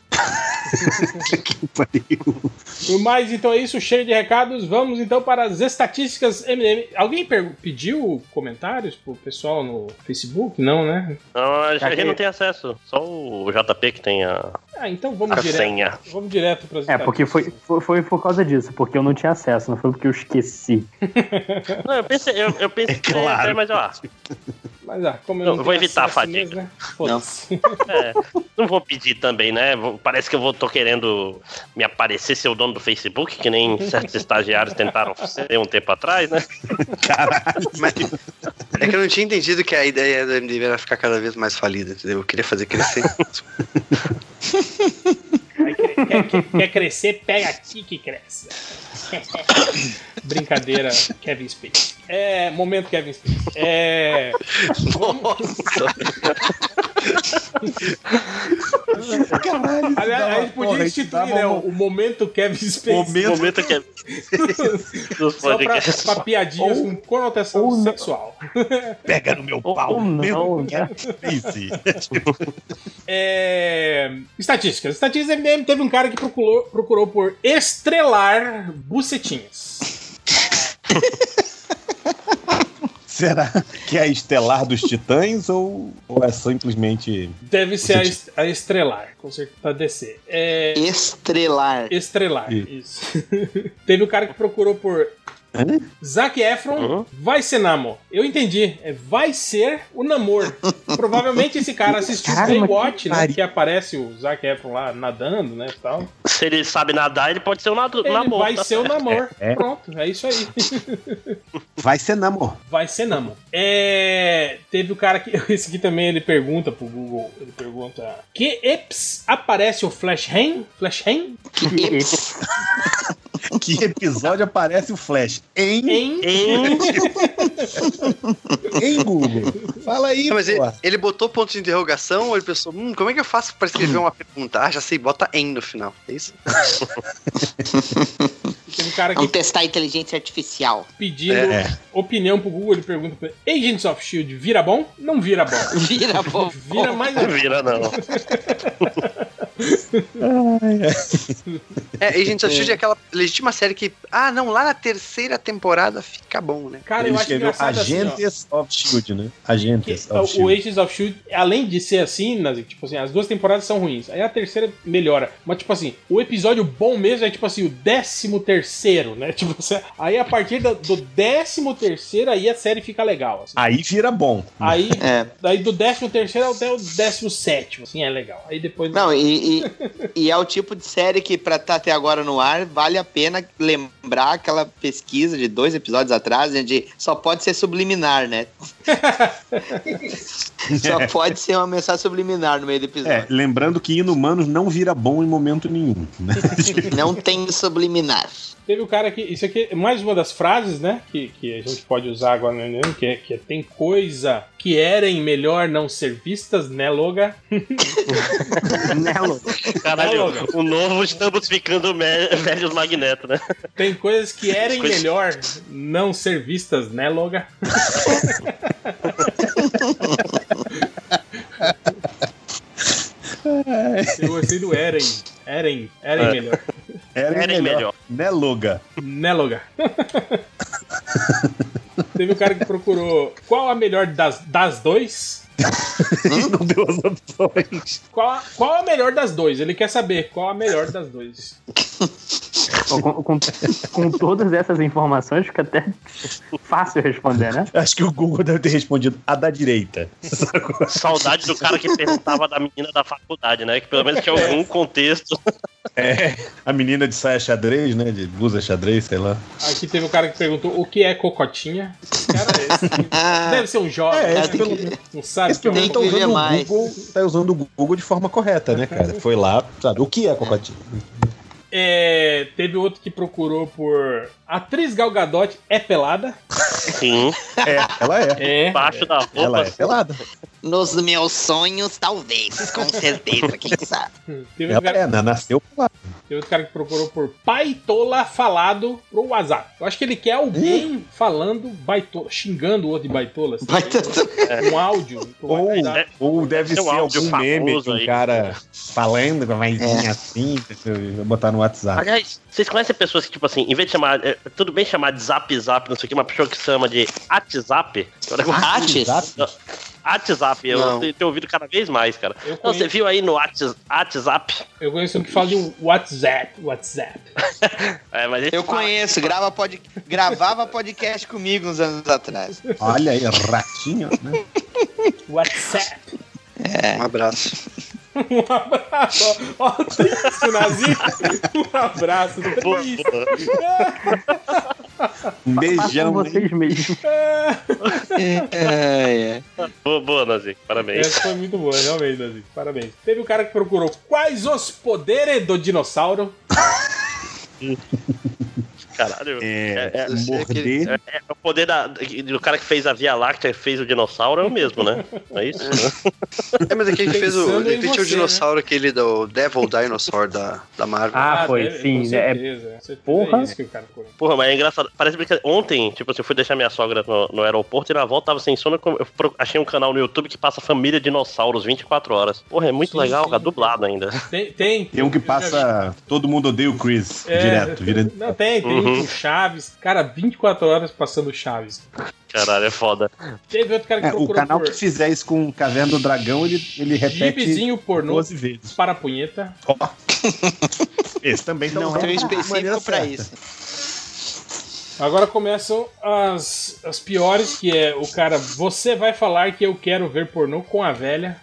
Mas então é isso, cheio de recados. Vamos então para as estatísticas MDM. Alguém pediu comentários pro pessoal no Facebook? Não, né? Não, a gente não tem acesso. Só o JP que tem a então vamos direto. Senha. Vamos direto para as porque foi por causa disso, porque eu não tinha acesso, não foi porque eu esqueci. Não, eu pensei claro. mas como eu não vou evitar a fadiga. Mesmo, né? Foda-se. Não vou pedir também, né? Parece que eu tô querendo me aparecer ser o dono do Facebook, que nem certos estagiários tentaram ser um tempo atrás, né? Caralho. Mas é que eu não tinha entendido que a ideia do MDM era ficar cada vez mais falida, entendeu? Eu queria fazer crescer. Quer crescer, pega aqui que cresce. Brincadeira, Kevin Spacey. Momento Kevin Spacey. Caralho, aliás, a gente podia instituir, né? O momento Kevin Spacey. Momento Kevin Só pra piadinhas com conotação sexual. Pega no meu pau. Não, Estatísticas. Estatísticas MDM teve um cara que procurou por estrelar bucetinhas. Será que é a Estelar dos Titãs ou é simplesmente... Deve ser a Estrelar, com certeza, pra descer. Estrelar. Isso. Teve um cara que procurou por... Zac Efron vai ser Namor. Eu entendi. Vai ser o Namor. Provavelmente esse cara assistiu Baywatch, né? Que aparece o Zac Efron lá nadando, né? Tal. Se ele sabe nadar, ele pode ser o Namor. Ele vai tá ser certo. o Namor. Pronto, é isso aí. Vai ser Namor. Vai ser Namor. Teve o cara que... Esse aqui também, ele pergunta pro Google. Ele pergunta... Que EPS aparece o Flash Rain? que episódio aparece o Flash? Em Google. Fala aí, não, mas ele botou ponto de interrogação ou ele pensou, como é que eu faço pra escrever uma pergunta? Ah, já sei, bota em no final. É isso? Tem um cara Vamos testar a inteligência artificial. Pedindo opinião pro Google, ele pergunta pra ele, Agents of S.H.I.E.L.D. vira bom? Não vira bom. Vira bom. Vira mais Não vira, não. Agents of S.H.I.E.L.D. é aquela legítima série que, não, lá na terceira temporada fica bom, né? Cara, eu acho engraçado Agents assim, of S.H.I.E.L.D., né? Agents of S.H.I.E.L.D. O Agents of S.H.I.E.L.D., além de ser assim, Nazik, tipo assim, as 2 temporadas são ruins. Aí a terceira melhora. Mas, tipo assim, o episódio bom mesmo é, tipo assim, o 13º, né? Tipo, aí a partir do 13º, aí a série fica legal. Assim. Aí vira bom. Aí do 13º até o 17º, assim, é legal. Aí depois... Não, e é o tipo de série que, pra estar até agora no ar, vale a pena lembrar aquela pesquisa de 2 episódios atrás, de só pode ser subliminar, né? Só pode ser uma mensagem subliminar no meio do episódio. Lembrando que Inumanos não vira bom em momento nenhum, né? Não tem subliminar. Teve o cara que... Isso aqui é mais uma das frases, né? Que a gente pode usar agora, né? Que é tem coisa que erem melhor não ser vistas, né, Loga? Né, Loga? Caralho, o novo estamos ficando velhos Magneto, né? Tem coisas que erem melhor não ser vistas, né, Loga? Eu gostei do Eren. Eren melhor. Eren melhor. Né, Loga? Né, Loga? Teve um cara que procurou qual a melhor das 2. Não deu as opções. Qual a melhor das 2? Ele quer saber qual a melhor das 2. Com todas essas informações, fica até fácil responder, né? Acho que o Google deve ter respondido a da direita. Saudade do cara que perguntava da menina da faculdade, né? Que pelo menos tinha algum contexto. A menina de saia xadrez, né? De blusa xadrez, sei lá. Aqui teve um cara que perguntou o que é cocotinha. Cara, deve ser um jovem. Não sabe. Esse pergunta tá usando o Google de forma correta, né, cara? Foi lá, sabe? O que é cocotinha? Teve outro que procurou por atriz Gal Gadot é pelada? Sim. Ela é. Embaixo da roupa. Ela é pelada. Nos meus sonhos, talvez. Com certeza, quem sabe. Nasceu pelada. Teve outro cara que procurou por baitola falado pro WhatsApp. Eu acho que ele quer alguém falando baitola, xingando o outro de baitola. Assim, um áudio. Ou deve ser algum meme de um cara falando com a vozinha assim, vou botar no WhatsApp. Aliás, vocês conhecem pessoas que, tipo assim, em vez de chamar, tudo bem chamar de zap, não sei o que, uma pessoa que chama de WhatsApp? WhatsApp, eu tenho ouvido cada vez mais, cara. Você viu aí no WhatsApp? Eu conheço um que fala de WhatsApp. Mas eu conheço, gravava podcast comigo uns anos atrás. Olha aí, ratinho, né? WhatsApp. Um abraço. Um abraço. Ó, triste, Nazi. Um abraço. Triste. Um beijão. Vocês mesmos. Boa, Nazi. Parabéns. Essa foi muito boa, realmente, Nazi. Parabéns. Teve um cara que procurou quais os poderes do dinossauro? Caralho. Morder. O poder do cara que fez a Via Láctea e fez o dinossauro é o mesmo, né? É isso? Mas aqui ele fez o dinossauro, aquele do Devil Dinosaur da Marvel. Foi, sim. Porra. É isso que o cara procurou. Porra, mas é engraçado. Parece que ontem, tipo assim, eu fui deixar minha sogra no aeroporto e na volta tava sem sono. Eu achei um canal no YouTube que passa Família Dinossauros 24 horas. Porra, é muito legal, cara. Dublado ainda. Tem um que passa Todo Mundo Odeia o Chris direto. Não, tem o Chaves. Cara, 24 horas passando Chaves. Caralho, é foda. Teve outro cara que procurou o canal que fizer isso com Caverna do Dragão, ele repete Gibizinho pornô 12 vezes. Para a punheta. Esse também não é específico pra isso. Agora começam as piores, que é o cara, você vai falar que eu quero ver pornô com a velha.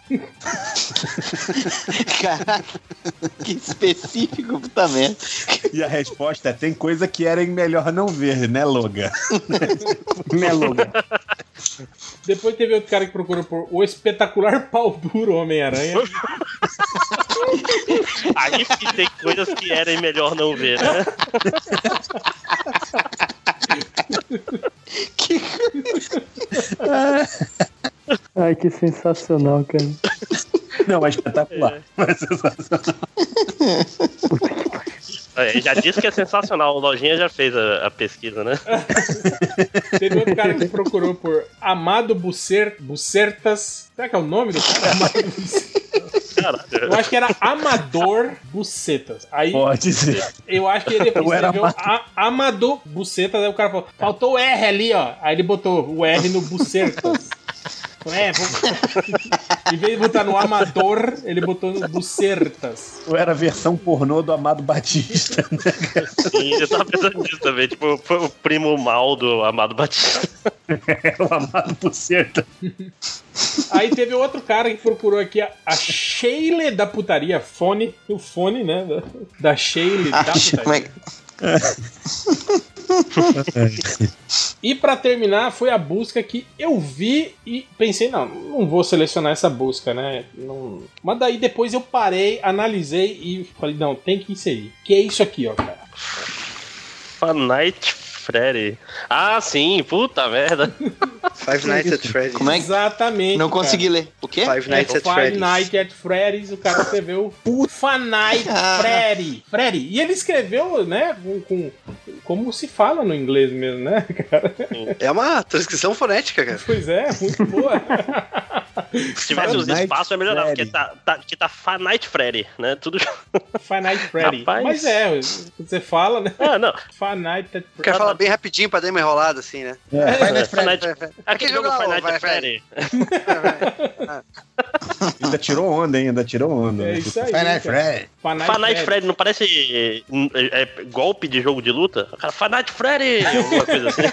Caraca, que específico também. E a resposta é, tem coisa que era melhor não ver, né, Loga? Né, Loga? Depois teve outro cara que procurou por o espetacular pau duro Homem-Aranha. Aí sim tem coisas que era melhor não ver, né? Ai, que sensacional, cara. Não, é espetacular. É sensacional. Já disse que é sensacional, o Lojinha já fez a pesquisa, né? Teve outro cara que procurou por Amado Bucertas. Será que é o nome do cara? Amado Bucertas. Caralho. Eu acho que era Amador Bucetas. Aí, Pode ser. eu acho que ele escreveu Amador Bucetas, aí o cara falou, faltou o R ali, ó. Aí ele botou o R no Bucertas. Em vez de botar no Amador, ele botou no Bucertas. Ou era a versão pornô do Amado Batista, né? Sim, eu tava pensando nisso também. Tipo, foi o primo mal do Amado Batista. O Amado Bucertas. Aí teve outro cara que procurou aqui a Sheila da putaria. Fone, o fone, né? Da Sheila da putaria. E pra terminar, foi a busca que eu vi e pensei, não vou selecionar essa busca, né? Não... Mas daí depois eu parei, analisei e falei, não, tem que inserir. Que é isso aqui, ó, cara. Night Freddy. Ah, sim, puta merda. Five Nights at Freddy's. Como é que... Exatamente. Não consegui ler. O quê? Five Nights at Five Freddy's. Nights at Freddy's, o cara escreveu Fanite Freddy. E ele escreveu, né, como se fala no inglês mesmo, né, cara? É uma transcrição fonética, cara. Pois é, muito boa. Se tivesse os espaços, é melhorar, porque tá Fanite Freddy, né? Tudo. Fanite Freddy. Rapaz. Mas você fala, né? Ah, não. Fanite at O cara fala bem rapidinho pra dar uma enrolada assim, né? Aquele jogo Fanite Freddy. Ainda tirou onda, hein? É isso aí. Fanite Freddy não parece golpe de jogo de luta? O cara, Fanite Freddy! Alguma coisa assim.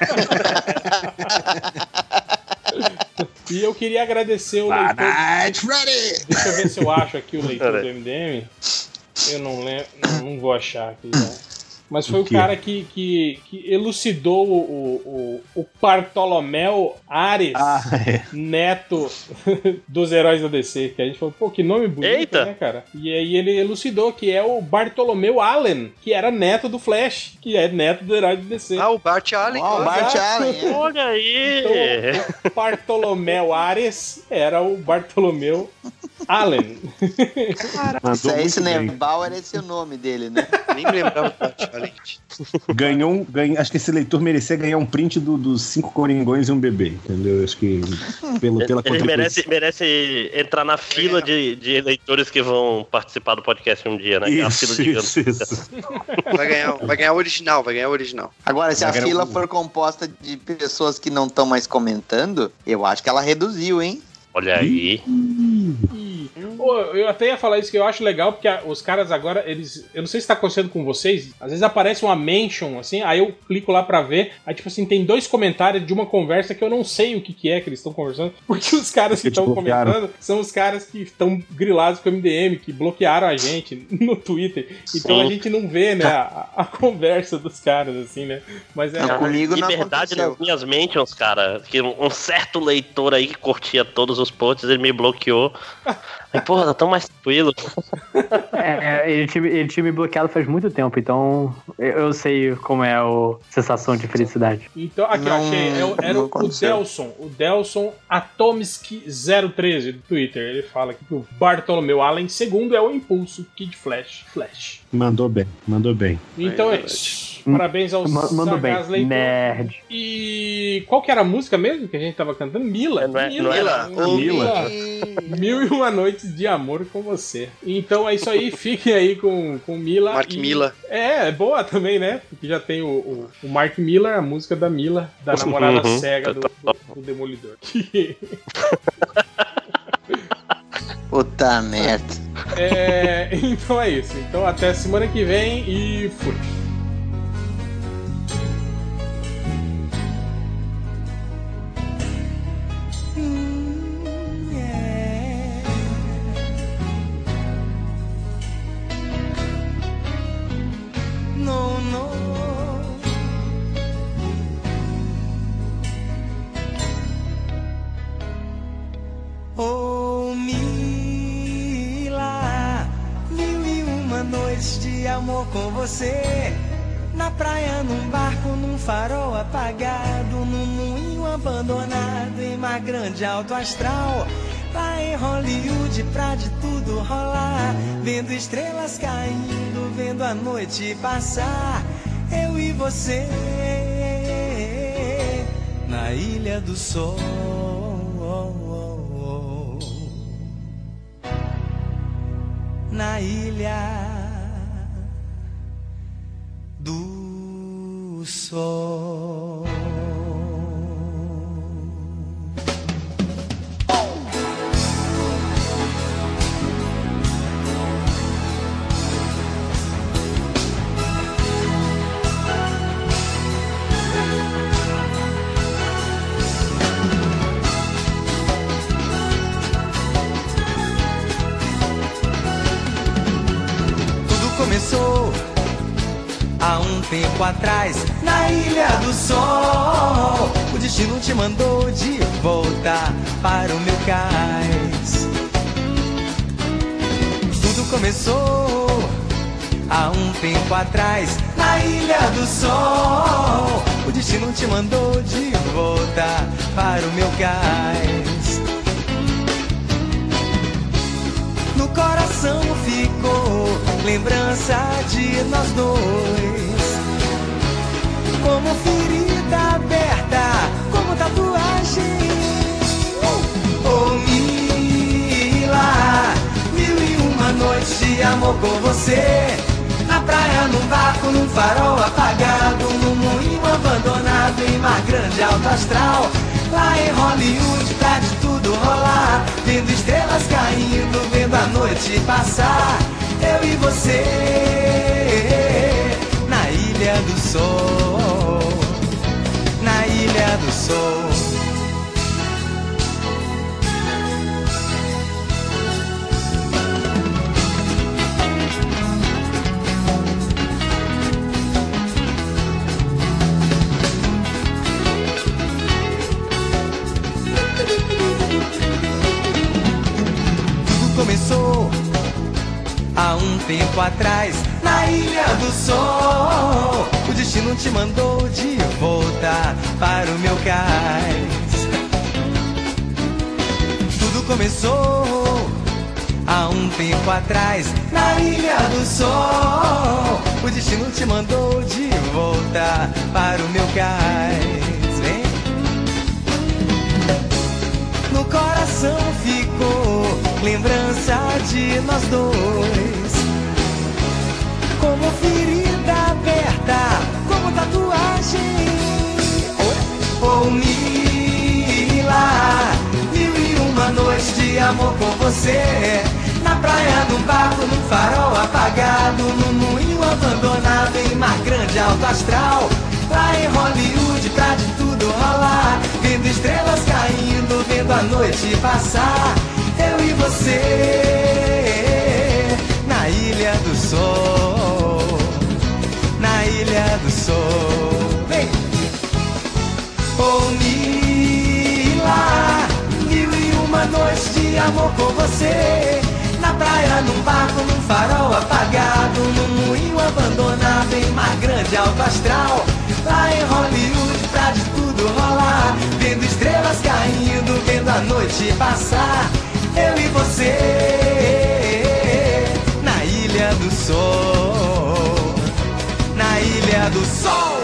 E eu queria agradecer o leitor. Deixa eu ver se eu acho aqui o leitor do MDM. Eu não lembro, não vou achar aqui já. Mas foi o cara que elucidou o Bartolomeu Ares, neto dos heróis da DC. Que a gente falou, pô, que nome bonito, né, cara? E aí ele elucidou que é o Bartolomeu Allen, que era neto do Flash, que é neto do herói da DC. Ah, o Bart Allen. O Bart Allen. Olha aí! Então, o Bartolomeu Ares era o Bartolomeu Allen. Se é esse Neubauer, esse é o nome dele, né? Nem lembrava do Bart Allen. Ganhou acho que esse leitor merecia ganhar um print dos 5 Coringões e um bebê, entendeu? Acho que pela ele merece entrar na fila de eleitores que vão participar do podcast um dia, né? Isso, a fila gigante. isso. Vai ganhar o original. Agora, se a fila for composta de pessoas que não estão mais comentando, eu acho que ela reduziu, hein? Olha aí. Eu até ia falar isso que eu acho legal, porque os caras agora, eu não sei se tá acontecendo com vocês, às vezes aparece uma mention, assim, aí eu clico lá pra ver, aí tipo assim, tem 2 comentários de uma conversa que eu não sei o que é que eles estão conversando, porque os caras que estão comentando são os caras que estão grilados com o MDM, que bloquearam a gente no Twitter, então a gente não vê, né, a conversa dos caras, assim, né, mas comigo não liberdade aconteceu. nas minhas mentions, cara, que um certo leitor aí que curtia todos os posts, ele me bloqueou. Aí, porra, tá tão mais tranquilo. Ele tinha me bloqueado faz muito tempo, então eu sei como é a sensação de felicidade. Então, aqui, eu achei. Era o Delson Atomsky 013 do Twitter. Ele fala que o Bartolomeu Allen II é o impulso Kid Flash. Mandou bem. Então é isso. Parabéns ao Mandou bem, leitor. nerd. E qual que era a música mesmo que a gente tava cantando? Mila. Mila. Mil e uma noites de amor com você. Então é isso aí, fiquem aí com Mila. Mark Miller. É boa também, né? Porque já tem o Mark Miller, a música da Mila, da namorada cega do Demolidor. Puta merda. Então é isso. Então até semana que vem e fui. você na praia, num barco, num farol apagado, num moinho abandonado, em mar grande alto astral. Lá em Hollywood pra de tudo rolar, vendo estrelas caindo, vendo a noite passar. Eu e você na Ilha do Sol, na Ilha do Sol. Começou há um tempo atrás, na Ilha do Sol. O destino te mandou de volta para o meu cais. Tudo começou há um tempo atrás, na Ilha do Sol. O destino te mandou de volta para o meu cais. No coração ficou lembrança de nós dois, como ferida aberta, como tatuagem. Oh, Mila, 1001 noites de amor com você, na praia, num barco, num farol apagado, num moinho abandonado, em mar grande alto astral. Lá em Hollywood pra de tudo rolar, vendo estrelas caindo, vendo a noite passar. Eu e você na Ilha do Sol, na Ilha do Sol. Começou há um tempo atrás, na Ilha do Sol. O destino te mandou de volta para o meu cais. Tudo começou há um tempo atrás, na Ilha do Sol. O destino te mandou de volta para o meu cais. Vem. No coração ficou lembrança de nós dois, como ferida aberta, como tatuagem. Oh, Mila, 1001 noites de amor com você, na praia, num barco, num farol apagado, num moinho abandonado, em mar grande alto astral. Lá em Hollywood pra de tudo rolar, vendo estrelas caindo, vendo a noite passar. Eu e você na Ilha do Sol, na Ilha do Sol. Vem! Oh, Mila, 1001 noites de amor com você, na praia, num barco, num farol apagado, num moinho abandonado, em mar grande alto astral. Lá em Hollywood pra de tudo rolar, vendo estrelas caindo, vendo a noite passar. Eu e você na Ilha do Sol, na Ilha do Sol.